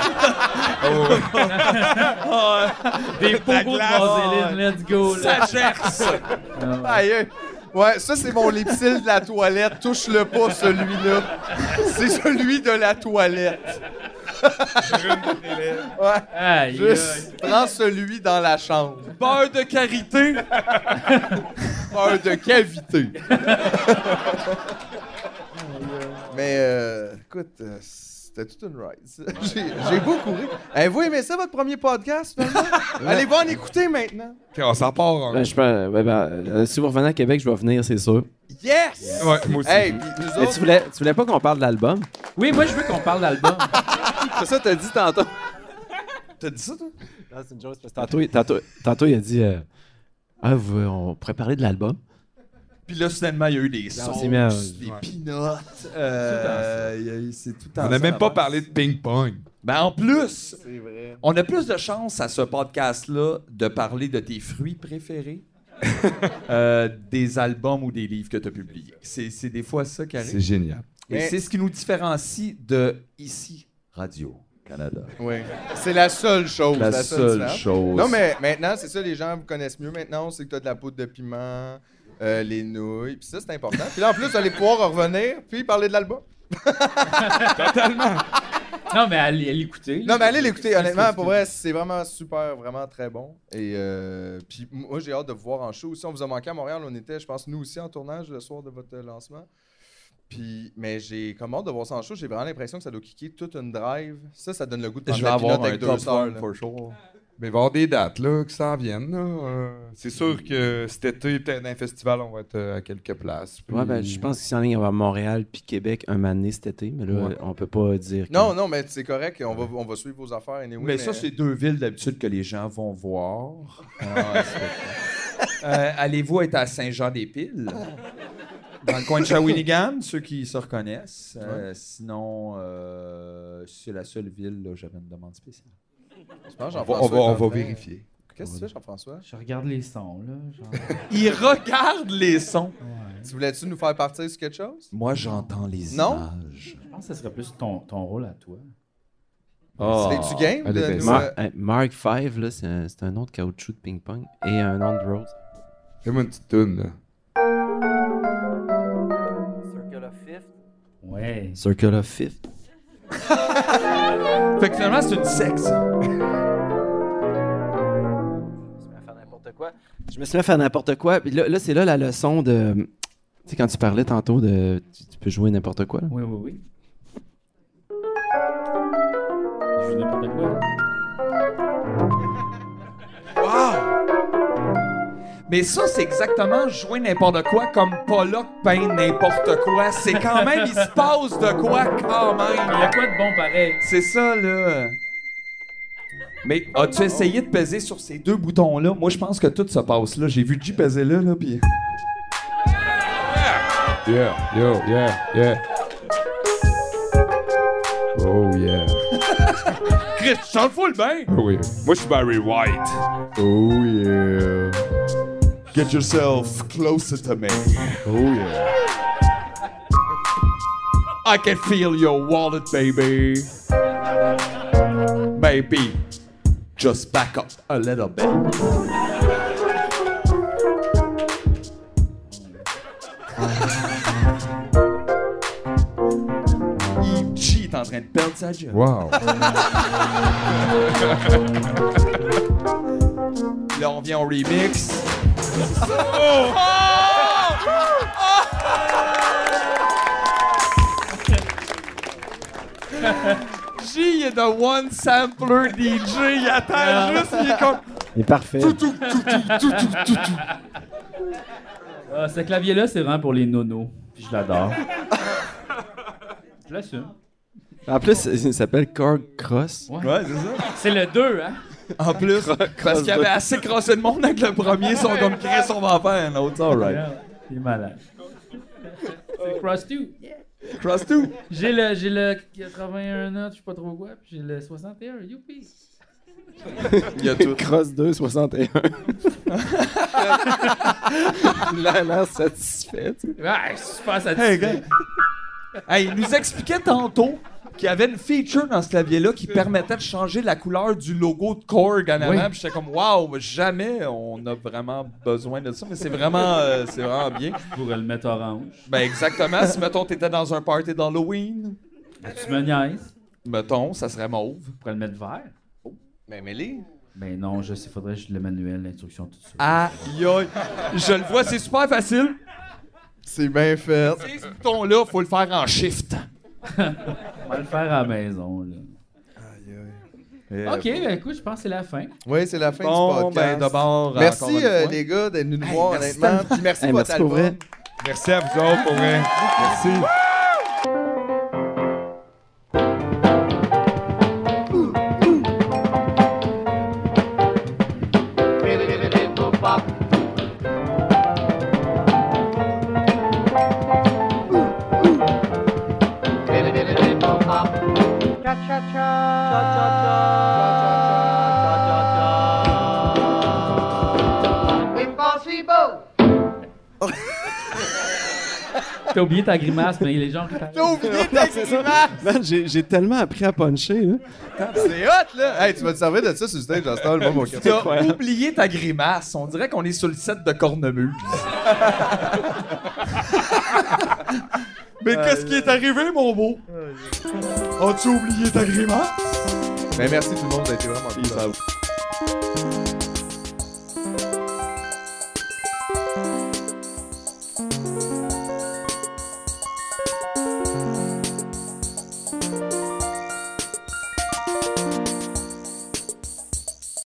Des pogos de glace. vaseline, let's go. Là. ça gerce. Aïe, aïe. Ouais, ça, c'est mon lipsil de la toilette. Touche-le pas, celui-là. C'est celui de la toilette. Ouais. Aïe, aïe. Juste, prends celui dans la chambre. Beurre de karité. Peur de cavité. Mais, euh, écoute, euh, c'était toute une ride. ça. J'ai j'ai beaucoup ri. Avez-vous aimé ça, votre premier podcast, finalement? Allez voir en écouter maintenant. OK, on s'en part. hein. Ben, je peux, ben, ben, euh, si vous revenez à Québec, je vais venir, c'est sûr. Yes! Ouais, moi aussi. Hey, puis nous Mais autres, tu voulais, tu voulais pas qu'on parle de l'album? Oui, moi, je veux qu'on parle d'album. C'est ça, t'as dit tantôt. T'as dit ça, toi? Non, c'est une joke, parce que tantôt, il- tantôt, tantôt, il a dit euh, ah, vous, on pourrait parler de l'album. Puis là, soudainement, il y a eu des on sauces, s'est mis à- des peanuts. Euh, il y a eu- c'est tout le temps On n'a ça, même la pas base. parlé de ping-pong. Ben en plus, on a plus de chance à ce podcast-là de parler de tes fruits préférés, euh, des albums ou des livres que tu as publiés. C'est, c'est des fois ça qui C'est arrive. génial. Et Mais- c'est ce qui nous différencie de ici, Radio-Canada. oui. C'est la seule chose. La seule différence. chose. Non, mais maintenant, c'est ça, les gens vous connaissent mieux maintenant. C'est que tu as de la poudre de piment, euh, les nouilles, puis ça, c'est important. Puis là, en plus, vous allez pouvoir revenir, puis parler de l'album. Non, mais allez, allez écouter. Non, mais allez l'écouter, honnêtement, pour vrai, c'est vraiment super, vraiment très bon. Et euh, puis moi, j'ai hâte de vous voir en show aussi. On vous a manqué à Montréal, on était, je pense, nous aussi en tournage le soir de votre lancement. Puis, mais j'ai comme hâte de voir ça en show. J'ai vraiment l'impression que ça doit kicker toute une drive. Ça, ça donne le goût de prendre Je vais la avoir pilote un avec top deux sœurs. form là. for sure. Mais il va y avoir des dates là, qui s'en viennent. Là. Euh, c'est sûr que cet été, peut-être dans un festival, on va être euh, à quelques places. Puis- Ouais, ben, je pense qu'il s'en ligne à Montréal puis Québec un moment donné cet été, mais là, Ouais. on peut pas dire. que- Non, non, mais c'est correct. On va, on va suivre vos affaires. Anyway, mais, ça, c'est deux villes d'habitude que les gens vont voir. Ah, c'est euh, allez-vous être à Saint-Jean-des-Piles? Dans le coin de Shawinigan, ceux qui se reconnaissent. Euh, Sinon, euh, c'est la seule ville, là, j'avais une demande spéciale. Je pense On va, Jean-François on va, est on en va train- vérifier. Qu'est-ce que tu fais, Jean-François? Je regarde les sons, là. Genre... Il regarde les sons. Tu voulais-tu nous faire partir sur quelque chose? Moi, j'entends les Non? images. Je pense que ce serait plus ton, ton rôle à toi. Oh. C'est-tu game Allez, de ben, nous... Mar- euh, hey, Mark cinq, là, c'est un, c'est un autre caoutchouc de ping-pong et un nom de Rose. Fais-moi une petite toune, là. Circle of Fifth. Ouais. Circle of Fifth. Fait que finalement, c'est une sexe. Je me suis mis à faire n'importe quoi. Puis là, là c'est là la leçon de. Tu sais, quand tu parlais tantôt de. Tu, tu peux jouer n'importe quoi. Là. Oui, oui, oui. Je joue n'importe quoi. Mais ça, c'est exactement jouer n'importe quoi comme Pollock peint n'importe quoi. C'est quand même, il se passe de quoi quand Il y même. a quoi de bon pareil? C'est ça, là. Mais as-tu essayé de peser sur ces deux boutons-là? Moi, je pense que tout se passe là. J'ai vu G peser là, là, puis... Yeah, yo, yeah, yeah. Oh, yeah. Chris, tu chantes full bien! Oh, oui. Moi, je suis Barry White. Oh yeah. Get yourself closer to me. Oh, yeah. I can feel your wallet, baby. Maybe just back up a little bit. E G est en train de perdre sa job. Wow. Là, on vient au remix. J, il est de one sampler D J. Il attend Ah. juste, il est comme. Il est parfait. Tout, tout, tout, tout, tout, tout, tout, tout. Ah, ce clavier-là, c'est vraiment pour les nonos. Puis je l'adore. Je l'assume. En plus, il s'appelle Chord Cross. Ouais. Ouais, c'est ça. C'est le deux, hein? En plus, parce qu'il y avait assez crossé de monde avec le premier, ils sont comme Chris, on va en faire un autre. All right. Il est malade. C'est Cross deux. Cross two. J'ai le, j'ai le quatre-vingt-un notes, je sais pas trop quoi, puis j'ai le soixante et un, youpi! Il y a tout. Cross deux soixante et un. Il a l'air satisfait, tu sais. Ouais, super Hey, satisfait. gars. Hey, il nous expliquait tantôt qu'il y avait une feature dans ce clavier-là qui permettait de changer la couleur du logo de Korg en avant. Oui. Puis j'étais comme, waouh, jamais on a vraiment besoin de ça, mais c'est vraiment, euh, c'est vraiment bien. Je pourrais le mettre orange. Ben exactement, si mettons t'étais dans un party d'Halloween, Tu me niaises. mettons, ça serait mauve. Je pourrais le mettre vert. Mais mêlé. Ben non, je sais, faudrait que je le manuel, l'instruction, tout ça. Aïe aïe. Je le vois, c'est super facile. C'est bien fait. Tu sais, ce bouton-là, faut le faire en shift. On va le faire à la maison, là. Eh, Ok, ben écoute, je pense que c'est la fin. Oui, c'est la fin Bon, du podcast. ben d'abord, encore Merci une euh, fois. les gars d'être venus nous Hey, voir, merci honnêtement. Puis merci Hey, pour votre merci pour album. vrai. Merci à vous autres, pour vrai. Merci. T'as oublié ta grimace, mais les gens... T'as oublié ta grimace! Man, j'ai, j'ai tellement appris à puncher, là. C'est hot, là! Hey, tu vas te servir de ça sur le stage, Justin, le mon café. T'as oublié ta grimace. On dirait qu'on est sur le set de Cornemuse. Mais qu'est-ce qui est arrivé, mon beau? As-tu oublié ta grimace? Ben merci tout le monde, ça a été vraiment cool. Peace out.